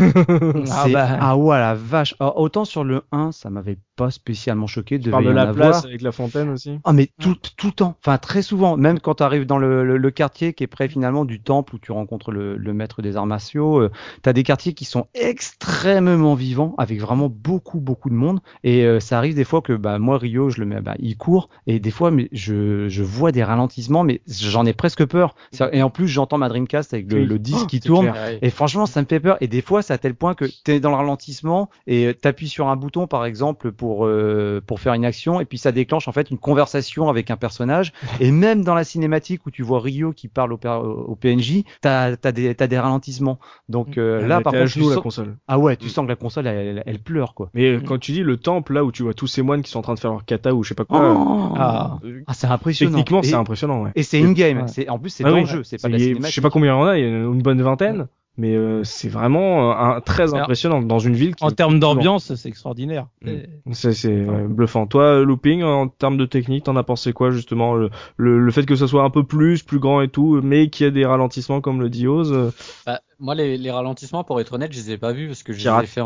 Ah ouais, la vache. Alors, autant sur le 1, ça m'avait pas spécialement choqué. Tu parles de la place avec la fontaine aussi. Ah mais tout le temps, enfin très souvent, même quand tu arrives dans le quartier qui est près finalement du temple où tu rencontres le maître des arts martiaux, t'as des quartiers qui sont extrêmement vivants avec vraiment beaucoup de monde, et ça arrive des fois que moi Rio je le mets, il court, et des fois mais je vois des ralentissements, mais j'en ai presque peur. Et en plus j'entends ma Dreamcast avec le disque qui tourne, et franchement ça me fait peur, et des fois c'est à tel point que t'es dans le ralentissement et t'appuies sur un bouton par exemple pour faire une action, et puis ça déclenche en fait une conversation avec un personnage, et même dans la cinématique où tu vois Rio qui parle au PNJ, t'as des ralentissements. Donc là par contre la console. Ah ouais, tu sens que la console elle pleure, quoi. Mais quand tu dis le temple là où tu vois tous ces moines qui sont en train de faire leur kata ou je sais pas quoi, c'est impressionnant. Techniquement c'est impressionnant, ouais. Et c'est in-game, c'est en plus c'est dans le jeu, c'est pas la cinématique. Je sais pas combien il y en a, il y en a une bonne vingtaine. Mais c'est vraiment très impressionnant dans une ville qui... En termes d'ambiance, c'est extraordinaire. C'est bluffant. Toi, Looping, en termes de technique, t'en as pensé quoi justement, le fait que ça soit un peu plus grand et tout, mais qu'il y ait des ralentissements comme le dit Oz. Moi, les ralentissements, pour être honnête, je les ai pas vus parce que je les ai fait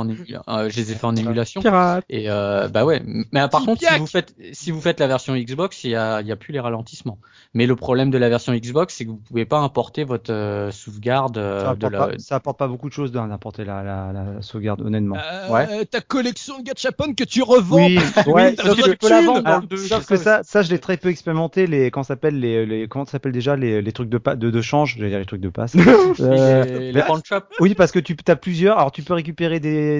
en émulation. Pirate. Et ouais. Mais par contre, si vous faites la version Xbox, il y a plus les ralentissements. Mais le problème de la version Xbox, c'est que vous pouvez pas importer votre sauvegarde Ça apporte pas beaucoup de choses d'importer la sauvegarde, honnêtement. Ta collection de gachapon que tu revends. Oui, tu peux la vendre dans le 2. Sauf que ça, je l'ai très peu expérimenté. Comment s'appelle déjà les trucs de change, j'allais dire les trucs de passe. Les pawn shop. Oui, parce que tu as plusieurs. Alors tu peux récupérer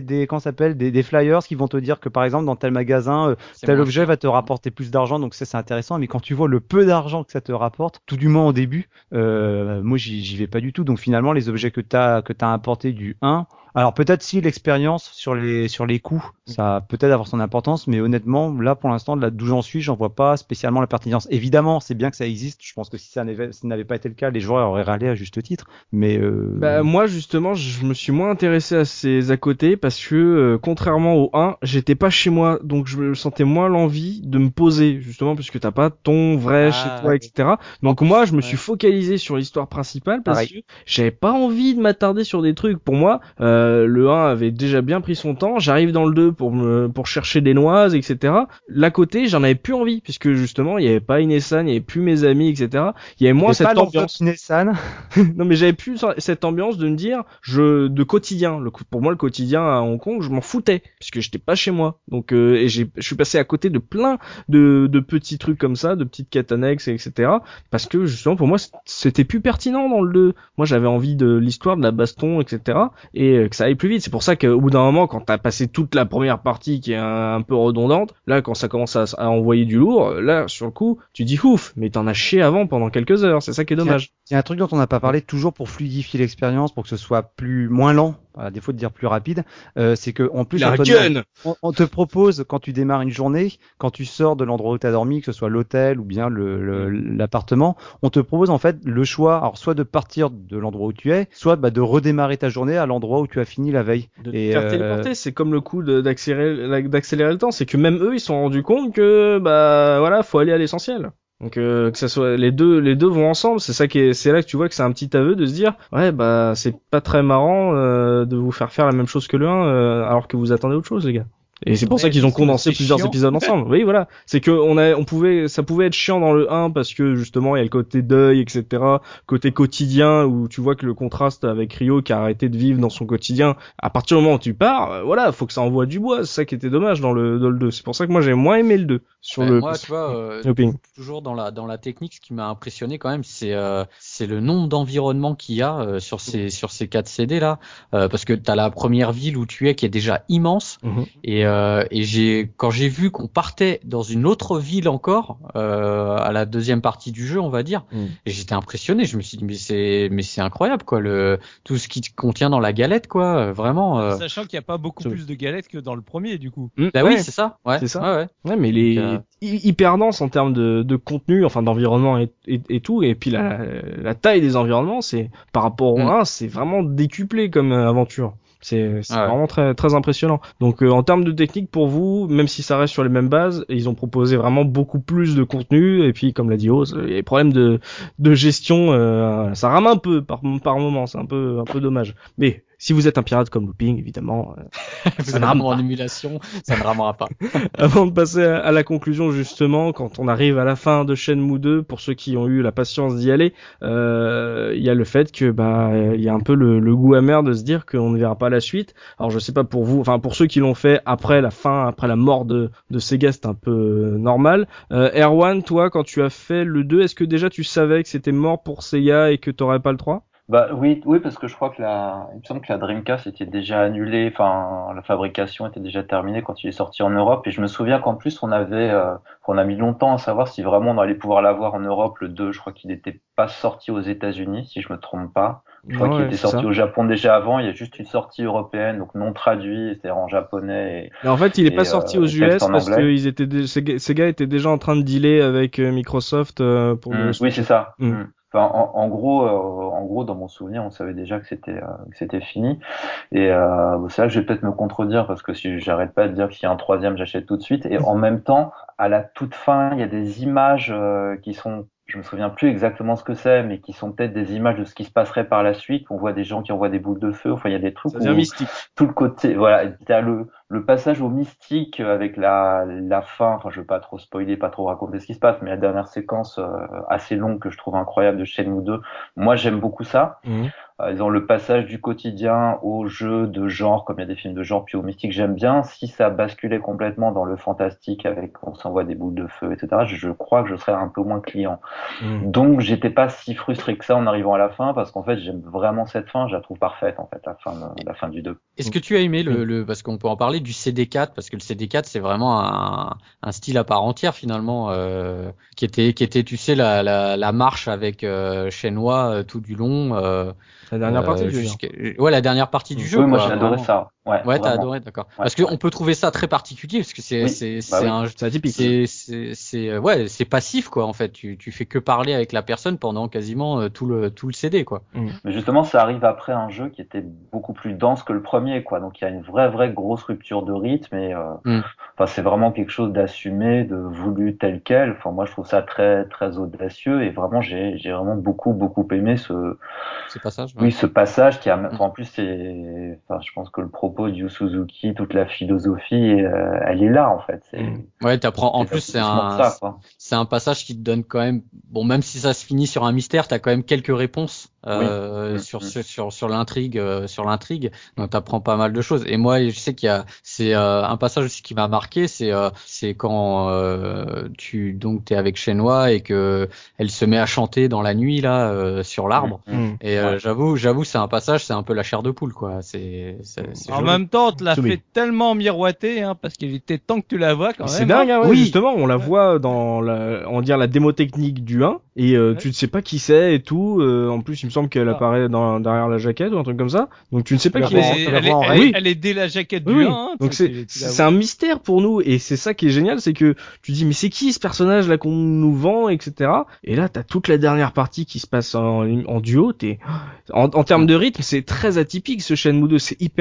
des flyers qui vont te dire que par exemple dans tel magasin tel objet va te rapporter plus d'argent, donc c'est intéressant. Mais quand tu vois le peu d'argent que ça te rapporte, tout du moins au début, moi j'y vais pas du tout. Donc finalement les objets que t'as importés du 1, alors peut-être si l'expérience sur les coûts, ça a peut-être avoir son importance, mais honnêtement là pour l'instant d'où j'en suis, j'en vois pas spécialement la pertinence. Évidemment c'est bien que ça existe. Je pense que si ça n'avait pas été le cas, les joueurs auraient râlé à juste titre. Mais moi justement je me suis moins intéressé à ces à côté parce que contrairement au 1, j'étais pas chez moi, donc je me sentais moins l'envie de me poser justement puisque t'as pas ton vrai chez toi, etc. Donc moi je me suis focalisé sur l'histoire principale parce que j'avais pas envie de m'attarder sur des trucs. Pour moi le 1 avait déjà bien pris son temps, j'arrive dans le 2 pour chercher des noises, etc. L'à côté j'en avais plus envie puisque justement il y avait pas Inesan, il y avait plus mes amis, etc. Il y avait moins cette ambiance. Non mais j'avais plus cette ambiance de me dire de quotidien. Pour moi le quotidien à Hong Kong je m'en foutais puisque j'étais pas chez moi. Donc et je suis passé à côté de plein de petits trucs comme ça, de petites quêtes annexes, etc. Parce que justement pour moi c'était plus pertinent dans le 2. Moi j'avais envie de l'histoire, de la baston, etc. Et que ça aille plus vite. C'est pour ça qu'au bout d'un moment quand t'as passé toute la première partie qui est un peu redondante, là quand ça commence à envoyer du lourd, là sur le coup tu dis ouf, mais t'en as chié avant pendant quelques heures. C'est ça qui est dommage. Il y a un truc dont on n'a pas parlé, toujours pour fluidifier l'expérience, pour que ce soit moins lent, à défaut de dire plus rapide, c'est que en plus on te propose quand tu démarres une journée, quand tu sors de l'endroit où tu as dormi, que ce soit l'hôtel ou bien l'appartement, on te propose en fait le choix, alors soit de partir de l'endroit où tu es, soit de redémarrer ta journée à l'endroit où tu as fini la veille. De te faire téléporter, c'est comme le coup d'accélérer le temps, c'est que même eux ils se sont rendus compte que voilà, faut aller à l'essentiel. Donc que ça soit les deux vont ensemble, c'est là que tu vois que c'est un petit aveu de se dire c'est pas très marrant de vous faire la même chose que le 1 alors que vous attendez autre chose les gars. Et c'est pour ça qu'ils ont condensé plusieurs épisodes ensemble. Oui, voilà. C'est que ça pouvait être chiant dans le 1 parce que justement il y a le côté deuil, etc. Côté quotidien où tu vois que le contraste avec Ryo qui a arrêté de vivre dans son quotidien. À partir du moment où tu pars, voilà, faut que ça envoie du bois. C'est ça qui était dommage dans le 2. C'est pour ça que moi j'ai moins aimé le 2 sur le. Moi, tu vois, toujours dans la technique, ce qui m'a impressionné quand même, c'est le nombre d'environnements qu'il y a sur ces 4 CD là, parce que t'as la première ville où tu es qui est déjà immense, et quand j'ai vu qu'on partait dans une autre ville encore à la deuxième partie du jeu, on va dire, et j'étais impressionné. Je me suis dit mais c'est incroyable quoi, tout ce qui contient dans la galette quoi, vraiment. Sachant qu'il n'y a pas beaucoup plus de galettes que dans le premier du coup. Bah oui, c'est ça. Ouais, c'est ça. Ouais, mais il est hyper dense en termes de contenu, enfin d'environnement et tout, et puis la taille des environnements, c'est par rapport au 1, c'est vraiment décuplé comme aventure. C'est vraiment très très impressionnant. Donc en termes de technique pour vous, même si ça reste sur les mêmes bases, ils ont proposé vraiment beaucoup plus de contenu, et puis comme l'a dit Oz, il y a des problèmes de gestion, ça rame un peu par moment, c'est un peu dommage. Mais si vous êtes un pirate comme Looping, évidemment, ça ne rame en émulation, ça ne ramera pas. Avant de passer à la conclusion, justement, quand on arrive à la fin de Shenmue 2, pour ceux qui ont eu la patience d'y aller, il y a le fait que il y a un peu le goût amer de se dire qu'on ne verra pas la suite. Alors je sais pas pour vous, enfin pour ceux qui l'ont fait après la mort de Sega, c'est un peu normal. Erwan, toi, quand tu as fait le 2, est-ce que déjà tu savais que c'était mort pour Sega et que t'aurais pas le 3? Bah oui, parce que je crois que il me semble que la Dreamcast était déjà annulée, enfin la fabrication était déjà terminée quand il est sorti en Europe, et je me souviens qu'en plus on a mis longtemps à savoir si vraiment on allait pouvoir l'avoir en Europe le 2. Je crois qu'il n'était pas sorti aux États-Unis, si je me trompe pas. Je crois qu'il était sorti au Japon déjà avant. Il y a juste une sortie européenne, donc non traduit, c'est en japonais. Mais en fait, il est pas sorti aux US parce que Sega était déjà en train de dealer avec Microsoft pour. Oui, c'est ça. Enfin, en gros, dans mon souvenir, on savait déjà que c'était fini. Et c'est là que je vais peut-être me contredire, parce que si j'arrête pas de dire qu'il y a un 3e, j'achète tout de suite. Et en même temps, à la toute fin, il y a des images qui sont, je me souviens plus exactement ce que c'est, mais qui sont peut-être des images de ce qui se passerait par la suite. On voit des gens qui envoient des boules de feu. Enfin, il y a des trucs. Ça devient mystique. Tout le côté, voilà, t'as le passage au mystique avec la fin. Enfin, je veux pas trop spoiler, pas trop raconter ce qui se passe, mais la dernière séquence assez longue que je trouve incroyable de Shenmue 2. Moi, j'aime beaucoup ça. Ils ont le passage du quotidien au jeu de genre, comme il y a des films de genre, puis au mystique, j'aime bien. Si ça basculait complètement dans le fantastique avec on s'envoie des boules de feu, etc., je crois que je serais un peu moins client. Donc, j'étais pas si frustré que ça en arrivant à la fin, parce qu'en fait, j'aime vraiment cette fin, je la trouve parfaite, en fait, la fin du 2. Est-ce que tu as aimé parce qu'on peut en parler du CD4, parce que le CD4, c'est vraiment un style à part entière, finalement, qui était, tu sais, la marche avec Shenhua tout du long, la dernière partie du jeu. Ouais, la dernière partie du jeu. Oui, moi j'ai adoré ça. Ouais, t'as adoré, d'accord. Ouais, parce qu'on peut trouver ça très particulier, parce que c'est atypique. C'est passif, quoi, en fait. Tu fais que parler avec la personne pendant quasiment tout le CD, quoi. Mais justement, ça arrive après un jeu qui était beaucoup plus dense que le premier, quoi. Donc il y a une vraie grosse rupture de rythme, et enfin c'est vraiment quelque chose d'assumé, de voulu tel quel. Enfin moi je trouve ça très très audacieux, et vraiment j'ai vraiment beaucoup aimé ce passage. Oui, ce passage qui a, en plus c'est, enfin je pense que le propos de Yu Suzuki, toute la philosophie, elle est là en fait. Ouais, t'apprends. En plus c'est un passage qui te donne quand même, bon même si ça se finit sur un mystère, t'as quand même quelques réponses sur l'intrigue, donc t'apprends pas mal de choses. Et moi je sais c'est un passage aussi qui m'a marqué, c'est quand t'es avec Shenhua et que elle se met à chanter dans la nuit là sur l'arbre. Et j'avoue c'est un passage, c'est un peu la chair de poule, quoi. C'est en joli. même temps, tu l'as fait tellement miroiter, parce qu'il était temps que tu la vois quand même. C'est dingue, oui. Justement, on la voit dans la démo technique du 1, et tu ne sais pas qui c'est et tout. En plus, il me semble qu'elle apparaît derrière la jaquette ou un truc comme ça. Donc tu ne sais pas qui est. Elle est dès la jaquette du 1. Donc c'est un mystère pour nous, et c'est ça qui est génial, c'est que tu dis mais c'est qui ce personnage là qu'on nous vend, etc. Et là t'as toute la dernière partie qui se passe en duo. En termes de rythme, c'est très atypique ce Shenmue 2. C'est hyper rare,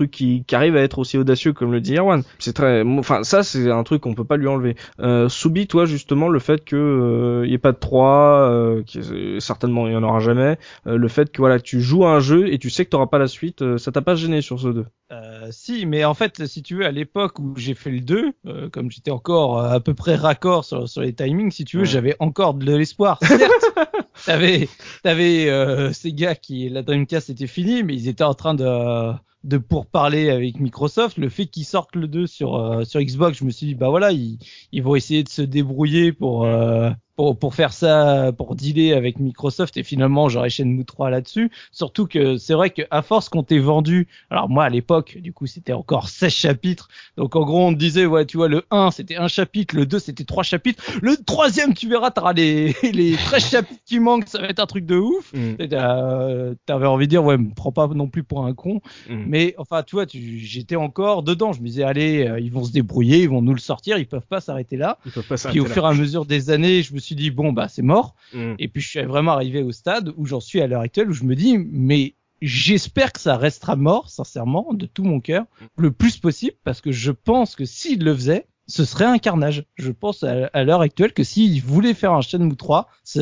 truc qui arrive à être aussi audacieux comme le dit Erwan. C'est très, enfin ça c'est un truc qu'on peut pas lui enlever. Soubi, toi justement le fait que y ait pas de 3, certainement il y en aura jamais, le fait que voilà tu joues à un jeu et tu sais que t'auras pas la suite, ça t'a pas gêné sur ce 2? Si, mais en fait, si tu veux, à l'époque où j'ai fait le 2, comme j'étais encore à peu près raccord sur les timings, si tu veux, j'avais encore de l'espoir. Certes, t'avais ces gars qui, la Dreamcast était finie, mais ils étaient en train de pourparler avec Microsoft. Le fait qu'ils sortent le 2 sur Xbox, je me suis dit, bah voilà, ils vont essayer de se débrouiller pour faire ça, pour dealer avec Microsoft, et finalement j'aurais Shenmue 3 là-dessus. Surtout que c'est vrai qu'à force qu'on t'ait vendu, alors moi à l'époque, du coup c'était encore 16 chapitres, donc en gros on te disait, ouais tu vois, le 1 c'était un chapitre, le 2 c'était 3 chapitres, le 3e tu verras, t'auras les 13 chapitres qui manquent, ça va être un truc de ouf. T'avais envie de dire, ouais, me prends pas non plus pour un con, mais enfin tu vois, j'étais encore dedans, je me disais, allez, ils vont se débrouiller, ils vont nous le sortir, ils peuvent pas s'arrêter là. Puis au fur et à mesure des années, je me suis dit, bon bah c'est mort. Et puis je suis vraiment arrivé au stade où j'en suis à l'heure actuelle, où je me dis, mais j'espère que ça restera mort, sincèrement, de tout mon cœur, le plus possible, parce que je pense que s'il le faisait, ce serait un carnage. Je pense à l'heure actuelle que s'il voulait faire un Shenmue 3, tout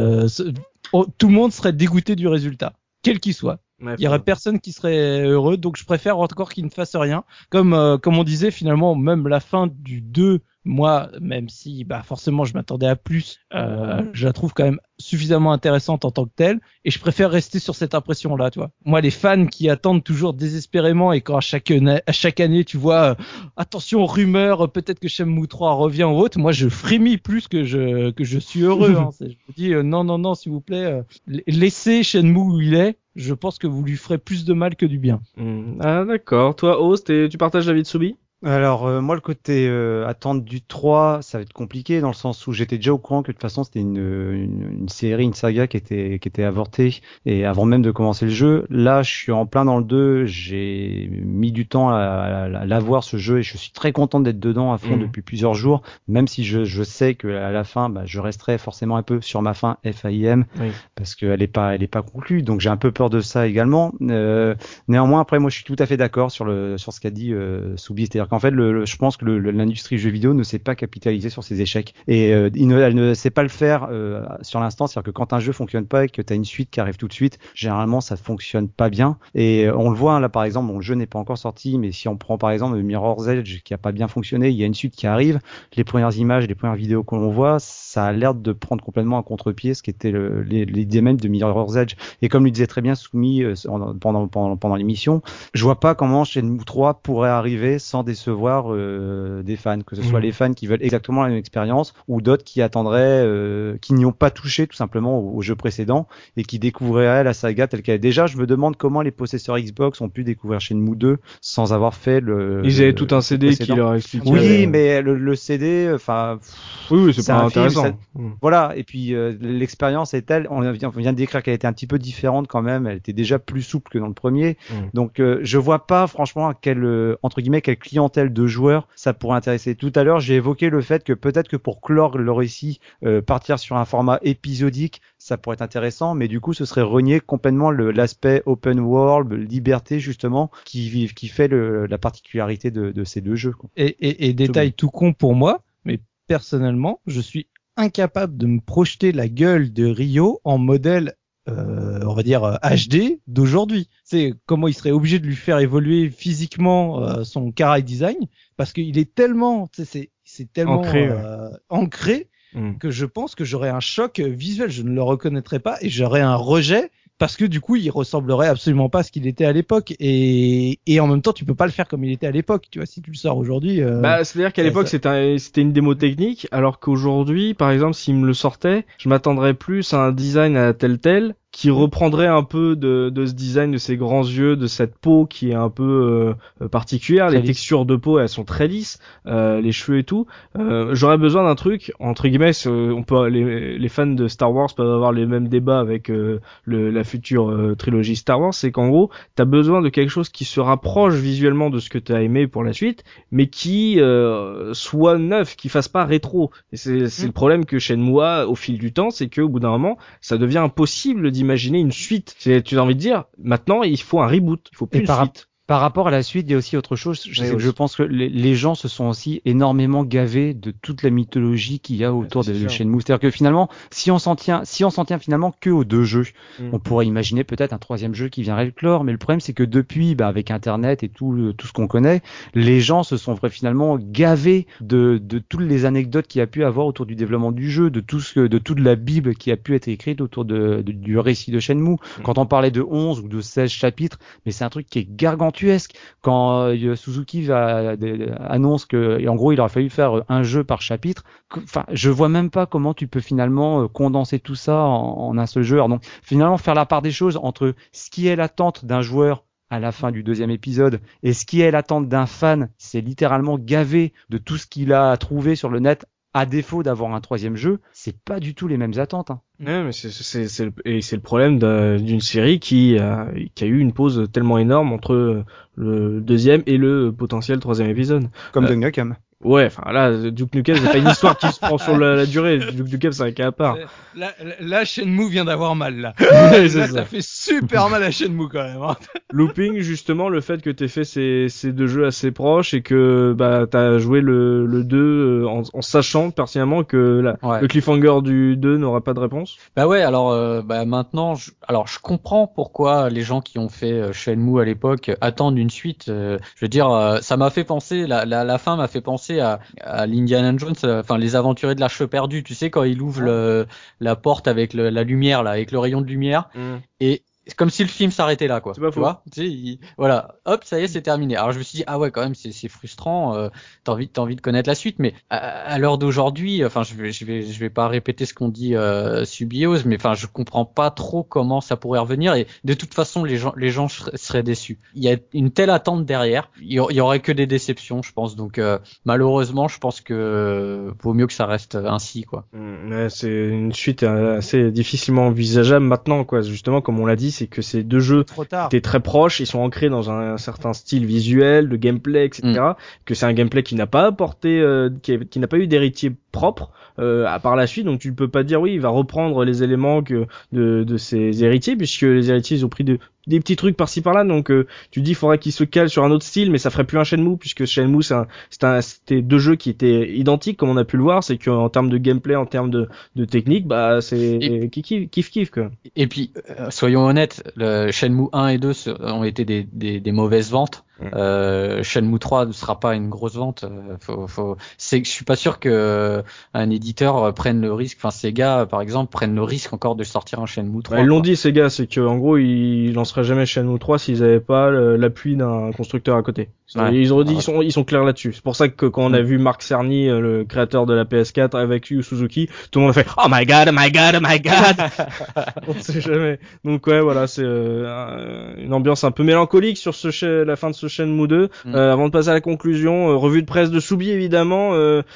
le monde serait dégoûté du résultat, quel qu'il soit. Il y aurait personne qui serait heureux, donc je préfère encore qu'il ne fasse rien. Comme on disait, finalement, même la fin du 2, moi, même si bah forcément je m'attendais à plus, je la trouve quand même suffisamment intéressante en tant que telle, et je préfère rester sur cette impression-là, tu vois. Moi, les fans qui attendent toujours désespérément, et quand à chaque année, tu vois, attention rumeur, peut-être que Shenmue 3 revient ou autre, moi je frémis plus que je suis heureux. Hein. Je me dis non, s'il vous plaît, laissez Shenmue où il est. Je pense que vous lui ferez plus de mal que du bien. Ah d'accord. Toi, Host, tu partages l'avis de Soubi? Alors moi le côté attente du 3, ça va être compliqué dans le sens où j'étais déjà au courant que de toute façon c'était une série, une saga qui était avortée, et avant même de commencer le jeu. Là je suis en plein dans le 2, j'ai mis du temps à l'avoir ce jeu, et je suis très content d'être dedans à fond depuis plusieurs jours, même si je sais que à la fin bah, je resterai forcément un peu sur ma fin FAIM, parce qu'elle est pas conclue, donc j'ai un peu peur de ça également. Néanmoins après moi je suis tout à fait d'accord sur ce qu'a dit Soubi, c'est-à-dire qu'en fait, je pense que l'industrie jeu vidéo ne sait pas capitaliser sur ses échecs, et elle ne sait pas le faire sur l'instant. C'est-à-dire que quand un jeu fonctionne pas et que tu as une suite qui arrive tout de suite, généralement ça fonctionne pas bien. Et on le voit là par exemple, le jeu n'est pas encore sorti, mais si on prend par exemple Mirror's Edge qui a pas bien fonctionné, il y a une suite qui arrive, les premières images, les premières vidéos que l'on voit, ça a l'air de prendre complètement à contre-pied ce qui était l'idée même de Mirror's Edge. Et comme le disait très bien Soumi pendant l'émission, je vois pas comment Shenmue 3 pourrait arriver sans décevoir des fans, que ce soit les fans qui veulent exactement la même expérience, ou d'autres qui attendraient, qui n'y ont pas touché tout simplement au jeu précédent, et qui découvriraient la saga telle qu'elle est. Déjà, je me demande comment les possesseurs Xbox ont pu découvrir Shenmue 2 sans avoir fait Ils avaient tout un CD qui leur expliquait. Oui, mais le CD, enfin. Oui, c'est pas intéressant. Voilà. Et puis l'expérience est telle, on vient de décrire qu'elle était un petit peu différente quand même. Elle était déjà plus souple que dans le premier. Donc je vois pas franchement à quel entre guillemets quel clientèle de joueurs ça pourrait intéresser. Tout à l'heure, j'ai évoqué le fait que peut-être que pour clore le récit, partir sur un format épisodique, ça pourrait être intéressant, mais du coup, ce serait renier complètement l'aspect open world, liberté justement, qui fait la particularité de ces deux jeux, quoi. Et détail tout con pour moi, mais personnellement, je suis incapable de me projeter la gueule de Ryo en modèle on va dire HD d'aujourd'hui. C'est comment il serait obligé de lui faire évoluer physiquement son character design, parce qu'il est tellement, c'est tellement ancré que je pense que j'aurais un choc visuel, je ne le reconnaîtrais pas, et j'aurais un rejet, parce que du coup il ressemblerait absolument pas à ce qu'il était à l'époque, et en même temps tu peux pas le faire comme il était à l'époque, tu vois, si tu le sors aujourd'hui. C'est-à-dire qu'à l'époque c'était une démo technique, alors qu'aujourd'hui par exemple s'il me le sortait, je m'attendrais plus à un design à tel qui reprendrait un peu de ce design, de ces grands yeux, de cette peau qui est un peu particulière. Les textures de peau, elles sont très lisses, les cheveux et tout. J'aurais besoin d'un truc, entre guillemets, on peut les fans de Star Wars peuvent avoir les mêmes débats avec la future trilogie Star Wars, c'est qu'en gros, t'as besoin de quelque chose qui se rapproche visuellement de ce que t'as aimé pour la suite, mais qui soit neuf, qui fasse pas rétro. Et c'est le problème que Shenmue a au fil du temps, c'est que au bout d'un moment, ça devient impossible d'imaginer une suite. Tu as envie de dire, maintenant il faut un reboot, il faut plus une suite. Par rapport à la suite, il y a aussi autre chose. Je pense que les gens se sont aussi énormément gavés de toute la mythologie qu'il y a autour de Shenmue. C'est-à-dire que finalement, si on s'en tient finalement que aux 2 jeux, on pourrait imaginer peut-être un 3e jeu qui viendrait le clore. Mais le problème, c'est que depuis, avec Internet et tout ce qu'on connaît, les gens se sont finalement gavés de toutes les anecdotes qu'il y a pu avoir autour du développement du jeu, de toute la Bible qui a pu être écrite autour du récit de Shenmue. Quand on parlait de 11 ou de 16 chapitres, mais c'est un truc qui est gargantuesque. Quand Suzuki annonce que, et en gros, il aurait fallu faire un jeu par chapitre. Enfin, je vois même pas comment tu peux finalement condenser tout ça en un seul jeu. Alors donc, finalement, faire la part des choses entre ce qui est l'attente d'un joueur à la fin du 2e épisode et ce qui est l'attente d'un fan, c'est littéralement gavé de tout ce qu'il a trouvé sur le net. À défaut d'avoir un 3e jeu, c'est pas du tout les mêmes attentes. Ouais, mais c'est le problème d'une série qui a eu une pause tellement énorme entre le 2e et le potentiel 3e épisode. Comme Duke Nukem. Ouais, enfin là, Duke Nukem, c'est pas une histoire qui se prend sur la durée. Duke Nukem, c'est un cas à part. Là, Shenmue vient d'avoir mal, là. Ça fait super mal à Shenmue, quand même. Looping, justement, le fait que t'aies fait ces 2 jeux assez proches et que, t'as joué le 2 en sachant pertinemment que le cliffhanger du 2 n'aura pas de réponse. Alors, maintenant, je comprends pourquoi les gens qui ont fait Shenmue à l'époque attendent une suite. Je veux dire, ça m'a fait penser, la fin m'a fait penser à l'Indiana Jones, enfin les aventuriers de l'Arche perdue, tu sais, quand il ouvre la porte avec la lumière là, avec le rayon de lumière, et c'est comme si le film s'arrêtait là, quoi. C'est pas faux. Tu sais, voilà, hop, ça y est, c'est terminé. Alors je me suis dit, ah ouais, quand même, c'est frustrant. T'as envie de connaître la suite, mais à l'heure d'aujourd'hui, enfin, je vais pas répéter ce qu'on dit Subiose, mais enfin, je comprends pas trop comment ça pourrait revenir. Et de toute façon, les gens seraient déçus. Il y a une telle attente derrière, il y aurait que des déceptions, je pense. Donc malheureusement, je pense que vaut mieux que ça reste ainsi, quoi. Ouais, c'est une suite assez difficilement envisageable maintenant, quoi. Justement, comme on l'a dit, c'est que ces 2 jeux étaient très proches, ils sont ancrés dans un certain style visuel, de gameplay, etc. Que c'est un gameplay qui n'a pas apporté, qui n'a pas eu d'héritier propre par la suite, donc tu ne peux pas dire oui, il va reprendre les éléments de ses héritiers, puisque les héritiers ils ont pris des petits trucs par-ci par-là, donc tu dis il faudrait qu'il se cale sur un autre style, mais ça ferait plus un Shenmue, puisque Shenmue c'était 2 jeux qui étaient identiques, comme on a pu le voir, c'est qu'en termes de gameplay, en termes de technique, c'est kiff quoi. Et puis soyons honnêtes, le Shenmue 1 et 2 ont été des mauvaises ventes. Shenmue 3 ne sera pas une grosse vente. Je suis pas sûr que un éditeur prenne le risque. Enfin, Sega, par exemple, prennent le risque encore de sortir un Shenmue 3. Ils l'ont dit, Sega, c'est que en gros, ils lanceraient jamais Shenmue 3 s'ils avaient pas l'appui d'un constructeur à côté. Ils ont dit, ils sont clairs là-dessus. C'est pour ça que quand on a vu Mark Cerny, le créateur de la PS4, avec Yu Suzuki, tout le monde a fait oh my god, oh my god, oh my god. On sait jamais. Donc ouais, voilà, c'est une ambiance un peu mélancolique sur la fin de ce Shenmue 2. Avant de passer à la conclusion, revue de presse de Soubi évidemment,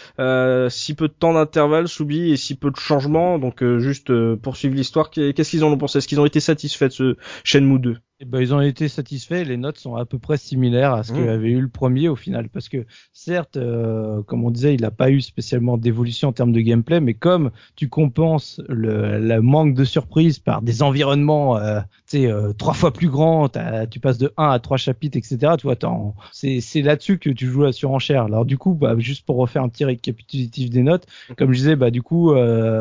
si peu de temps d'intervalle, Soubi, et si peu de changements, donc juste poursuivre l'histoire. Qu'est-ce qu'ils en ont pensé? Est-ce qu'ils ont été satisfaits de ce Shenmue 2? Ils ont été satisfaits. Les notes sont à peu près similaires à ce qu'avait eu le premier au final, parce que certes, comme on disait, il n'a pas eu spécialement d'évolution en termes de gameplay, mais comme tu compenses le manque de surprise par des environnements, 3 fois plus grands, tu passes de 1 à 3 chapitres, etc. Tu vois, c'est là-dessus que tu joues la surenchère. Alors du coup, juste pour refaire un petit récapitulatif des notes, comme je disais, du coup,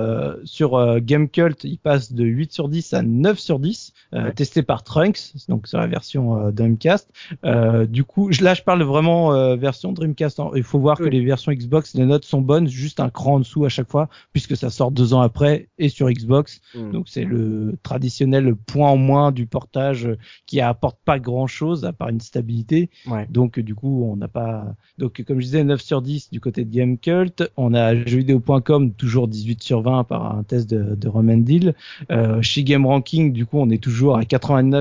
sur Gamecult, il passe de 8/10 à 9/10, testé par Trunks. Donc sur la version Dreamcast. Du coup, là je parle vraiment version Dreamcast. Il faut voir que les versions Xbox, les notes sont bonnes, juste un cran en dessous à chaque fois, puisque ça sort 2 ans après et sur Xbox. Donc c'est le traditionnel point en moins du portage qui apporte pas grand chose à part une stabilité. Donc du coup on n'a pas. Donc comme je disais 9/10 du côté de Gamecult. On a jeuxvideo.com toujours 18/20 par un test de Remendil. Chez Game Ranking du coup on est toujours à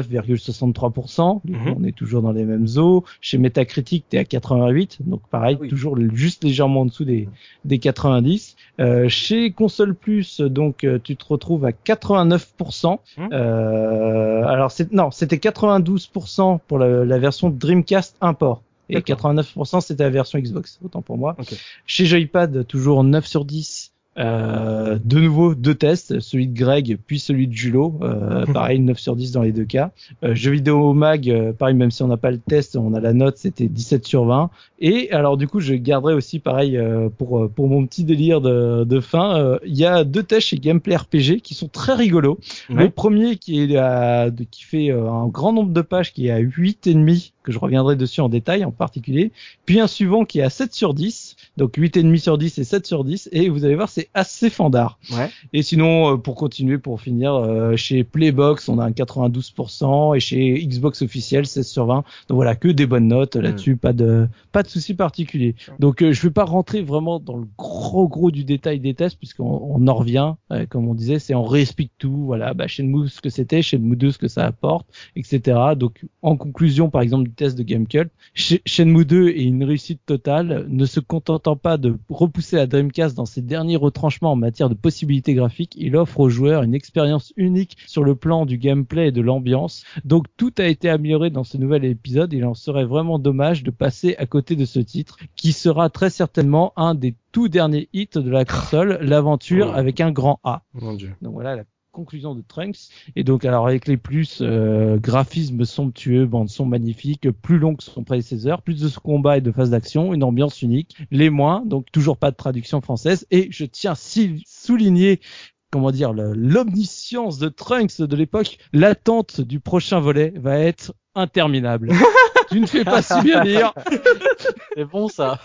89,63%, donc on est toujours dans les mêmes eaux. Chez Metacritic, t'es à 88, donc pareil, toujours juste légèrement en dessous des 90. Chez Console Plus, donc tu te retrouves à 89%. Alors c'était 92% pour la version Dreamcast import. Et 89% c'était la version Xbox, autant pour moi. Chez Joypad, toujours 9/10 De nouveau, 2 tests, celui de Greg puis celui de Julo, pareil 9 sur 10 dans les deux cas. Jeux vidéo mag, pareil, même si on n'a pas le test, on a la note, c'était 17 sur 20. Et alors du coup, je garderai aussi pareil pour mon petit délire de fin, il y a 2 tests chez Gameplay RPG qui sont très rigolos. Ouais. Le premier qui fait un grand nombre de pages, qui est à 8,5, que je reviendrai dessus en détail en particulier, puis un suivant qui est à 7 sur 10, donc 8,5 sur 10 et 7 sur 10, et vous allez voir, c'est assez fandard. Ouais. Et sinon, pour continuer, pour finir, chez Playbox, on a un 92%, et chez Xbox officiel, 16 sur 20. Donc voilà, que des bonnes notes là-dessus, pas de souci particulier. Donc je vais pas rentrer vraiment dans le gros du détail des tests, puisqu'on en revient, comme on disait, c'est on réexplique tout, voilà, Shenmue ce que c'était, Shenmue 2 ce que ça apporte, etc. Donc en conclusion, par exemple, du test de Gamecult, Shenmue 2 est une réussite totale, ne se contentant pas de repousser la Dreamcast dans ses derniers retranchements en matière de possibilités graphiques, il offre aux joueurs une expérience unique sur le plan du gameplay et de l'ambiance. Donc tout a été amélioré dans ce nouvel épisode, il en serait vraiment dommage de passer à côté de ce titre, qui sera très certainement un des tout derniers hits de la console, l'aventure avec un grand A. Mon Dieu. Donc voilà la conclusion de Trunks. Et donc alors avec les plus, graphisme somptueux, bande son magnifique, plus long que son prédécesseur, plus de combat et de phases d'action, une ambiance unique, les moins, donc toujours pas de traduction française, et je tiens à souligner l'omniscience de Trunks de l'époque, l'attente du prochain volet va être interminable. Tu ne fais pas si bien dire. C'est bon ça.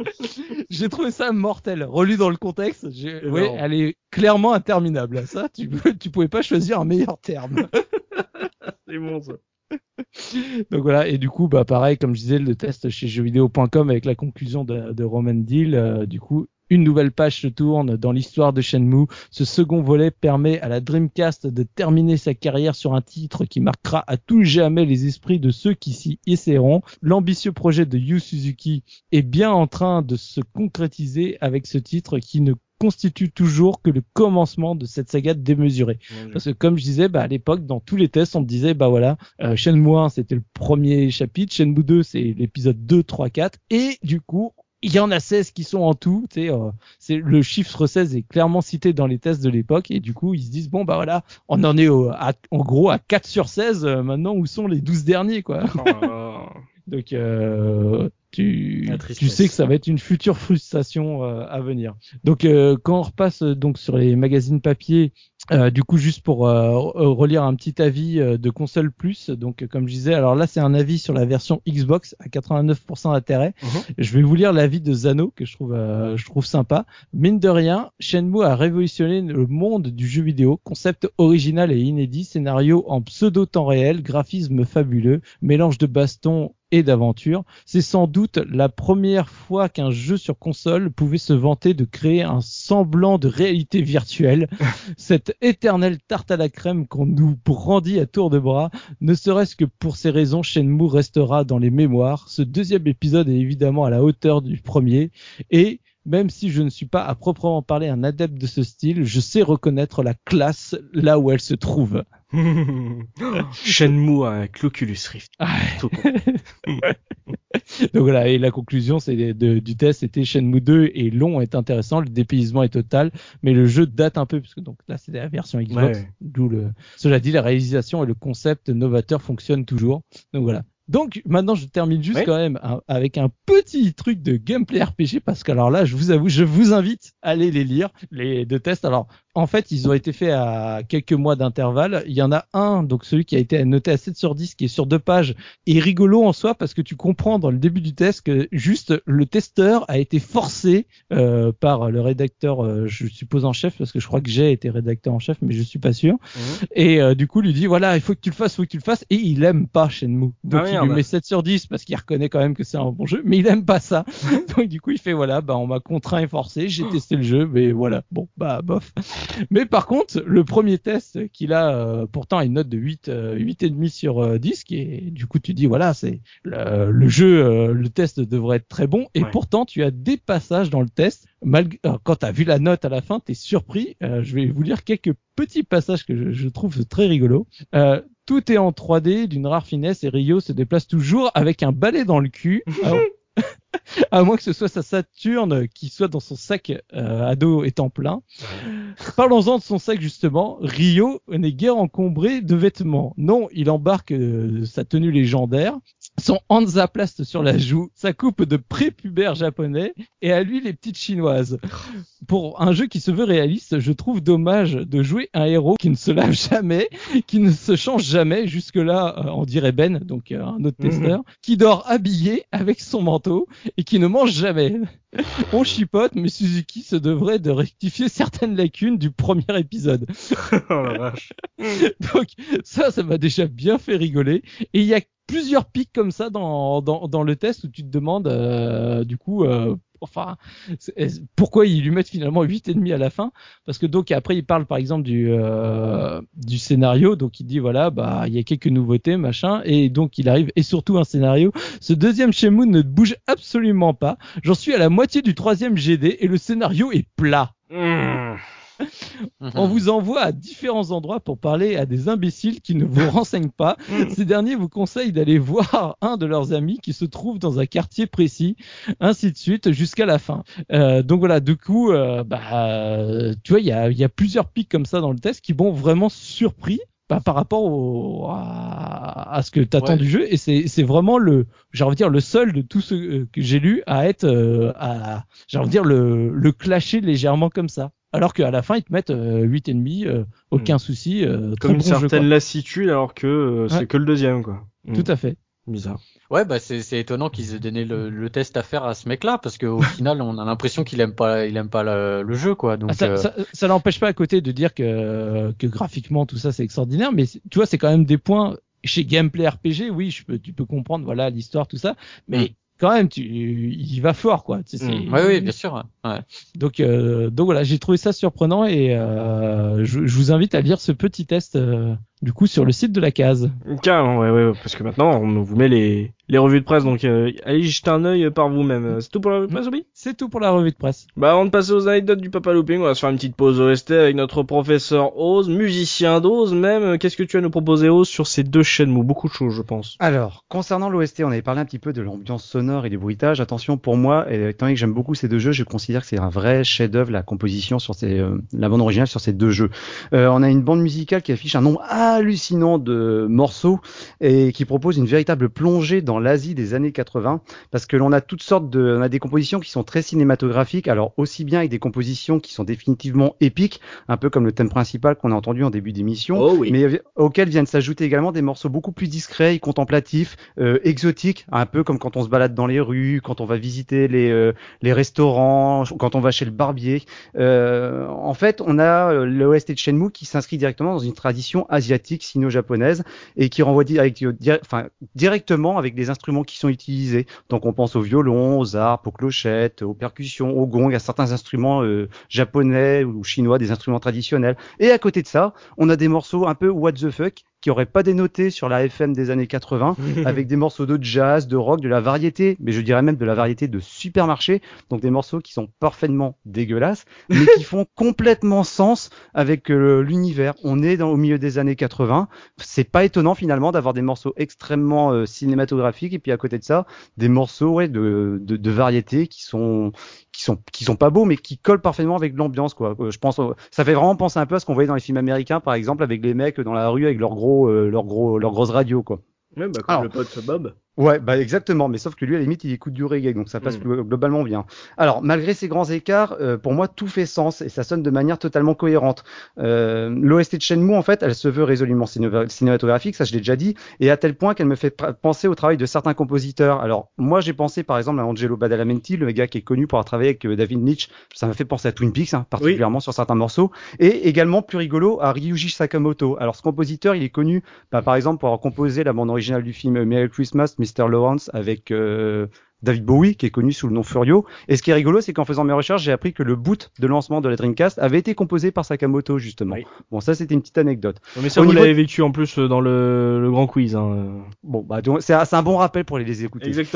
J'ai trouvé ça mortel. Relu dans le contexte, oui, elle est clairement interminable. Ça, tu pouvais pas choisir un meilleur terme. C'est bon ça. Donc voilà, et du coup, pareil, comme je disais, le test chez jeuxvideo.com avec la conclusion de Roman Deal, du coup, une nouvelle page se tourne dans l'histoire de Shenmue. Ce second volet permet à la Dreamcast de terminer sa carrière sur un titre qui marquera à tout jamais les esprits de ceux qui s'y essaieront. L'ambitieux projet de Yu Suzuki est bien en train de se concrétiser avec ce titre qui ne constitue toujours que le commencement de cette saga démesurée. Mmh. Parce que comme je disais, à l'époque, dans tous les tests, on disait, Shenmue 1, c'était le premier chapitre, Shenmue 2, c'est l'épisode 2, 3, 4, et du coup, il y en a 16 qui sont en tout, c'est le chiffre 16 est clairement cité dans les tests de l'époque, et du coup, ils se disent, on en est en gros à 4 sur 16, maintenant, où sont les 12 derniers, quoi. Donc, tu sais que ça va être une future frustration à venir. Donc, quand on repasse donc sur les magazines papier, du coup, juste pour relire un petit avis de Console Plus, donc comme je disais, alors là c'est un avis sur la version Xbox à 89% d'intérêt. Je vais vous lire l'avis de Zano que je trouve sympa. Mine de rien, Shenmue a révolutionné le monde du jeu vidéo, concept original et inédit, scénario en pseudo temps réel, graphisme fabuleux, mélange de baston et d'aventure. C'est sans doute la première fois qu'un jeu sur console pouvait se vanter de créer un semblant de réalité virtuelle. Cette éternelle tarte à la crème qu'on nous brandit à tour de bras, ne serait-ce que pour ces raisons, Shenmue restera dans les mémoires. Ce deuxième épisode est évidemment à la hauteur du premier, et même si je ne suis pas à proprement parler un adepte de ce style, je sais reconnaître la classe là où elle se trouve. Shenmue avec l'Oculus Rift. Donc voilà, et la conclusion du test, c'était Shenmue 2 est long, est intéressant, le dépaysement est total, mais le jeu date un peu, parce que donc là c'est la version Xbox, d'où cela dit, la réalisation et le concept novateur fonctionnent toujours. Donc voilà. Donc maintenant je termine juste quand même avec un petit truc de gameplay RPG, parce que alors là je vous avoue, je vous invite à aller les lire, les deux tests. Alors en fait ils ont été faits à quelques mois d'intervalle. Il y en a un, donc celui qui a été noté à 7 sur 10, qui est sur 2 pages, est rigolo en soi, parce que tu comprends dans le début du test que juste le testeur a été forcé par le rédacteur, je suppose en chef, parce que je crois que j'ai été rédacteur en chef, mais je suis pas sûr. Et du coup lui dit voilà, il faut que tu le fasses, et il aime pas Shenmue. Donc il lui met 7 sur 10 parce qu'il reconnaît quand même que c'est un bon jeu, mais il aime pas ça. Donc du coup il fait on m'a contraint et forcé, j'ai testé le jeu, mais voilà, bof. Mais par contre, le premier test qu'il a pourtant a une note de 8,5 sur 10, qui est, du coup tu dis voilà, c'est le jeu, le test devrait être très bon, et pourtant tu as des passages dans le test, quand t'as vu la note à la fin, t'es surpris. Je vais vous lire quelques petits passages que je trouve très rigolos. Tout est en 3D d'une rare finesse, et Ryo se déplace toujours avec un balai dans le cul. À moins que ce soit sa Saturne qui soit dans son sac à dos étant plein. Parlons-en de son sac justement. Rio n'est guère encombré de vêtements. Non, il embarque sa tenue légendaire, son hansaplast sur la joue, sa coupe de prépubère japonais et à lui les petites chinoises. Pour un jeu qui se veut réaliste, je trouve dommage de jouer un héros qui ne se lave jamais, qui ne se change jamais. Jusque-là, on dirait Ben, donc un autre testeur, qui dort habillé avec son manteau et qui ne mange jamais. On chipote, mais Suzuki se devrait de rectifier certaines lacunes du premier épisode. Oh la vache. Donc ça m'a déjà bien fait rigoler. Et il y a plusieurs pics comme ça dans le test où tu te demandes pourquoi ils lui mettent finalement 8,5 à la fin, parce que donc après il parle par exemple du scénario, donc il dit voilà, bah il y a quelques nouveautés machin, et donc il arrive, et surtout un scénario, ce deuxième Shenmue ne bouge absolument pas, j'en suis à la moitié du 3e GD et le scénario est plat. On vous envoie à différents endroits pour parler à des imbéciles qui ne vous renseignent pas. Ces derniers vous conseillent d'aller voir un de leurs amis qui se trouve dans un quartier précis, ainsi de suite, jusqu'à la fin. Donc voilà, du coup, tu vois, il y a plusieurs pics comme ça dans le test qui m'ont vraiment surpris. Par rapport à ce que t'attends du jeu, et c'est vraiment le seul de tous ceux que j'ai lu à être le clasher légèrement comme ça. Alors qu'à la fin ils te mettent 8,5, aucun souci. Comme une bon certaine lassitude, alors que c'est que le deuxième, quoi. Tout à fait. Bizarre. Ouais, bah c'est étonnant qu'ils aient donné le test à faire à ce mec-là, parce qu'au final on a l'impression qu'il aime pas le jeu, quoi. Donc ça n'empêche pas à côté de dire que graphiquement tout ça c'est extraordinaire, mais tu vois c'est quand même des points chez Gameplay RPG. Oui, tu peux comprendre voilà l'histoire tout ça, mais quand même il va fort, quoi. Oui, bien sûr. Ouais. Donc voilà, j'ai trouvé ça surprenant et je vous invite à lire ce petit test du coup sur le site de la case. Carrément, ouais, parce que maintenant on vous met les revues de presse, donc allez y jeter un œil par vous-même. C'est tout pour la revue de presse, Obi ? C'est tout pour la revue de presse. Bah avant de passer aux anecdotes du Papa Looping, on va se faire une petite pause OST avec notre professeur Oz, musicien d'Oz même. Qu'est-ce que tu as à nous proposer, Oz, sur ces deux Shenmue ? Beaucoup de choses, je pense. Alors, concernant l'OST, on avait parlé un petit peu de l'ambiance sonore et des bruitages. Attention, pour moi, étant donné que j'aime beaucoup ces deux jeux, je considère que c'est un vrai chef-d'œuvre, la composition sur la bande originale sur ces deux jeux. On a une bande musicale qui affiche un nombre hallucinant de morceaux et qui propose une véritable plongée dans l'Asie des années 80, parce que l'on a toutes sortes on a des compositions qui sont très cinématographiques, alors aussi bien avec des compositions qui sont définitivement épiques, un peu comme le thème principal qu'on a entendu en début d'émission, mais auxquels viennent s'ajouter également des morceaux beaucoup plus discrets et contemplatifs, exotiques, un peu comme quand on se balade dans les rues, quand on va visiter les restaurants, quand on va chez le barbier. En fait, on a l'OST de Shenmue qui s'inscrit directement dans une tradition asiatique sino-japonaise et qui renvoie directement avec des instruments qui sont utilisés. Donc on pense au violon, aux harpes, aux clochettes, aux percussions, aux gongs, à certains instruments japonais ou chinois, des instruments traditionnels. Et à côté de ça, on a des morceaux un peu what the fuck qui auraient pas dénoté sur la FM des années 80, avec des morceaux de jazz, de rock, de la variété, mais je dirais même de la variété de supermarché, donc des morceaux qui sont parfaitement dégueulasses, mais qui font complètement sens avec l'univers. On est au milieu des années 80, c'est pas étonnant finalement d'avoir des morceaux extrêmement cinématographiques, et puis à côté de ça, des morceaux de variété qui sont pas beaux, mais qui collent parfaitement avec l'ambiance, quoi. Je pense, ça fait vraiment penser un peu à ce qu'on voyait dans les films américains, par exemple, avec les mecs dans la rue avec leurs grosses radios, quoi. Ouais, bah, comme le pote Bob. Ouais, bah exactement, mais sauf que lui à la limite il écoute du reggae, donc ça passe globalement bien. Alors malgré ces grands écarts, pour moi tout fait sens et ça sonne de manière totalement cohérente. L'OST de Shenmue en fait, elle se veut résolument cinématographique, ça je l'ai déjà dit, et à tel point qu'elle me fait penser au travail de certains compositeurs. Alors moi j'ai pensé par exemple à Angelo Badalamenti, le gars qui est connu pour avoir travaillé avec David Lynch, ça m'a fait penser à Twin Peaks particulièrement sur certains morceaux, et également plus rigolo à Ryuji Sakamoto. Alors ce compositeur il est connu par exemple pour avoir composé la bande originale du film Merry Christmas, Mr. Lawrence avec David Bowie qui est connu sous le nom Furio. Et ce qui est rigolo, c'est qu'en faisant mes recherches, j'ai appris que le boot de lancement de la Dreamcast avait été composé par Sakamoto justement. Oui. Bon, ça c'était une petite anecdote. Mais ça vous l'avez vécu en plus dans le grand quiz. Hein. Bon, bah donc c'est un bon rappel pour les écouter. Exactement.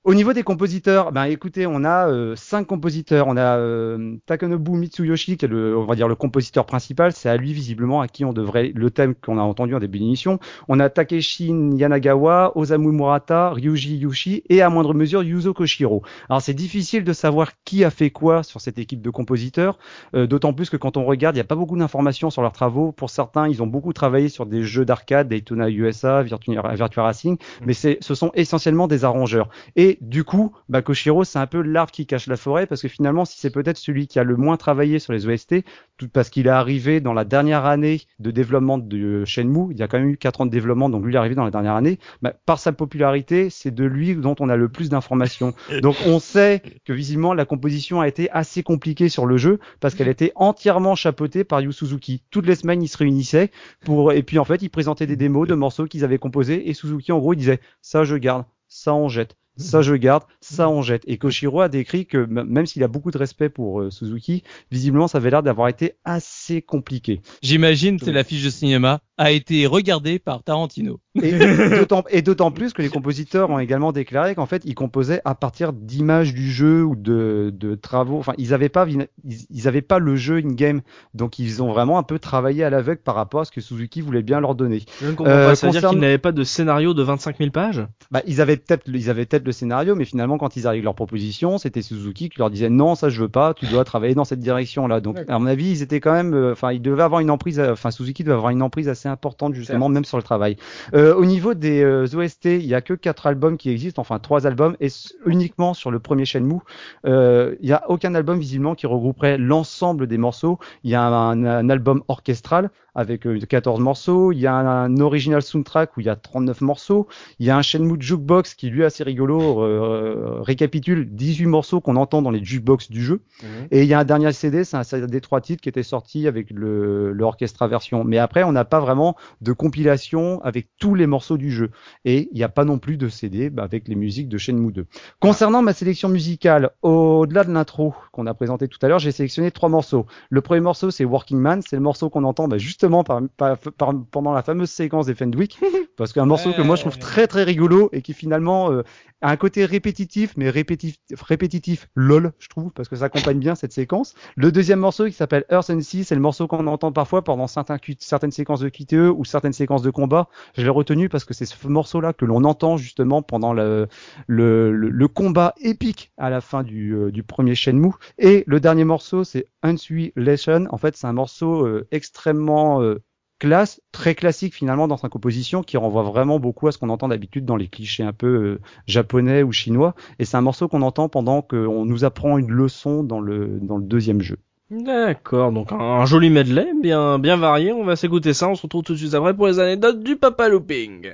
Au niveau des compositeurs, ben écoutez, on a 5 compositeurs. On a Takanobu Mitsuyoshi, qui est on va dire le compositeur principal. C'est à lui visiblement à qui on devrait le thème qu'on a entendu en début d'émission. On a Takeshi Yanagawa, Osamu Murata, Ryuji Yushi et à moindre mesure Yuzo Koshiro. Alors c'est difficile de savoir qui a fait quoi sur cette équipe de compositeurs, d'autant plus que quand on regarde, il n'y a pas beaucoup d'informations sur leurs travaux. Pour certains, ils ont beaucoup travaillé sur des jeux d'arcade, Daytona USA, Virtua Racing, mais ce sont essentiellement des arrangeurs. Et du coup, Koshiro, c'est un peu l'arbre qui cache la forêt, parce que finalement, si c'est peut-être celui qui a le moins travaillé sur les OST, tout parce qu'il est arrivé dans la dernière année de développement de Shenmue, il y a quand même eu 4 ans de développement, donc lui il est arrivé dans la dernière année, par sa popularité, c'est de lui dont on a le plus d'informations. Donc on sait que visiblement la composition a été assez compliquée sur le jeu, parce qu'elle était entièrement chapeautée par Yu Suzuki. Toutes les semaines, ils se réunissaient, et puis en fait, ils présentaient des démos de morceaux qu'ils avaient composés, et Suzuki, en gros, il disait, ça je garde, ça on jette. Ça je garde, ça on jette. Et Koshiro a décrit que même s'il a beaucoup de respect pour Suzuki, visiblement ça avait l'air d'avoir été assez compliqué. J'imagine c'est l'affiche de cinéma a été regardée par Tarantino. Et d'autant plus que les compositeurs ont également déclaré qu'en fait ils composaient à partir d'images du jeu ou de travaux. Enfin ils avaient pas le jeu in-game, donc ils ont vraiment un peu travaillé à l'aveugle par rapport à ce que Suzuki voulait bien leur donner. Je ne comprends pas. Ça veut dire qu'ils n'avaient pas de scénario de 25 000 pages? Ils avaient peut-être le scénario, mais finalement quand ils arrivent avec leur proposition, c'était Suzuki qui leur disait non, ça je veux pas, tu dois travailler dans cette direction-là. Donc à mon avis, ils étaient quand même, ils devaient avoir une emprise, Suzuki devait avoir une emprise assez importante justement, même sur le travail. Au niveau des OST, il y a que 4 albums qui existent, enfin 3 albums, et uniquement sur le premier Shenmue, il y a aucun album visiblement qui regrouperait l'ensemble des morceaux. Il y a un album orchestral avec 14 morceaux, il y a un original soundtrack où il y a 39 morceaux, il y a un Shenmue Jukebox qui lui est assez rigolo, récapitule 18 morceaux qu'on entend dans les jukebox du jeu, et il y a un dernier CD, c'est un CD des 3 titres qui était sorti avec l'orchestra version, mais après on n'a pas vraiment de compilation avec tous les morceaux du jeu, et il n'y a pas non plus de CD avec les musiques de Shenmue 2. Concernant ma sélection musicale, au-delà de l'intro qu'on a présenté tout à l'heure, j'ai sélectionné 3 morceaux. Le premier morceau c'est Working Man, c'est le morceau qu'on entend justement pendant la fameuse séquence des Fenwick, parce qu'un morceau que moi je trouve très très rigolo et qui finalement a un côté répétitif, mais répétitif lol, je trouve, parce que ça accompagne bien cette séquence. Le deuxième morceau qui s'appelle Earth and Sea, c'est le morceau qu'on entend parfois pendant certaines séquences de QTE ou certaines séquences de combat. Je l'ai retenu parce que c'est ce morceau-là que l'on entend justement pendant le combat épique à la fin du premier Shenmue. Et le dernier morceau, c'est Unsui Lesson. En fait, c'est un morceau extrêmement classe, très classique finalement dans sa composition, qui renvoie vraiment beaucoup à ce qu'on entend d'habitude dans les clichés un peu japonais ou chinois, et c'est un morceau qu'on entend pendant qu'on nous apprend une leçon dans le deuxième jeu. D'accord, donc un joli medley, bien varié, on va s'écouter ça, on se retrouve tout de suite après pour les anecdotes du Papa Looping.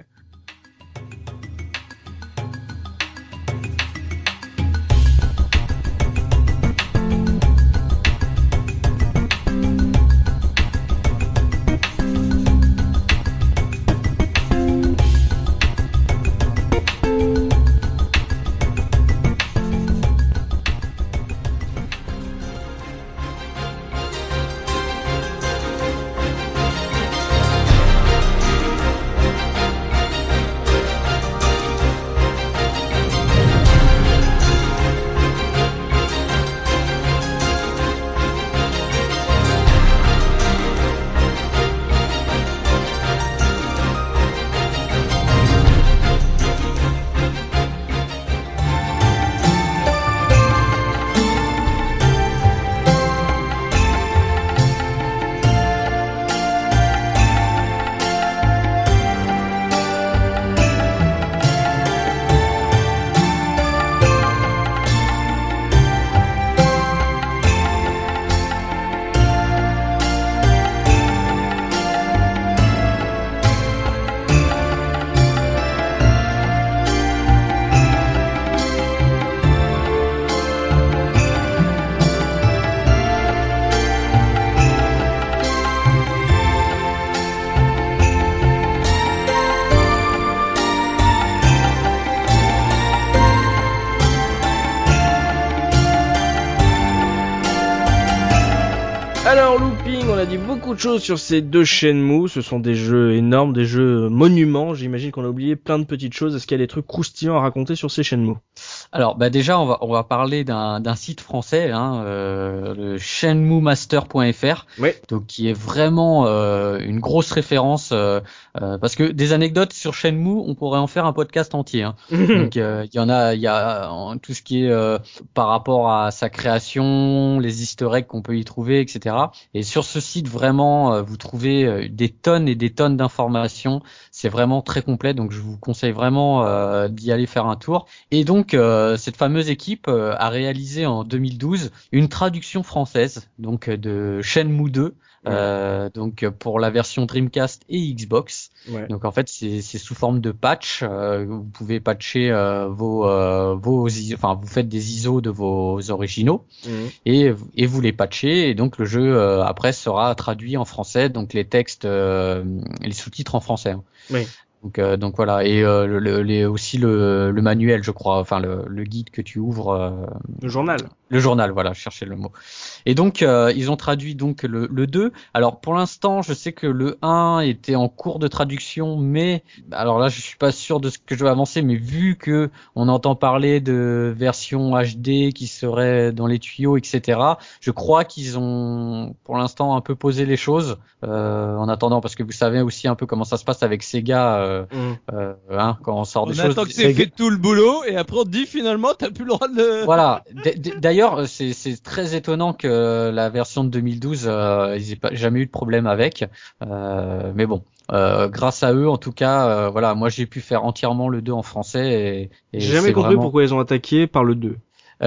dit beaucoup de choses sur ces deux Shenmue. Ce sont des jeux énormes, des jeux monuments. J'imagine qu'on a oublié plein de petites choses. Est-ce qu'il y a des trucs croustillants à raconter sur ces Shenmue? Alors, déjà, on va parler d'un site français, le shenmuemaster.fr, ouais. Donc qui est vraiment une grosse référence, parce que des anecdotes sur Shenmue, on pourrait en faire un podcast entier. Donc, il y a tout ce qui est par rapport à sa création, les easter eggs qu'on peut y trouver, etc. Et sur ce site, vraiment, vous trouvez des tonnes et des tonnes d'informations. C'est vraiment très complet, donc je vous conseille vraiment d'y aller faire un tour. Et donc, cette fameuse équipe a réalisé en 2012 une traduction française, donc de Shenmue 2. Donc pour la version Dreamcast et Xbox. Ouais. Donc en fait c'est sous forme de patch. Vous pouvez patcher vos vous faites des ISO de vos originaux et vous les patchez et donc le jeu après sera traduit en français, donc les textes, les sous-titres en français. Oui. Donc voilà, et aussi le manuel, je crois, enfin le guide que tu ouvres. Le journal. Le journal, voilà, je cherchais le mot. Et donc ils ont traduit donc le 2. Alors pour l'instant, je sais que le 1 était en cours de traduction, mais alors là je suis pas sûr de ce que je vais avancer, mais vu que on entend parler de version HD qui serait dans les tuyaux, etc. Je crois qu'ils ont pour l'instant un peu posé les choses en attendant, parce que vous savez aussi un peu comment ça se passe avec Sega. Quand on sort des choses. On attend que c'est fait tout le boulot et après on te dit finalement t'as plus le droit de. Voilà. D'ailleurs, c'est très étonnant que la version de 2012, ils aient jamais eu de problème avec. Mais bon, grâce à eux, en tout cas, voilà, moi j'ai pu faire entièrement le 2 en français. Et j'ai jamais compris pourquoi ils ont attaqué par le 2.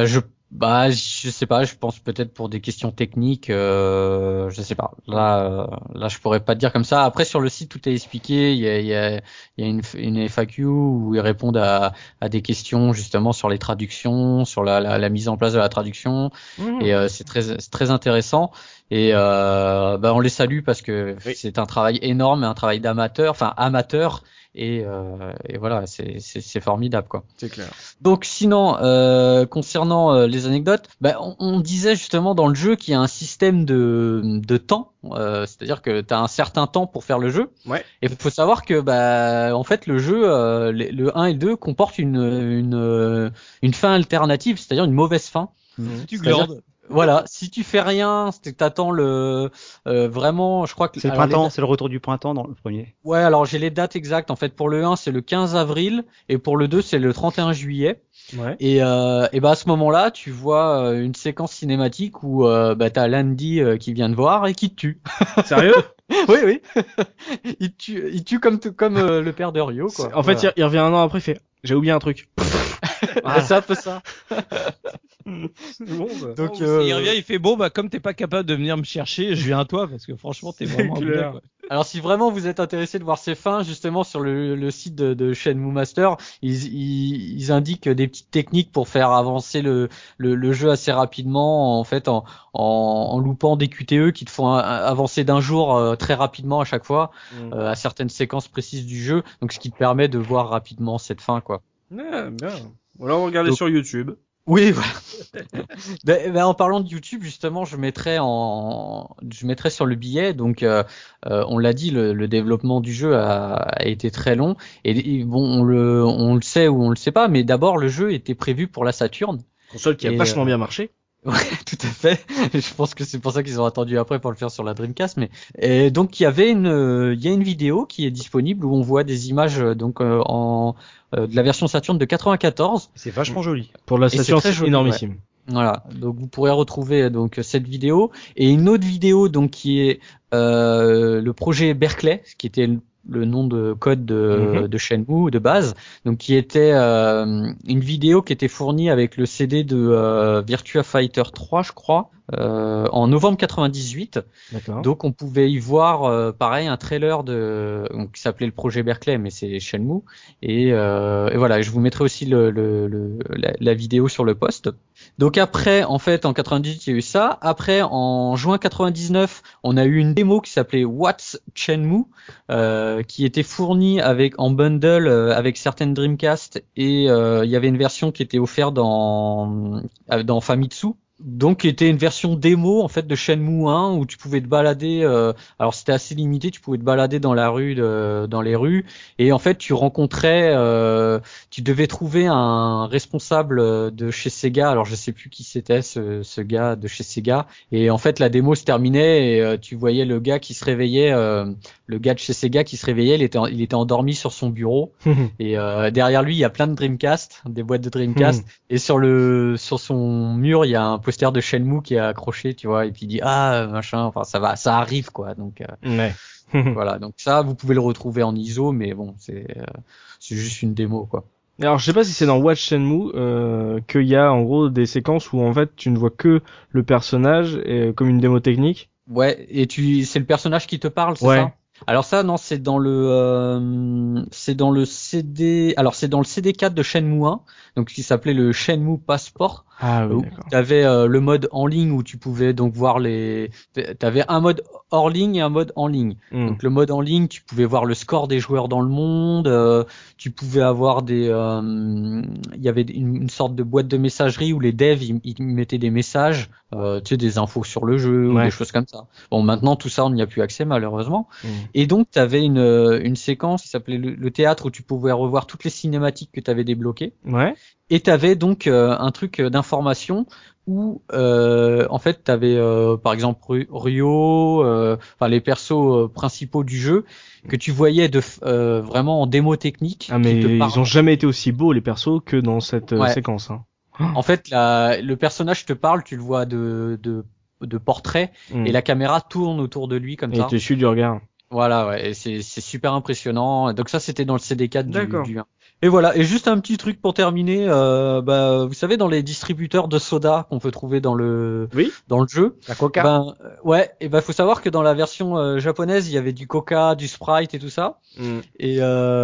Je sais pas, je pense peut-être pour des questions techniques, je sais pas. Là je pourrais pas te dire comme ça. Après sur le site tout est expliqué, il y a une FAQ où ils répondent à des questions justement sur les traductions, sur la mise en place de la traduction et c'est très intéressant et on les salue parce que c'est un travail énorme, un travail amateur. Et voilà, c'est formidable quoi. C'est clair. Donc sinon, concernant les anecdotes, on disait justement dans le jeu qu'il y a un système de temps, c'est-à-dire que tu as un certain temps pour faire le jeu. Ouais. Et il faut savoir que en fait le jeu, le 1 et le 2 comportent une fin alternative, c'est-à-dire une mauvaise fin. Tu glandes. Voilà, si tu fais rien, t'attends vraiment, je crois que c'est le printemps, c'est le retour du printemps dans le premier. Ouais, alors j'ai les dates exactes. En fait, pour le 1, c'est le 15 avril et pour le 2, c'est le 31 juillet. Ouais. Et à ce moment-là, tu vois une séquence cinématique où t'as Landy qui vient te voir et qui te tue. Sérieux? Oui. il tue comme le père de Ryo quoi. En fait, il revient un an après, il fait j'ai oublié un truc. C'est un peu ça. Bon, bah. Donc il revient, il fait comme t'es pas capable de venir me chercher, je viens à toi parce que franchement t'es vraiment bien. Alors si vraiment vous êtes intéressé de voir ces fins, justement sur le site de Shenmue Master, ils indiquent des petites techniques pour faire avancer le jeu assez rapidement, en fait en loupant des QTE qui te font avancer d'un jour très rapidement à chaque fois à certaines séquences précises du jeu, donc ce qui te permet de voir rapidement cette fin quoi. Ouais, bien. Voilà, on regardait sur YouTube. Oui, voilà. En parlant de YouTube, justement, je mettrai sur le billet. Donc, on l'a dit, le développement du jeu a été très long. Et bon, on le sait ou on le sait pas, mais d'abord, le jeu était prévu pour la Saturn. Console qui a vachement bien marché. Ouais, tout à fait. Je pense que c'est pour ça qu'ils ont attendu après pour le faire sur la Dreamcast. Et donc il y a une vidéo qui est disponible où on voit des images de la version Saturn de 94. C'est vachement joli. Pour la Saturn, c'est énormissime. Ouais. Voilà, donc vous pourrez retrouver donc cette vidéo et une autre vidéo donc qui est le projet Berkeley, qui était le nom de code de Shenmue de base, donc qui était une vidéo qui était fournie avec le CD de Virtua Fighter 3, je crois, en novembre 98. D'accord. Donc on pouvait y voir pareil un trailer qui s'appelait le projet Berkeley, mais c'est Shenmue. Et voilà, je vous mettrai aussi la vidéo sur le post. Donc après, en fait, en 98, il y a eu ça. Après, en juin 99, on a eu une démo qui s'appelait What's Shenmue, qui était fournie en bundle avec certaines Dreamcast, et il y avait une version qui était offerte dans Famitsu. Donc, qui était une version démo en fait de Shenmue 1 où tu pouvais te balader. Alors, c'était assez limité. Tu pouvais te balader dans la rue, dans les rues, et en fait, tu rencontrais, tu devais trouver un responsable de chez Sega. Alors, je sais plus qui c'était ce gars de chez Sega. Et en fait, la démo se terminait et tu voyais le gars qui se réveillait, le gars de chez Sega qui se réveillait. Il était endormi sur son bureau et derrière lui, il y a plein de Dreamcast, des boîtes de Dreamcast, et sur son mur, il y a un poster de Shenmue qui est accroché, tu vois, et puis il dit machin, enfin ça arrive quoi. Donc voilà, donc ça vous pouvez le retrouver en ISO, mais bon, c'est juste une démo quoi. Alors je sais pas si c'est dans Watch Shenmue qu'il y a en gros des séquences où en fait tu ne vois que le personnage comme une démo technique. Ouais, et c'est le personnage qui te parle, c'est ça? Alors ça non, c'est dans le CD. Alors c'est dans le CD4 de Shenmue 1, donc qui s'appelait le Shenmue Passport. Ah oui, d'accord. T'avais le mode en ligne où tu pouvais donc voir t'avais un mode hors ligne et un mode en ligne. Donc le mode en ligne, tu pouvais voir le score des joueurs dans le monde, tu pouvais avoir il y avait une sorte de boîte de messagerie où les devs ils mettaient des messages, tu sais, des infos sur le jeu ou des choses comme ça. Bon, maintenant tout ça on n'y a plus accès malheureusement. Et donc t'avais une séquence qui s'appelait le théâtre où tu pouvais revoir toutes les cinématiques que t'avais débloquées. Ouais. Et t'avais donc un truc d'information où en fait t'avais par exemple Ryo, enfin les persos principaux du jeu que tu voyais vraiment en démo technique. Ah mais ils ont jamais été aussi beaux les persos que dans cette séquence. Hein. En fait le personnage te parle, tu le vois de portrait et la caméra tourne autour de lui comme ça. Et tu suis du regard. Voilà, ouais, et c'est super impressionnant. Donc ça c'était dans le CD4 du 1. Et voilà, et juste un petit truc pour terminer, vous savez dans les distributeurs de soda qu'on peut trouver dans le jeu, la Coca. Faut savoir que dans la version japonaise, il y avait du Coca, du Sprite et tout ça. Et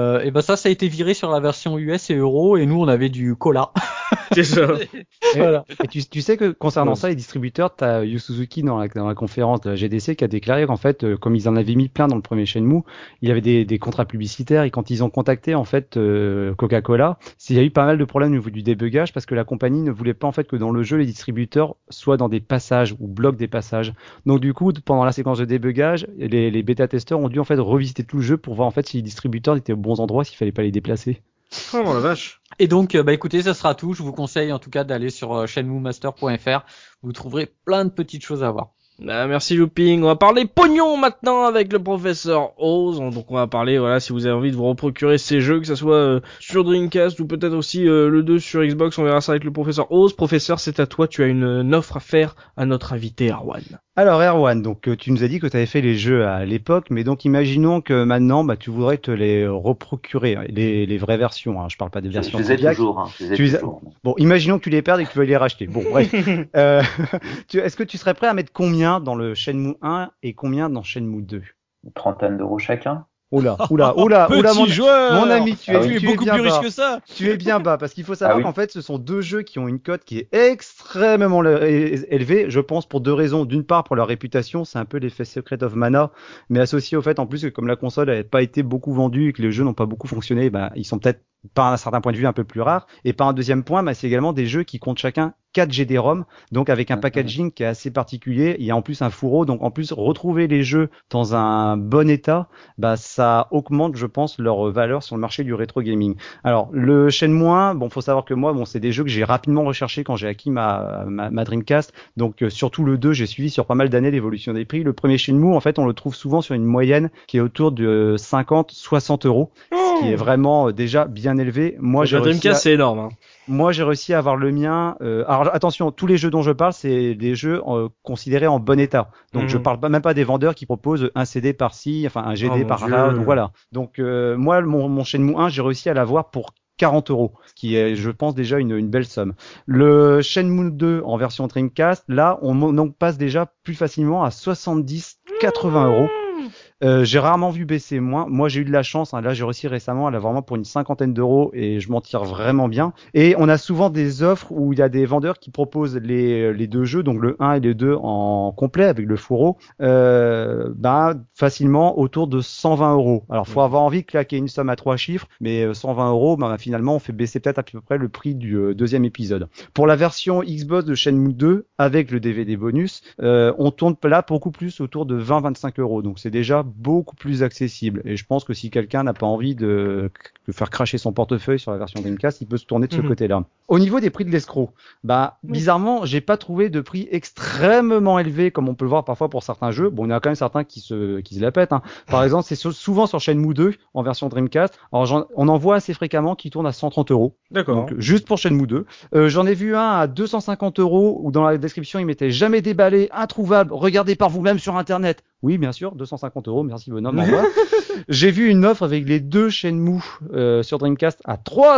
ça a été viré sur la version US et Euro, et nous on avait du cola. C'est ça. Voilà. Et tu sais que concernant ça, les distributeurs, t'as Yu Suzuki dans la conférence de la GDC qui a déclaré qu'en fait, comme ils en avaient mis plein dans le premier Shenmue, il y avait des contrats publicitaires, et quand ils ont contacté en fait Coca-Cola, il y a eu pas mal de problèmes au niveau du débugage parce que la compagnie ne voulait pas en fait que dans le jeu les distributeurs soient dans des passages ou bloquent des passages. Donc du coup, pendant la séquence de débugage, les bêta-testeurs ont dû en fait revisiter tout le jeu pour voir en fait si les distributeurs étaient aux bons endroits, s'il fallait pas les déplacer. Oh la vache. Et donc, écoutez, ça sera tout. Je vous conseille en tout cas d'aller sur shenmuemaster.fr. Vous trouverez plein de petites choses à voir. Merci Looping. On va parler pognon maintenant avec le professeur Oz. Donc on va parler, voilà, si vous avez envie de vous reprocurer ces jeux, que ça soit sur Dreamcast ou peut-être aussi le 2 sur Xbox, on verra ça avec le professeur Oz. Professeur, c'est à toi, tu as une offre à faire à notre invité Erwan. Alors Erwan, donc tu nous as dit que tu avais fait les jeux à l'époque, mais donc imaginons que maintenant tu voudrais te les reprocurer, les vraies versions, hein. Je parle pas des versions. Je les ai toujours. Bon, imaginons que tu les perdes et que tu veux les racheter. Bon, bref. Est-ce que tu serais prêt à mettre combien dans le Shenmue 1 et combien dans Shenmue 2? Une trentaine d'euros chacun. Oula, mon ami, tu es beaucoup bien plus riche bas. que ça. Tu es bien bas parce qu'il faut savoir qu'en fait, ce sont deux jeux qui ont une cote qui est extrêmement élevée, je pense pour deux raisons. D'une part, pour leur réputation, c'est un peu l'effet Secret of Mana, mais associé au fait en plus que comme la console n'a pas été beaucoup vendue et que les jeux n'ont pas beaucoup fonctionné, ils sont peut-être par un certain point de vue un peu plus rares. Et par un deuxième point, c'est également des jeux qui comptent chacun 4 GD-ROM, donc avec un packaging qui est assez particulier. Il y a en plus un fourreau, donc en plus retrouver les jeux dans un bon état, ça augmente, je pense, leur valeur sur le marché du rétro gaming. Alors le Shenmue 1, faut savoir que moi, c'est des jeux que j'ai rapidement recherché quand j'ai acquis ma Dreamcast. Donc surtout le 2, j'ai suivi sur pas mal d'années l'évolution des prix. Le premier Shenmue, en fait, on le trouve souvent sur une moyenne qui est autour de 50-60 euros, ce qui est vraiment déjà bien élevé. Moi, la Dreamcast, c'est énorme. Hein. Moi, j'ai réussi à avoir le mien. Alors attention, tous les jeux dont je parle, c'est des jeux considérés en bon état. Donc je parle même pas des vendeurs qui proposent un CD par-ci, enfin un GD par-là. Donc voilà. Donc moi, mon Shenmue 1, j'ai réussi à l'avoir pour 40 euros, ce qui est, je pense, déjà une belle somme. Le Shenmue 2 en version Dreamcast, là, on passe déjà plus facilement à 70-80 euros. J'ai rarement vu baisser moins. Moi, j'ai eu de la chance. Là, j'ai réussi récemment à l'avoir vraiment pour une 50aine d'euros et je m'en tire vraiment bien. Et on a souvent des offres où il y a des vendeurs qui proposent les deux jeux, donc le 1 et le 2 en complet avec le fourreau, facilement autour de 120 euros. Alors, faut avoir envie de claquer une somme à 3 chiffres, mais 120 euros, finalement, on fait baisser peut-être à peu près le prix du deuxième épisode. Pour la version Xbox de Shenmue 2 avec le DVD bonus, on tourne là beaucoup plus autour de 20-25 euros. Donc, c'est déjà beaucoup plus accessible. Et je pense que si quelqu'un n'a pas envie de faire cracher son portefeuille sur la version Dreamcast, il peut se tourner de ce côté-là. Au niveau des prix de l'escroc, bizarrement, j'ai pas trouvé de prix extrêmement élevé comme on peut le voir parfois pour certains jeux. Bon, il y en a quand même certains qui se la pètent. Par exemple, c'est souvent sur Shenmue 2 en version Dreamcast. Alors, on en voit assez fréquemment qui tournent à 130 euros. D'accord. Donc, juste pour Shenmue 2. J'en ai vu un à 250 euros où dans la description, il mettait jamais déballé, introuvable, regardez par vous-même sur Internet. Oui, bien sûr, 250 euros, merci bonhomme, au revoir. J'ai vu une offre avec les deux Shenmue sur Dreamcast à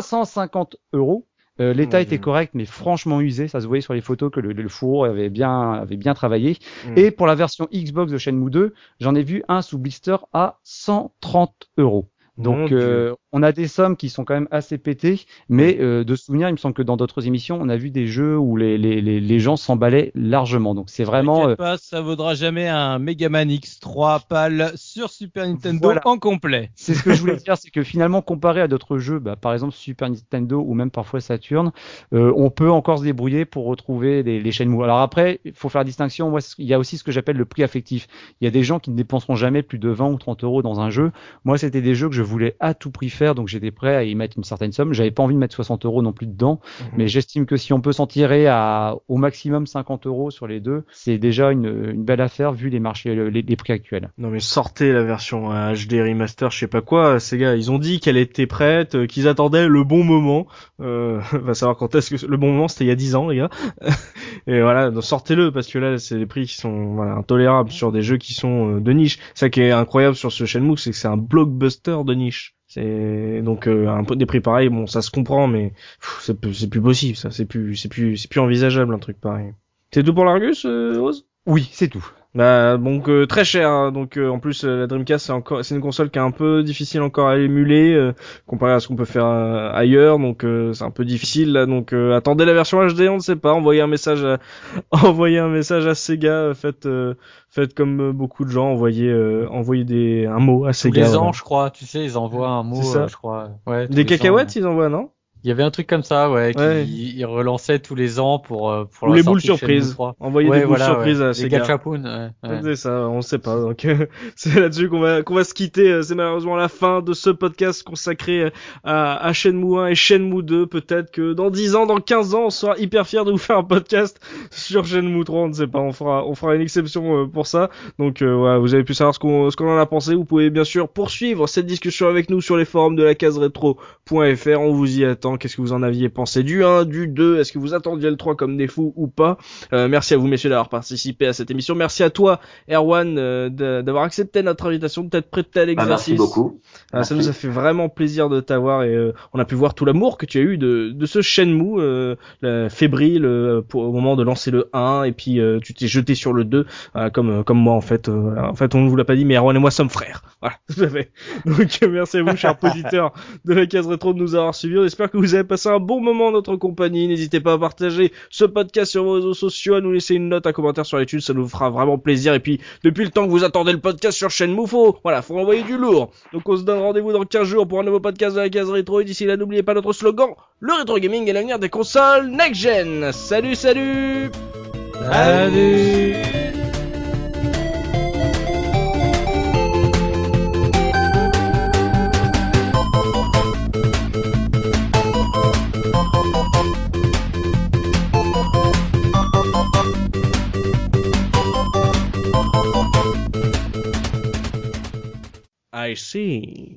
350 euros. L'état était correct, mais franchement usé. Ça se voyait sur les photos que le fourreau avait bien travaillé. Et pour la version Xbox de Shenmue 2, j'en ai vu un sous blister à 130 euros. Donc on a des sommes qui sont quand même assez pétées, mais de souvenir, il me semble que dans d'autres émissions, on a vu des jeux où les gens s'emballaient largement. Donc c'est vraiment pas, ça vaudra jamais un Mega Man X3 PAL sur Super Nintendo en complet. C'est ce que je voulais dire, c'est que finalement comparé à d'autres jeux, par exemple Super Nintendo ou même parfois Saturn, on peut encore se débrouiller pour retrouver les Shenmue. Alors après, il faut faire la distinction. Moi, il y a aussi ce que j'appelle le prix affectif. Il y a des gens qui ne dépenseront jamais plus de 20 ou 30 euros dans un jeu. Moi, c'était des jeux que je voulais à tout prix faire, donc j'étais prêt à y mettre une certaine somme. J'avais pas envie de mettre 60 euros non plus dedans, mais j'estime que si on peut s'en tirer au maximum 50 euros sur les deux, c'est déjà une belle affaire vu les marchés, les prix actuels. Non mais sortez la version HD remaster, je sais pas quoi, ces gars, ils ont dit qu'elle était prête, qu'ils attendaient le bon moment. Va savoir quand est-ce que le bon moment, c'était il y a 10 ans, les gars. Et voilà, donc sortez-le parce que là, c'est des prix qui sont intolérables sur des jeux qui sont de niche. Ça qui est incroyable sur ce Shenmue, c'est que c'est un blockbuster de niche. C'est donc un peu des prix pareils, bon ça se comprend, mais c'est plus possible, ça, c'est plus envisageable un truc pareil. C'est tout pour l'Argus, Oz? Oui, c'est tout. Donc très cher, hein. Donc en plus la Dreamcast c'est une console qui est un peu difficile encore à émuler comparé à ce qu'on peut faire ailleurs, donc c'est un peu difficile là, donc attendez la version HD, on ne sait pas, envoyez un message à Sega, faites comme beaucoup de gens, envoyez un mot à Sega. Tous les ans, je crois, tu sais, ils envoient un mot, je crois. Ouais, des cacahuètes, ils envoient, non? Il y avait un truc comme ça, ils relançaient tous les ans pour ou les boules surprises. Envoyer des boules surprises à Sega. Les gachapoun, C'est ça, on sait pas. Donc c'est là-dessus qu'on va se quitter. C'est malheureusement la fin de ce podcast consacré à Shenmue 1 et Shenmue 2. Peut-être que dans 10 ans, dans 15 ans, on sera hyper fiers de vous faire un podcast sur Shenmue 3. On ne sait pas, on fera une exception pour ça. Donc vous avez pu savoir ce qu'on en a pensé. Vous pouvez bien sûr poursuivre cette discussion avec nous sur les forums de la case rétro.fr. On vous y attend. Qu'est-ce que vous en aviez pensé du 1, du 2? Est-ce que vous attendiez le 3 comme des fous ou pas? Merci à vous messieurs d'avoir participé à cette émission. Merci à toi Erwan d'avoir accepté notre invitation, de t'être prêté à l'exercice. Merci beaucoup. Merci. Ça nous a fait vraiment plaisir de t'avoir et on a pu voir tout l'amour que tu as eu de ce Shenmue fébrile au moment de lancer le 1 et puis tu t'es jeté sur le 2 comme moi en fait. En fait on ne vous l'a pas dit mais Erwan et moi sommes frères. Voilà, tout à fait. Donc merci à vous chers auditeurs de la case rétro de nous avoir suivis. On espère que vous avez passé un bon moment en notre compagnie. N'hésitez pas à partager ce podcast sur vos réseaux sociaux, à nous laisser une note, un commentaire sur iTunes, ça nous fera vraiment plaisir. Et puis, depuis le temps que vous attendez le podcast sur Shenmue, faut envoyer du lourd. Donc on se donne rendez-vous dans 15 jours pour un nouveau podcast de la case rétro. Et d'ici là, n'oubliez pas notre slogan, le rétro gaming est l'avenir des consoles next-gen. Salut! Salut! I see.